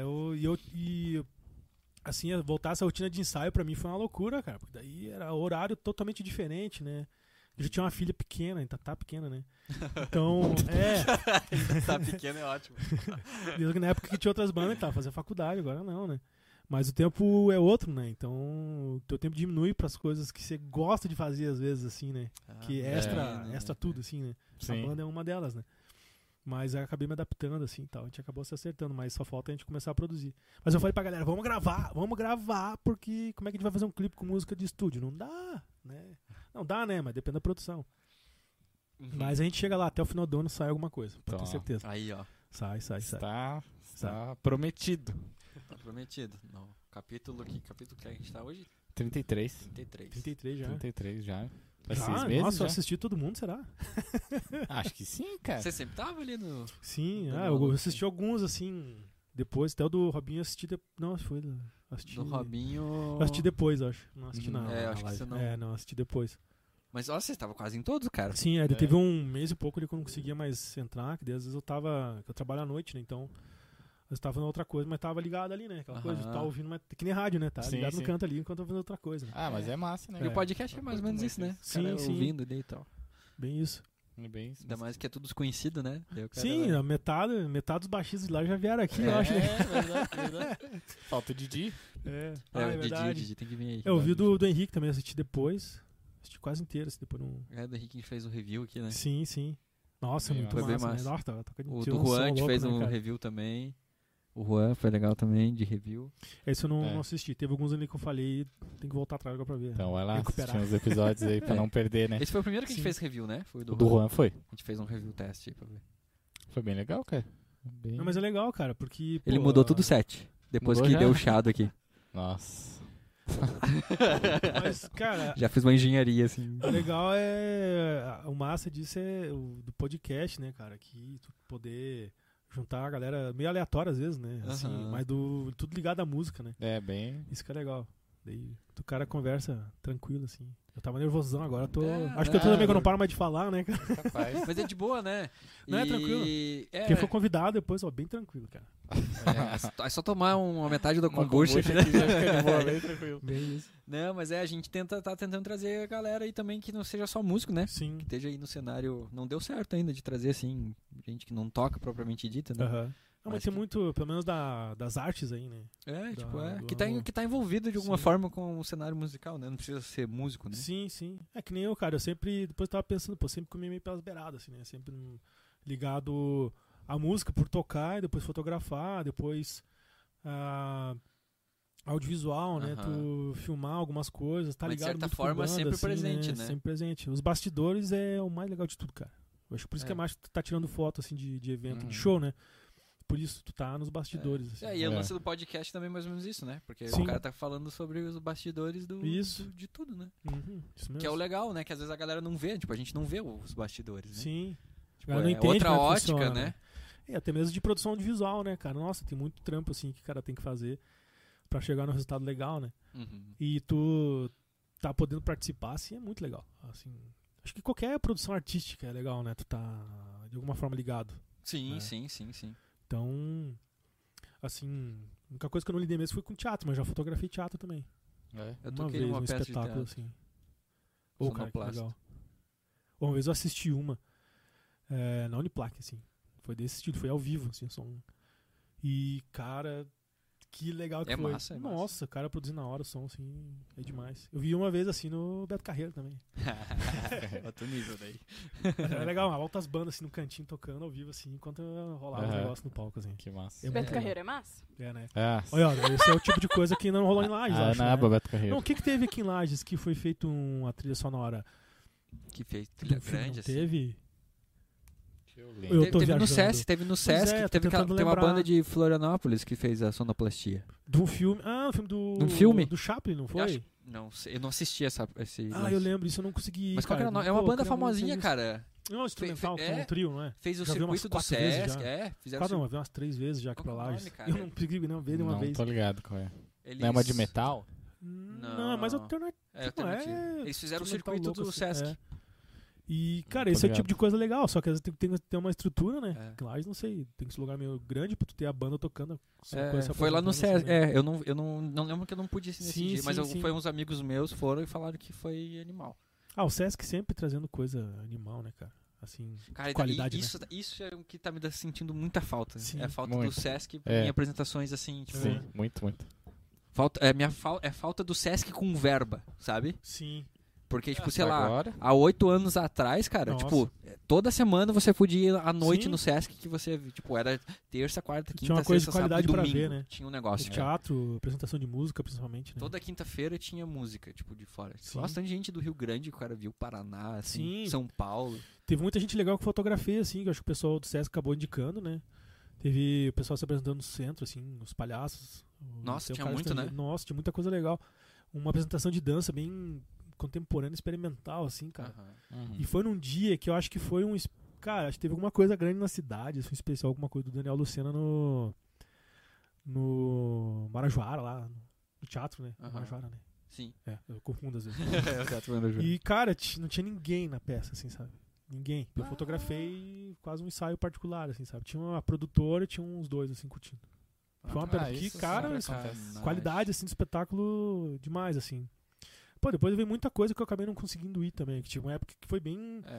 assim, voltar essa rotina de ensaio pra mim foi uma loucura, cara, porque daí era horário totalmente diferente, né? Eu já tinha uma filha pequena, ainda tá pequena, né? Então, Tá pequeno é ótimo. Desde na época que tinha outras bandas, tá, fazia faculdade, agora não, né? Mas o tempo é outro, né? Então, o teu tempo diminui pras coisas que você gosta de fazer, às vezes, assim, né? Que extra tudo, assim, né? Sim. A banda é uma delas, né? Mas eu acabei me adaptando, assim, e tal. A gente acabou se acertando, mas só falta a gente começar a produzir. Mas eu falei pra galera, vamos gravar, porque como é que a gente vai fazer um clipe com música de estúdio? Não dá, né? Não dá, né? Mas depende da produção. Mas a gente chega lá, até o final do ano sai alguma coisa, pra ter certeza. Aí, ó. Sai. Está prometido. Tá prometido. No capítulo que a gente tá hoje? 33. 33 já. 33 já. Já? 6 meses Nossa, já? eu assisti todo mundo, será? Acho que sim, cara. Você sempre tava ali no... Sim, No eu Maluco. assisti alguns, assim, depois, até o do Robinho eu assisti... Não, foi... Assisti... Do Robinho... Eu assisti depois, acho. Não assisti na acho que live. você não... Não, assisti depois. Mas, ó, você tava quase em todos, cara. Sim, teve um mês e pouco ali que eu não conseguia mais entrar, que daí às vezes eu trabalho à noite, né, então... Eu estava fazendo outra coisa, mas tava ligado ali, né? Aquela coisa, tá ouvindo, mas que nem rádio, né? Tá Sim, ligado sim. no canto ali enquanto eu tô fazendo outra coisa. Né? Ah, mas é massa, né? E o podcast é mais ou menos isso, né? Sim, Cara, sim. ouvindo ali e tal. Bem isso. Bem, Ainda mais que é tudo desconhecido, né? Daí o cara Sim, vai- a metade dos baixistas de lá já vieram aqui, eu acho. Né? verdade. Falta o Didi. É, o Didi tem que vir aí. Eu vi do Henrique também, assisti depois. Assisti quase inteiro, assim, depois não... É, do Henrique a gente fez um review aqui, né? Sim, sim. Nossa, Bem muito massa. Foi massa, bem né? massa. Nossa, O tinha do um som Juan a gente louco, fez né, um cara? review também. O Juan foi legal também, de review. Esse eu não, É. não assisti. Teve alguns ali que eu falei, tem que voltar atrás agora pra ver. Então vai lá, Recuperar. assistir uns episódios aí pra É. não perder, né? Esse foi o primeiro que a gente Sim. fez review, né? Foi o O do Juan. Juan foi. A gente fez um review teste aí pra ver. Foi bem legal, cara. Bem... Não, mas é legal, cara, porque... Ele pô, mudou tudo o set. Depois Mudou que já? deu o chado aqui. Nossa. Mas, cara, Já fiz uma engenharia, assim. o legal é... O massa disso é o do podcast, né, cara? Que tu poder juntar a galera meio aleatória às vezes, né? Assim, Aham. mas tudo ligado à música, né? É, bem... Isso que é legal. Daí o cara conversa tranquilo, assim. Eu tava nervosão, agora eu tô... É, Acho que eu tô não, também que eu não paro mais de falar, né, cara? Capaz. Mas é de boa, né? Não, é tranquilo. É, Quem for convidado depois, ó, bem tranquilo, cara. é só tomar uma metade da Uma kombucha. kombucha aqui já fica de boa, bem tranquilo. Bem isso. Não, mas a gente tá tentando trazer a galera aí também que não seja só músico, né? Sim. Que esteja aí no cenário. Não deu certo ainda de trazer, assim, gente que não toca propriamente dita, né? Aham. Não, mas Mas tem que- muito, pelo menos das artes aí, né? É, tipo, do que tá envolvido de alguma Sim. forma com o cenário musical, né? Não precisa ser músico, né? Sim, sim. É que nem eu, cara. Eu sempre, depois eu tava pensando, pô, sempre comi meio pelas beiradas, assim, né? Sempre ligado à música por tocar, e depois fotografar, depois audiovisual, né? Aham. Tu filmar algumas coisas, tá Mas, de ligado certa muito com forma, banda, sempre assim, presente, né? Sempre presente. Os bastidores é o mais legal de tudo, cara. Eu acho que por isso É. que é mais que tu tá tirando foto, assim, de evento, Uhum. de show, né? Por isso, tu tá nos bastidores, assim. E o É. lance do podcast também é mais ou menos isso, né? Porque Sim. o cara tá falando sobre os bastidores Isso. de tudo, né? Uhum, isso mesmo. Que é o legal, né? Que às vezes a galera não vê, tipo, a gente não vê os bastidores, né? Sim. Tipo, Ela não é entende outra como é que ótica, funciona, né? É, até mesmo de produção audiovisual, né, cara? Nossa, tem muito trampo, assim, que o cara tem que fazer pra chegar no resultado legal, né? Uhum. E tu tá podendo participar, assim, é muito legal. Assim, acho que qualquer produção artística é legal, né? Tu tá, de alguma forma, ligado. Sim, É. sim. Então, assim, a única coisa que eu não lidei mesmo foi com teatro, mas já fotografei teatro também. É. Eu uma toquei vez, numa um peça de espetáculo, teatro. assim. Ô, cara, que Sonoplasta. legal. Uma vez eu assisti uma na Uniplac, assim. Foi desse estilo, foi ao vivo, assim, o som. E, cara, que legal que É foi. massa, é massa. Nossa, o cara produzindo na hora o som, assim, é demais. Eu vi uma vez, assim, no Beto Carreiro também. Outro nível daí. Era legal, altas bandas, assim, no cantinho, tocando ao vivo, assim, enquanto rolava os Aham. negócios no palco, assim. Que massa. É Beto muito Carreiro é massa? É, né? Ah, Olha, ó, esse é o tipo de coisa que não rolou em Lages, ah acho, na né? Beto Carreiro. Não, o que teve aqui em Lages que foi feito uma trilha sonora? Que fez de trilha um filme, grande, não assim. teve? Eu Eu tô Teve no viajando. Sesc, é, tô teve tentando tem uma lembrar. banda de Florianópolis que fez a sonoplastia. De um filme. Ah, um filme do. Um filme? Do Chaplin, não foi? Eu acho- Não sei, eu não assisti esse Ah, lance. eu lembro, isso eu não consegui. Mas qual que cara. era o nome? É uma Pô, banda queria muito famosinha, ver cara. isso. Não, instrumental, Fe- com é. um trio, não é? Fez o Já vi umas circuito do 4 vezes Sesc, já. fizeram Quase não, eu vi umas 3 vezes já aqui pra Qual que é o Lages. nome, cara? Eu não consegui não ver nenhuma Não vez. tô ligado qual é. eles... Não é uma de metal? Não, é mais alternativo. É, Não alternativo. é Eles fizeram o instrumental circuito louco, do assim, Sesc. é. E, cara, Tô esse é o ligado. tipo de coisa legal, só que às vezes tem que ter uma estrutura, né? É. Lages, não sei, tem que ser um lugar meio grande pra tu ter a banda tocando. É, coisa se foi lá no apresentando, Sesc. assim, né? Eu não lembro que eu não pude ir nesse Sim, dia, mas sim, sim. foi uns amigos meus foram e falaram que foi animal. Ah, o Sesc sempre trazendo coisa animal, né, cara? Assim, Cara, qualidade, né? isso é o que tá me sentindo muita falta. Sim. É a falta Muito. do Sesc É. em apresentações assim, tipo, Sim, muito, muito. é falta do Sesc com verba, sabe? sim. Porque, tipo, sei lá, Agora? há 8 anos atrás, cara, Nossa. tipo, toda semana você podia ir à noite Sim. no Sesc que você, tipo, era terça, quarta, quinta, Tinha uma coisa de sexta, sábado qualidade e pra domingo. ver, né? Tinha um O negócio. teatro, apresentação de música, principalmente, né? Toda quinta-feira tinha música, tipo, de fora. Sim. Bastante gente do Rio Grande, o cara viu Paraná, assim, Sim. São Paulo. Teve muita gente legal que fotografei, assim, que eu acho que o pessoal do Sesc acabou indicando, né? Teve o pessoal se apresentando no centro, assim, os palhaços. Nossa, Tem o tinha cara muito, estrangeiro. Nossa, tinha muita coisa legal. Uma apresentação de dança bem contemporânea, experimental, assim, cara. Aham. E foi num dia que eu acho que foi um... Cara, acho que teve alguma coisa grande na cidade, assim, um especial, alguma coisa do Daniel Lucena no Marajoara, lá, no teatro, né? No Aham. Marajoara, né? Sim. É, eu confundo às vezes. E... E, cara, não tinha ninguém na peça, assim, sabe? Ninguém. Eu fotografei quase um ensaio particular, assim, sabe? Tinha uma produtora e tinha uns dois, assim, curtindo. Foi uma peça que, isso cara, sempre acontece. qualidade, assim, do espetáculo demais, assim. Pô, depois veio muita coisa que eu acabei não conseguindo ir também. Que tinha uma época que foi bem... É.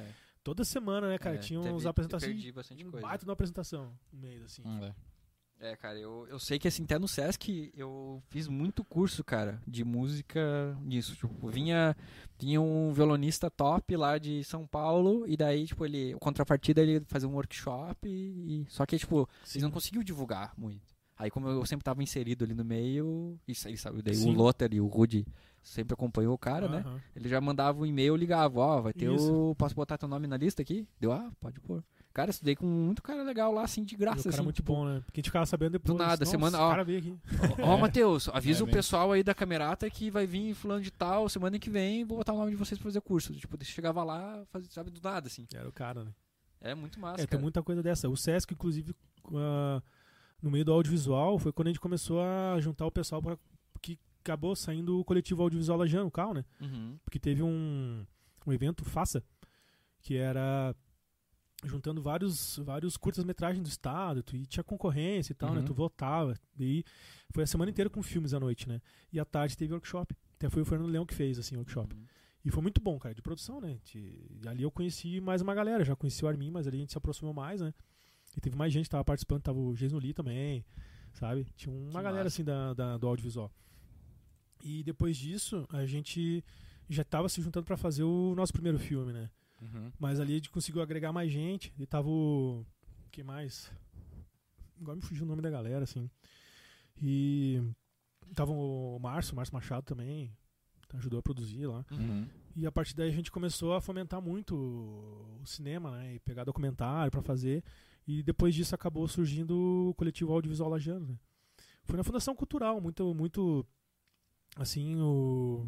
toda semana, né, cara? Tinha uns apresentações. Perdi bastante coisa. Baita de uma apresentação no meio, assim. Cara, eu sei que assim, até no Sesc eu fiz muito curso, cara, de música nisso. Tipo, tinha um violonista top lá de São Paulo, e daí, tipo, o contrapartida ele fazia um workshop, só que, tipo, eles não conseguiam divulgar muito. Aí, como eu sempre tava inserido ali no meio, isso aí, sabe, daí o Lothar e o Rudy sempre acompanhou o cara, né? Ele já mandava um e-mail, ligava, vai ter posso botar teu nome na lista aqui? Deu, pode pôr. Cara, estudei com muito cara legal lá, assim, de graça. O cara assim, muito bom, né? Porque a gente ficava sabendo depois. Do nada, semana. O cara veio aqui. Matheus, avisa o pessoal aí da Camerata que vai vir fulano de tal, semana que vem, vou botar o nome de vocês pra fazer curso. Tipo, você chegava lá, sabe, do nada, assim. Era o cara, né? É muito massa, cara. Tem muita coisa dessa. O Sesc, inclusive, no meio do audiovisual, foi quando a gente começou a juntar o pessoal que acabou saindo o coletivo audiovisual Lajano, o CAL, né? Porque teve um evento, Faça, que era juntando vários curtas-metragens do estado, e tinha concorrência e tal, né? Tu votava. E foi a semana inteira com filmes à noite, né? E à tarde teve workshop. Até foi o Fernando Leão que fez, assim, o workshop. E foi muito bom, cara, de produção, né? Ali eu conheci mais uma galera, já conheci o Armin, mas ali a gente se aproximou mais, né? E teve mais gente que tava participando, tava o Geis Nuli também, sabe? Tinha uma galera, assim, do audiovisual. E depois disso, a gente já tava se juntando pra fazer o nosso primeiro filme, né? Mas ali a gente conseguiu agregar mais gente. E tava o... que mais? Agora me fugiu o nome da galera, assim. E tava o Márcio Machado também, ajudou a produzir lá. E a partir daí a gente começou a fomentar muito o cinema, né? E pegar documentário pra fazer. E depois disso acabou surgindo o coletivo audiovisual Lajano, né? Foi na Fundação Cultural, muito assim, o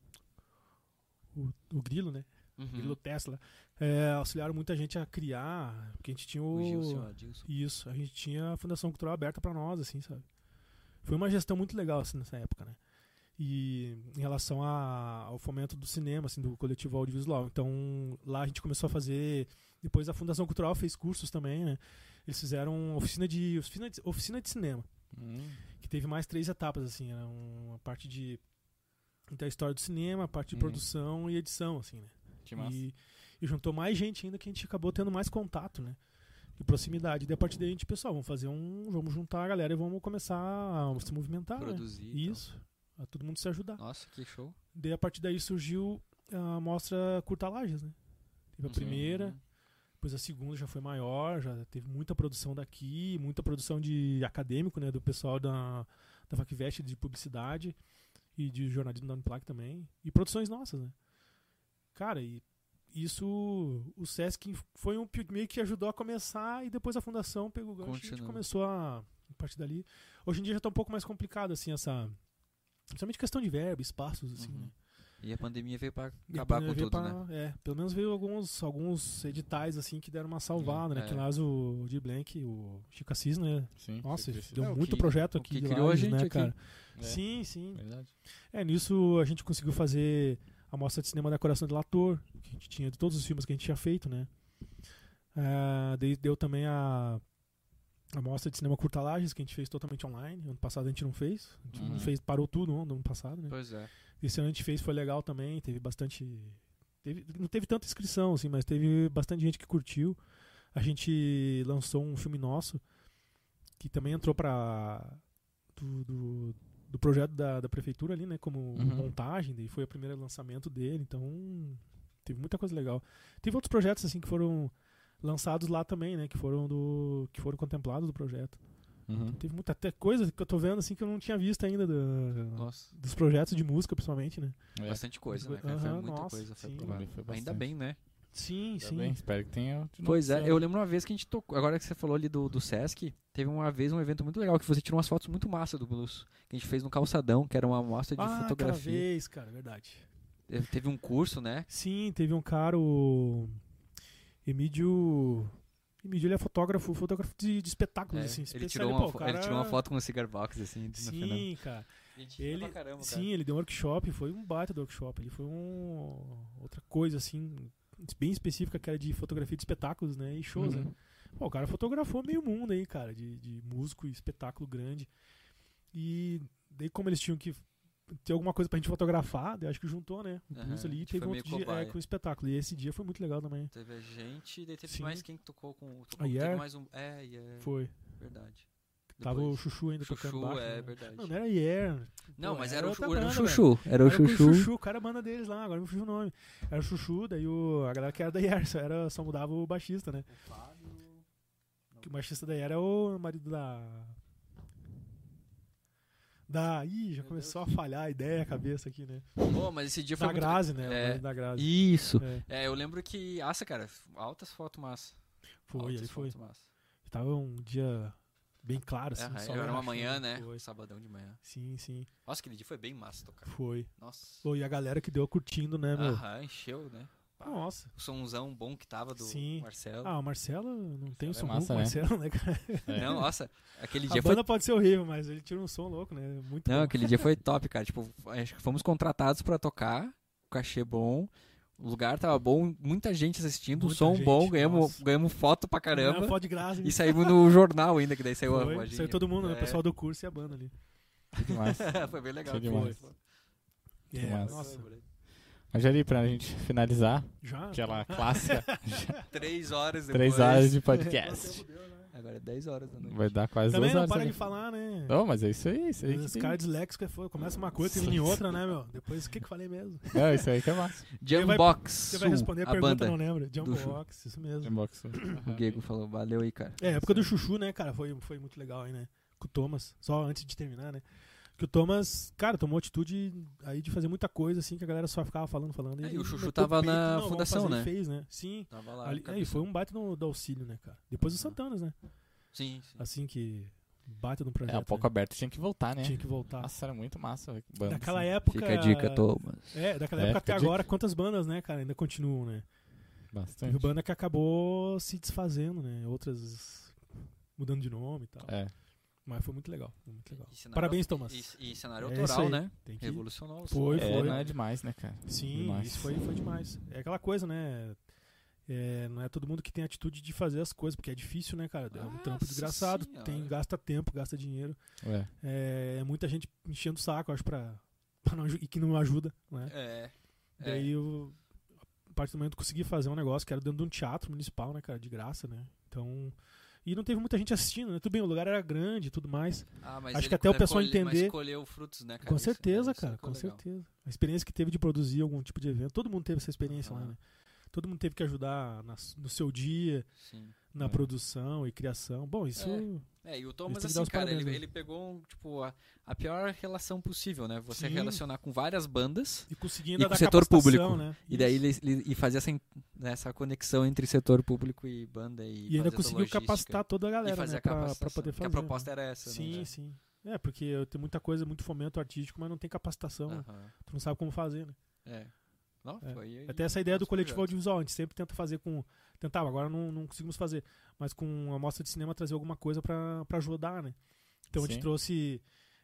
Grilo, né? Grilo Tesla, auxiliaram muita gente a criar, porque a gente tinha Gilson. Isso, a gente tinha a Fundação Cultural aberta pra nós, assim, sabe? Foi uma gestão muito legal, assim, nessa época, né? E em relação ao fomento do cinema, assim, do coletivo audiovisual. Então, lá a gente começou a fazer... Depois a Fundação Cultural fez cursos também, né? Eles fizeram oficina de cinema, que teve mais 3 etapas, assim. Era uma parte de... Então, a história do cinema, a parte de produção e edição, assim, né? E juntou mais gente ainda, que a gente acabou tendo mais contato, né? E proximidade. E daí, a partir daí a gente, pessoal, vamos juntar a galera e vamos começar a se movimentar, produzir, né? Isso. A todo mundo se ajudar. Nossa, que show. Daí, a partir daí surgiu a mostra Curta Lages, né? Teve a primeira, depois a segunda já foi maior, já teve muita produção daqui, muita produção de acadêmico, né? Do pessoal da FACVEST de publicidade e de jornalismo da Uniplac também. E produções nossas, né? Cara, e isso o Sesc foi um meio que ajudou a começar, e depois a fundação pegou o gancho e a gente começou a partir dali. Hoje em dia já tá um pouco mais complicado, assim, principalmente questão de verba, espaços, assim, né? E a pandemia veio pra acabar com tudo, né? Pelo menos veio alguns editais, assim, que deram uma salvada, né? Que lá o Di Blank, o Chico Assis, né? Sim, nossa, deu muito projeto aqui de criou Lages, a gente né, aqui. cara? Sim. Verdade. Nisso a gente conseguiu fazer a mostra de cinema da Coração de Lator, que a gente tinha de todos os filmes que a gente tinha feito, né? Deu também a mostra de cinema Curta Lages, que a gente fez totalmente online. Ano passado a gente não fez. A gente não fez, parou tudo no ano passado, né? Pois é. Esse ano a gente fez, foi legal também. Teve bastante... não teve tanta inscrição, assim, mas teve bastante gente que curtiu. A gente lançou um filme nosso, que também entrou do projeto da prefeitura ali, né? Como montagem. Daí foi o primeiro lançamento dele. Então, teve muita coisa legal. Teve outros projetos, assim, que foram lançados lá também, né? Que foram contemplados do projeto. Então, teve muita até coisa que eu tô vendo, assim, que eu não tinha visto ainda dos projetos de música, principalmente, né? Bastante coisa, né, cara? Foi muita coisa. Ainda bem, né? Sim. Bem, espero que tenha. Pois é, eu lembro uma vez que a gente tocou. Agora que você falou ali do Sesc, teve uma vez um evento muito legal que você tirou umas fotos muito massa do blues. Que a gente fez no Calçadão, que era uma mostra de fotografia. Aquela vez, cara, verdade. Teve um curso, né? Sim, teve um cara, o Emílio, ele é fotógrafo de espetáculos, assim. Ele tirou uma foto com um cigar box, assim. Sim, cara. Ele deu um workshop, foi um baita do workshop. Ele foi outra coisa, assim, bem específica, que era de fotografia de espetáculos, né? E shows, né? Pô, o cara fotografou meio mundo aí, cara, de músico e espetáculo grande. E daí, como eles tinham que ter alguma coisa pra gente fotografar, daí acho que juntou, né? Aham, Isso ali a gente teve foi um meio outro dia cobaia. com o espetáculo. E esse dia foi muito legal também. Teve a gente, daí teve Sim. mais quem que tocou com... A Yer? Teve mais um... Foi. Verdade. Tava o Depois- Chuchu ainda tocando Chuchu, baixo. é né? verdade. Não era Yer. Não, Pô, mas era o outra Chu- era o banda, Chuchu. Era o Era com o Chuchu. Chuchu, cara, a banda deles lá, agora me fugiu o nome. Era o Chuchu, daí a galera que era da Yer, só mudava o baixista, né? Que o baixista da Yer é o marido Ih, já começou a falhar a ideia, a cabeça aqui, né? Pô, mas esse dia foi Da muito... Grazi, né? O É. marido da Grazi. Isso. É, É, eu lembro que... Nossa, cara, altas fotos massa. foi, Altas ele foi. fotos massa. Tava um dia bem claro, assim. Aham, só era uma rachando. manhã, né? Foi. Sabadão de manhã. Sim, sim. Nossa, aquele dia foi bem massa tocar. Foi. Nossa. Pô, e a galera que deu curtindo, né, meu? Aham, encheu, né? Nossa. O somzão bom que tava do Sim. Marcelo. Ah, o Marcelo não tem é som massa, com o né? Marcelo, né, cara? Não, nossa, aquele A dia banda foi... pode ser horrível, mas ele tira um som louco, né? Muito Não, bom. aquele dia foi top, cara. Tipo, acho que fomos contratados pra tocar, cachê bom, o lugar tava bom, muita gente assistindo, Muita som gente, bom, nossa. ganhamos foto pra caramba. Não, foto de graça. E saímos no jornal ainda, que daí saiu a Foi, vozinha. saiu todo mundo, né? É. O pessoal do curso e a banda ali. Demais. Foi bem legal. Que demais. É, massa. nossa. Mas ali, pra gente finalizar, Já? aquela clássica 3 horas depois. 3 horas de podcast. Agora é 10 horas da noite. Vai dar quase Também 2 não horas. para ali. de falar, né? Não, mas é isso aí. Isso aí Os que caras disléxicos começa uma coisa, termina em outra, né, meu? Depois, o que eu falei mesmo? Não, isso aí que é massa. Jambox, Você vai responder a a pergunta, banda. não lembra? Jumpbox, isso mesmo. Jambox. O Diego falou, valeu aí, cara. É, a época do Chuchu, né, cara, foi muito legal aí, né? Com o Thomas, só antes de terminar, né? Que o Thomas, cara, tomou atitude aí de fazer muita coisa, assim, que a galera só ficava falando. É, e ele o Chuchu meteu tava o peito, na não, vamos fundação, fazer, né? E fez, né? Sim. Tava lá. Ali, e foi um baita do auxílio, né, cara? Depois do Santanas, né? Sim, sim. Assim que baita no projeto. É, um pouco né? aberto tinha que voltar, né? Tinha que voltar. Nossa, era muito massa. Banda, Daquela assim. época. Fica a dica, Thomas. Daquela É, época fica até a dica. agora, quantas bandas, né, cara, ainda continuam, né? Bastante. Teve banda que acabou se desfazendo, né? Outras mudando de nome e tal. É. Mas foi muito legal. Foi muito legal. E cenário- Parabéns, Thomas. E cenário É isso autoral, aí. né? Tem que... Revolucionou. o Foi, som. É, foi. não é demais, né, cara? Sim, Demais. isso foi demais. É aquela coisa, né? Não é todo mundo que tem a atitude de fazer as coisas, porque é difícil, né, cara? É um trampo Nossa desgraçado. Senhora. Gasta tempo, gasta dinheiro. É. É muita gente enchendo o saco, acho, e que não ajuda, né? É. Daí eu, a partir do momento que eu consegui fazer um negócio que era dentro de um teatro municipal, né, cara, de graça, né? Então. E não teve muita gente assistindo, né? Tudo bem, o lugar era grande e tudo mais. Mas Acho que ele até o pessoal mas entender- colheu frutos, né, cara? Com Isso- certeza, isso cara, ficou com legal. certeza. A experiência que teve de produzir algum tipo de evento, todo mundo teve essa experiência lá, Aham. né? Todo mundo teve que ajudar no seu dia, Sim. na produção e criação. Bom, isso. E o Thomas, tem que dar assim, os cara, parabéns, né? ele pegou, tipo, a pior relação possível, né? Você Sim. relacionar com várias bandas E conseguindo E com dar o setor capacitação, público. né? e daí Isso. ele fazer essa conexão entre setor público e banda e E ainda fazer conseguiu logística. capacitar toda a E galera, fazer né? a Pra capacitação. poder Porque fazer. a proposta era essa, Sim, né? sim. É, porque tem muita coisa, muito fomento artístico, mas não tem capacitação. né? Aham. Tu não sabe como fazer, né? É. Não, É. foi Até essa ideia do nosso coletivo projeto. audiovisual, a gente sempre tenta fazer com... Tentava, agora não conseguimos fazer. Mas com a mostra de cinema trazer alguma coisa pra ajudar, né? Então a gente Sim. trouxe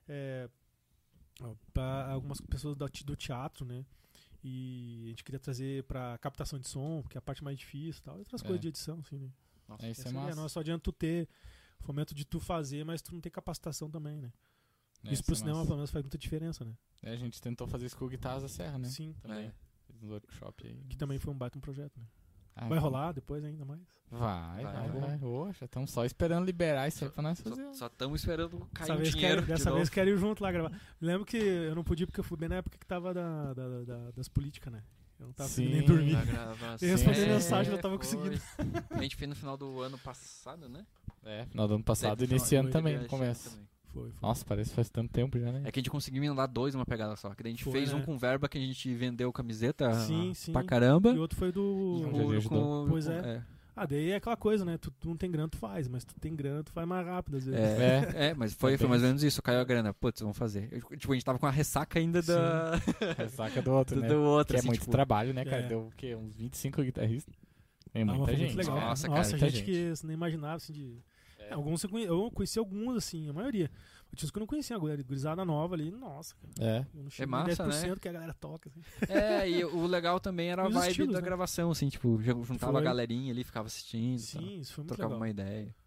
para algumas pessoas do teatro, né? E a gente queria trazer pra captação de som, que é a parte mais difícil e tal. E outras É. coisas de edição, assim, né? Nossa, Isso é Essa ideia, massa. não é só adianta tu ter fomento de tu fazer, mas tu não ter capacitação também, né? Isso pro é cinema, massa. pelo menos, faz muita diferença, né? A gente tentou fazer isso com o Guitarras da Serra, né? Sim, Também. É. Fiz um workshop aí. que também foi um baita projeto, né? Ah, Vai que- rolar depois ainda mais? Vai. Vai. Ô, já estamos só esperando liberar isso aí pra nós fazer. Só estamos esperando cair Dessa um vez dinheiro de dessa novo. vez quero ir junto lá gravar. Lembro que eu não podia porque eu fui bem na época que tava das políticas, né? Eu não tava conseguindo nem Sim. dormir. Na gravação. Eu respondi mensagem, eu tava foi. conseguindo. A gente fez no final do ano passado, né? É, final do ano passado Daí e pro nesse final- ano também, no esse ano começo. também. Foi. Nossa, parece que faz tanto tempo já, né? É que a gente conseguiu emendar 2 numa pegada só. Que daí a gente Foi, fez né? um com verba que a gente vendeu camiseta Sim, sim. pra caramba. E o outro foi E do. o- com- Jardim ajudou. Pois é. Daí é aquela coisa, né? Tu não tem grana, tu faz, mas tu tem grana, tu faz mais rápido às vezes. Mas foi bem mais ou menos isso. Caiu a grana. Putz, vamos fazer. Tipo, a gente tava com a ressaca ainda da... Saca do outro, né? do outro. Que é assim, muito tipo, trabalho, né, cara? É. Deu o quê? Uns 25 guitarristas? É Mas muita foi gente. muito legal. Nossa, Nossa, cara, a muita gente que você nem imaginava, assim, de... É. Alguns eu conheci alguns, assim, a maioria. Eu tinha uns que eu não conhecia, agora gurizada nova ali, nossa, cara. É. Eu não chego massa, em 10% né? que a galera toca, assim. E o legal também era a Os vibe estilos, da né? gravação, assim, tipo, juntava Foi. a galerinha ali, ficava assistindo, Sim, isso foi muito trocava legal. uma ideia.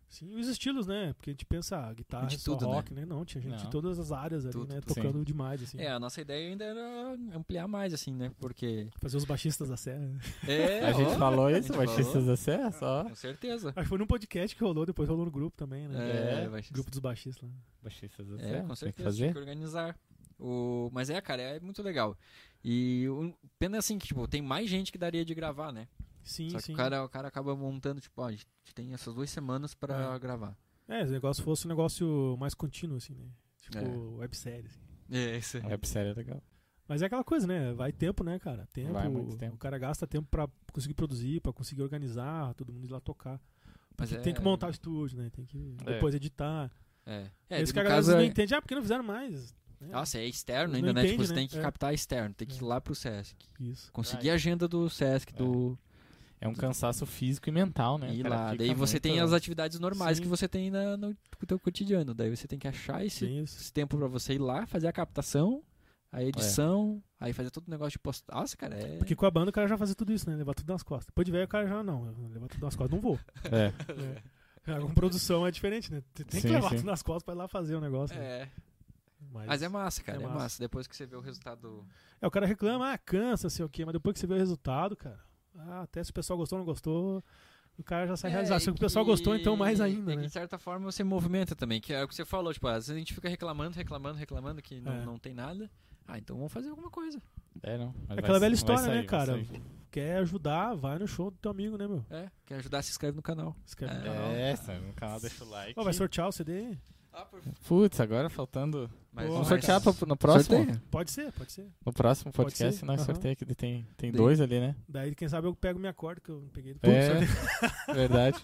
Sim, e os estilos, né? Porque a gente pensa, guitarra, De só tudo, rock, né? Não, tinha gente de Não. todas as áreas ali, Tudo. né? Tocando demais, assim. A nossa ideia ainda era ampliar mais, assim, né? Porque... Fazer os baixistas da Serra. Né? É, A gente falou a isso, gente baixistas falou. da Serra, só. Com certeza. Acho que foi num podcast que rolou, depois rolou no grupo também, né? Baixista. Grupo dos baixistas lá. Baixistas da É, Serra, com tem certeza, que fazer. tinha que organizar. Mas cara, é muito legal. E pena assim que, tipo, tem mais gente que daria de gravar, né? Sim, Só que sim. o cara acaba montando, tipo, ó, a gente tem essas 2 semanas pra gravar. Se o negócio fosse um negócio mais contínuo, assim, né? Tipo, É. websérie, assim. É, isso aí. A websérie é legal. Mas é aquela coisa, né? Vai tempo, né, cara? Tempo, Vai muito tempo. O cara gasta tempo pra conseguir produzir, pra conseguir organizar, todo mundo ir lá tocar. Mas Porque tem que montar o estúdio, né? Tem que depois editar. Esse que a no galera caso não é... entende, porque não fizeram mais. Né? Nossa, é externo Não ainda, né? entende, Tipo, você né? tem que captar externo, tem que ir lá pro Sesc. Isso. Conseguir a agenda do Sesc, do... É um cansaço físico e mental, né? Ir O cara lá. fica Daí você tem muito- as atividades normais Sim. que você tem no teu cotidiano. Daí você tem que achar Tem esse isso. tempo pra você ir lá, fazer a captação, a edição, aí fazer todo o negócio de postar. Nossa, cara, é... Porque com a banda o cara já fazia tudo isso, né? Levar tudo nas costas. Depois de velho o cara já não. Levar tudo nas costas não vou. É. Com produção é diferente, né? Tem que Sim, levar sim. tudo nas costas pra ir lá fazer o negócio. Né? É. Mas é massa, cara, é é massa. massa. Depois que você vê o resultado... O cara reclama, cansa, sei o quê, mas depois que você vê o resultado, cara, até se o pessoal gostou ou não gostou, o cara já sai realizado. Se o pessoal gostou, então mais ainda, é que, né? de certa forma você movimenta também, que é o que você falou, tipo, às vezes a gente fica reclamando que não tem nada. Então vamos fazer alguma coisa. É, não. Mas Aquela velha vai história, sair, né, vai cara? sair. Quer ajudar, vai no show do teu amigo, né, meu? Quer ajudar, se inscreve no canal. Escreve no canal. No canal deixa o like. Vai sortear o CD aí? Putz, agora faltando... Mas, Pô, Vamos mas- sortear no próximo? Sorteia. Pode ser, pode ser. No próximo Pode podcast ser? nós Aham. sorteia que tem Daí. 2 ali, né? Daí, quem sabe, eu pego minha corda que eu não peguei. É, verdade.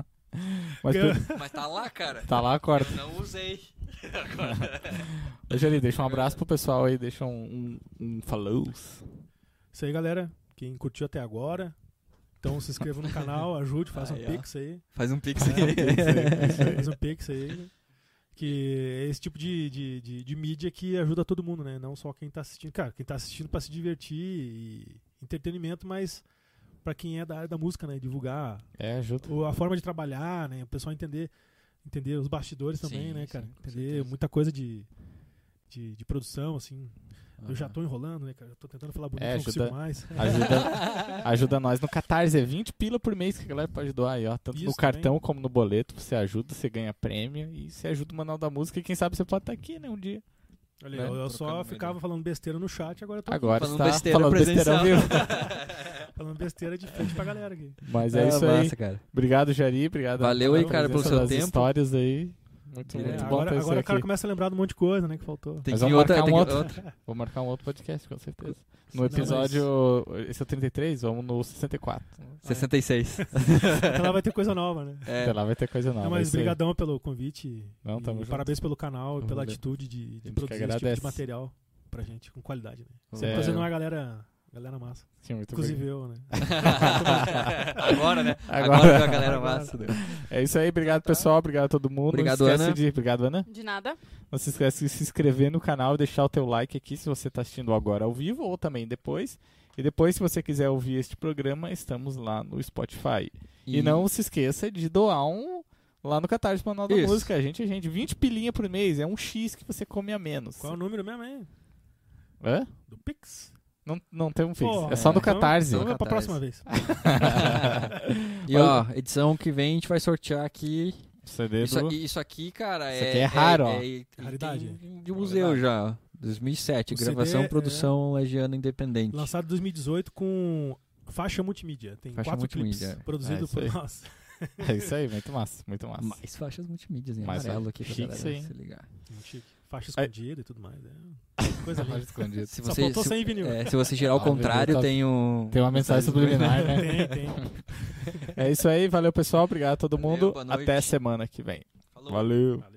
Mas Mas tá lá, cara. tá lá a corda. Eu não usei. Ô, Jari, deixa um abraço pro pessoal aí, deixa um falou. Isso aí, galera. Quem curtiu até agora, então se inscreva no canal, ajude, faça um Aí, ó. pix aí. Faz um pix Faz um pix aí. Que é esse tipo de mídia que ajuda todo mundo, né? Não só quem tá assistindo. Cara, quem tá assistindo pra se divertir e entretenimento, mas pra quem é da área da música, né? Divulgar Ajuda. a forma de trabalhar, né? O pessoal entender os bastidores também, Sim, né, sim, cara? com Entender certeza. muita coisa de produção, assim. Eu já tô enrolando, né, cara? Eu tô tentando falar bonito, não consigo ajuda. mais. Ajuda nós no Catarse, é 20 pila por mês que a galera pode doar aí, ó. Tanto no Isso cartão como no boleto. Você ajuda, você ganha prêmio e você ajuda o Manual da Música. E quem sabe você pode estar aqui, né, um dia. Olha aí, eu só Trocando ficava ideia. falando besteira no chat, agora eu tô Agora falando você tá besteira falando besteira ao presencial. vivo. falando besteira de frente pra galera aqui. Mas é isso aí. Massa, cara. Obrigado, Jari. Obrigado. Valeu pela aí, cara, pelo presença seu das tempo. histórias aí. Muito, É, muito bom agora ter agora você o cara aqui. começa a lembrar de um monte de coisa, né, que faltou. Tem Mas que ir vamos outra, marcar tem um que outro. Vou marcar um outro podcast, com certeza. No Não, episódio... Esse é o 33, vamos no 64. 66. Então lá vai ter coisa nova, né? Até lá vai ter coisa nova. Não, mas isso aí. brigadão pelo convite. Não, tamo e junto. parabéns pelo canal e pela Valeu. atitude de gente que produzir esse tipo agradece. de material pra gente, com qualidade, né? É. Sempre trazendo uma galera massa. Sim, muito Inclusive obrigado. eu, né? Agora, né? Agora. Agora a galera Agora. massa. É isso aí, obrigado pessoal, obrigado a todo mundo. Obrigado, Não esquece Ana. Obrigado, Ana. De nada. Não se esquece de se inscrever no canal e deixar o teu like aqui se você está assistindo agora ao vivo ou também depois. E depois, se você quiser ouvir este programa, estamos lá no Spotify. E não se esqueça de doar lá no Catarse Manual da Isso. Música. A gente, 20 pilinha por mês, é um X que você come a menos. Qual é o número mesmo aí? Hã? Do Pix? Não tem um fixo, Pô, é só no então- Catarse. Então vai pra Catarse. próxima vez. E ó, edição que vem a gente vai sortear aqui. CD Isso aqui, cara, Isso aqui é raro, ó. Raridade. Tem de museu já. 2007, O gravação, CD produção Legiano Independente. Lançado em 2018 com faixa multimídia. Tem Faixa 4 multimídia. clipes produzidos isso por aí. nós. É isso aí, muito massa, muito massa. Mais faixas multimídias em Mais amarelo aqui pra chique galera isso aí. se ligar. Muito chique. Faixa escondida e tudo mais. Coisa linda. Escondido. Se Só faltou sem vinil. Se você girar ao contrário, tá- tem um... Tem uma mensagem subliminar, né? Tem. É isso aí, valeu pessoal, obrigado a todo Valeu, mundo. boa noite. Até semana que vem. Falou. Valeu. Valeu.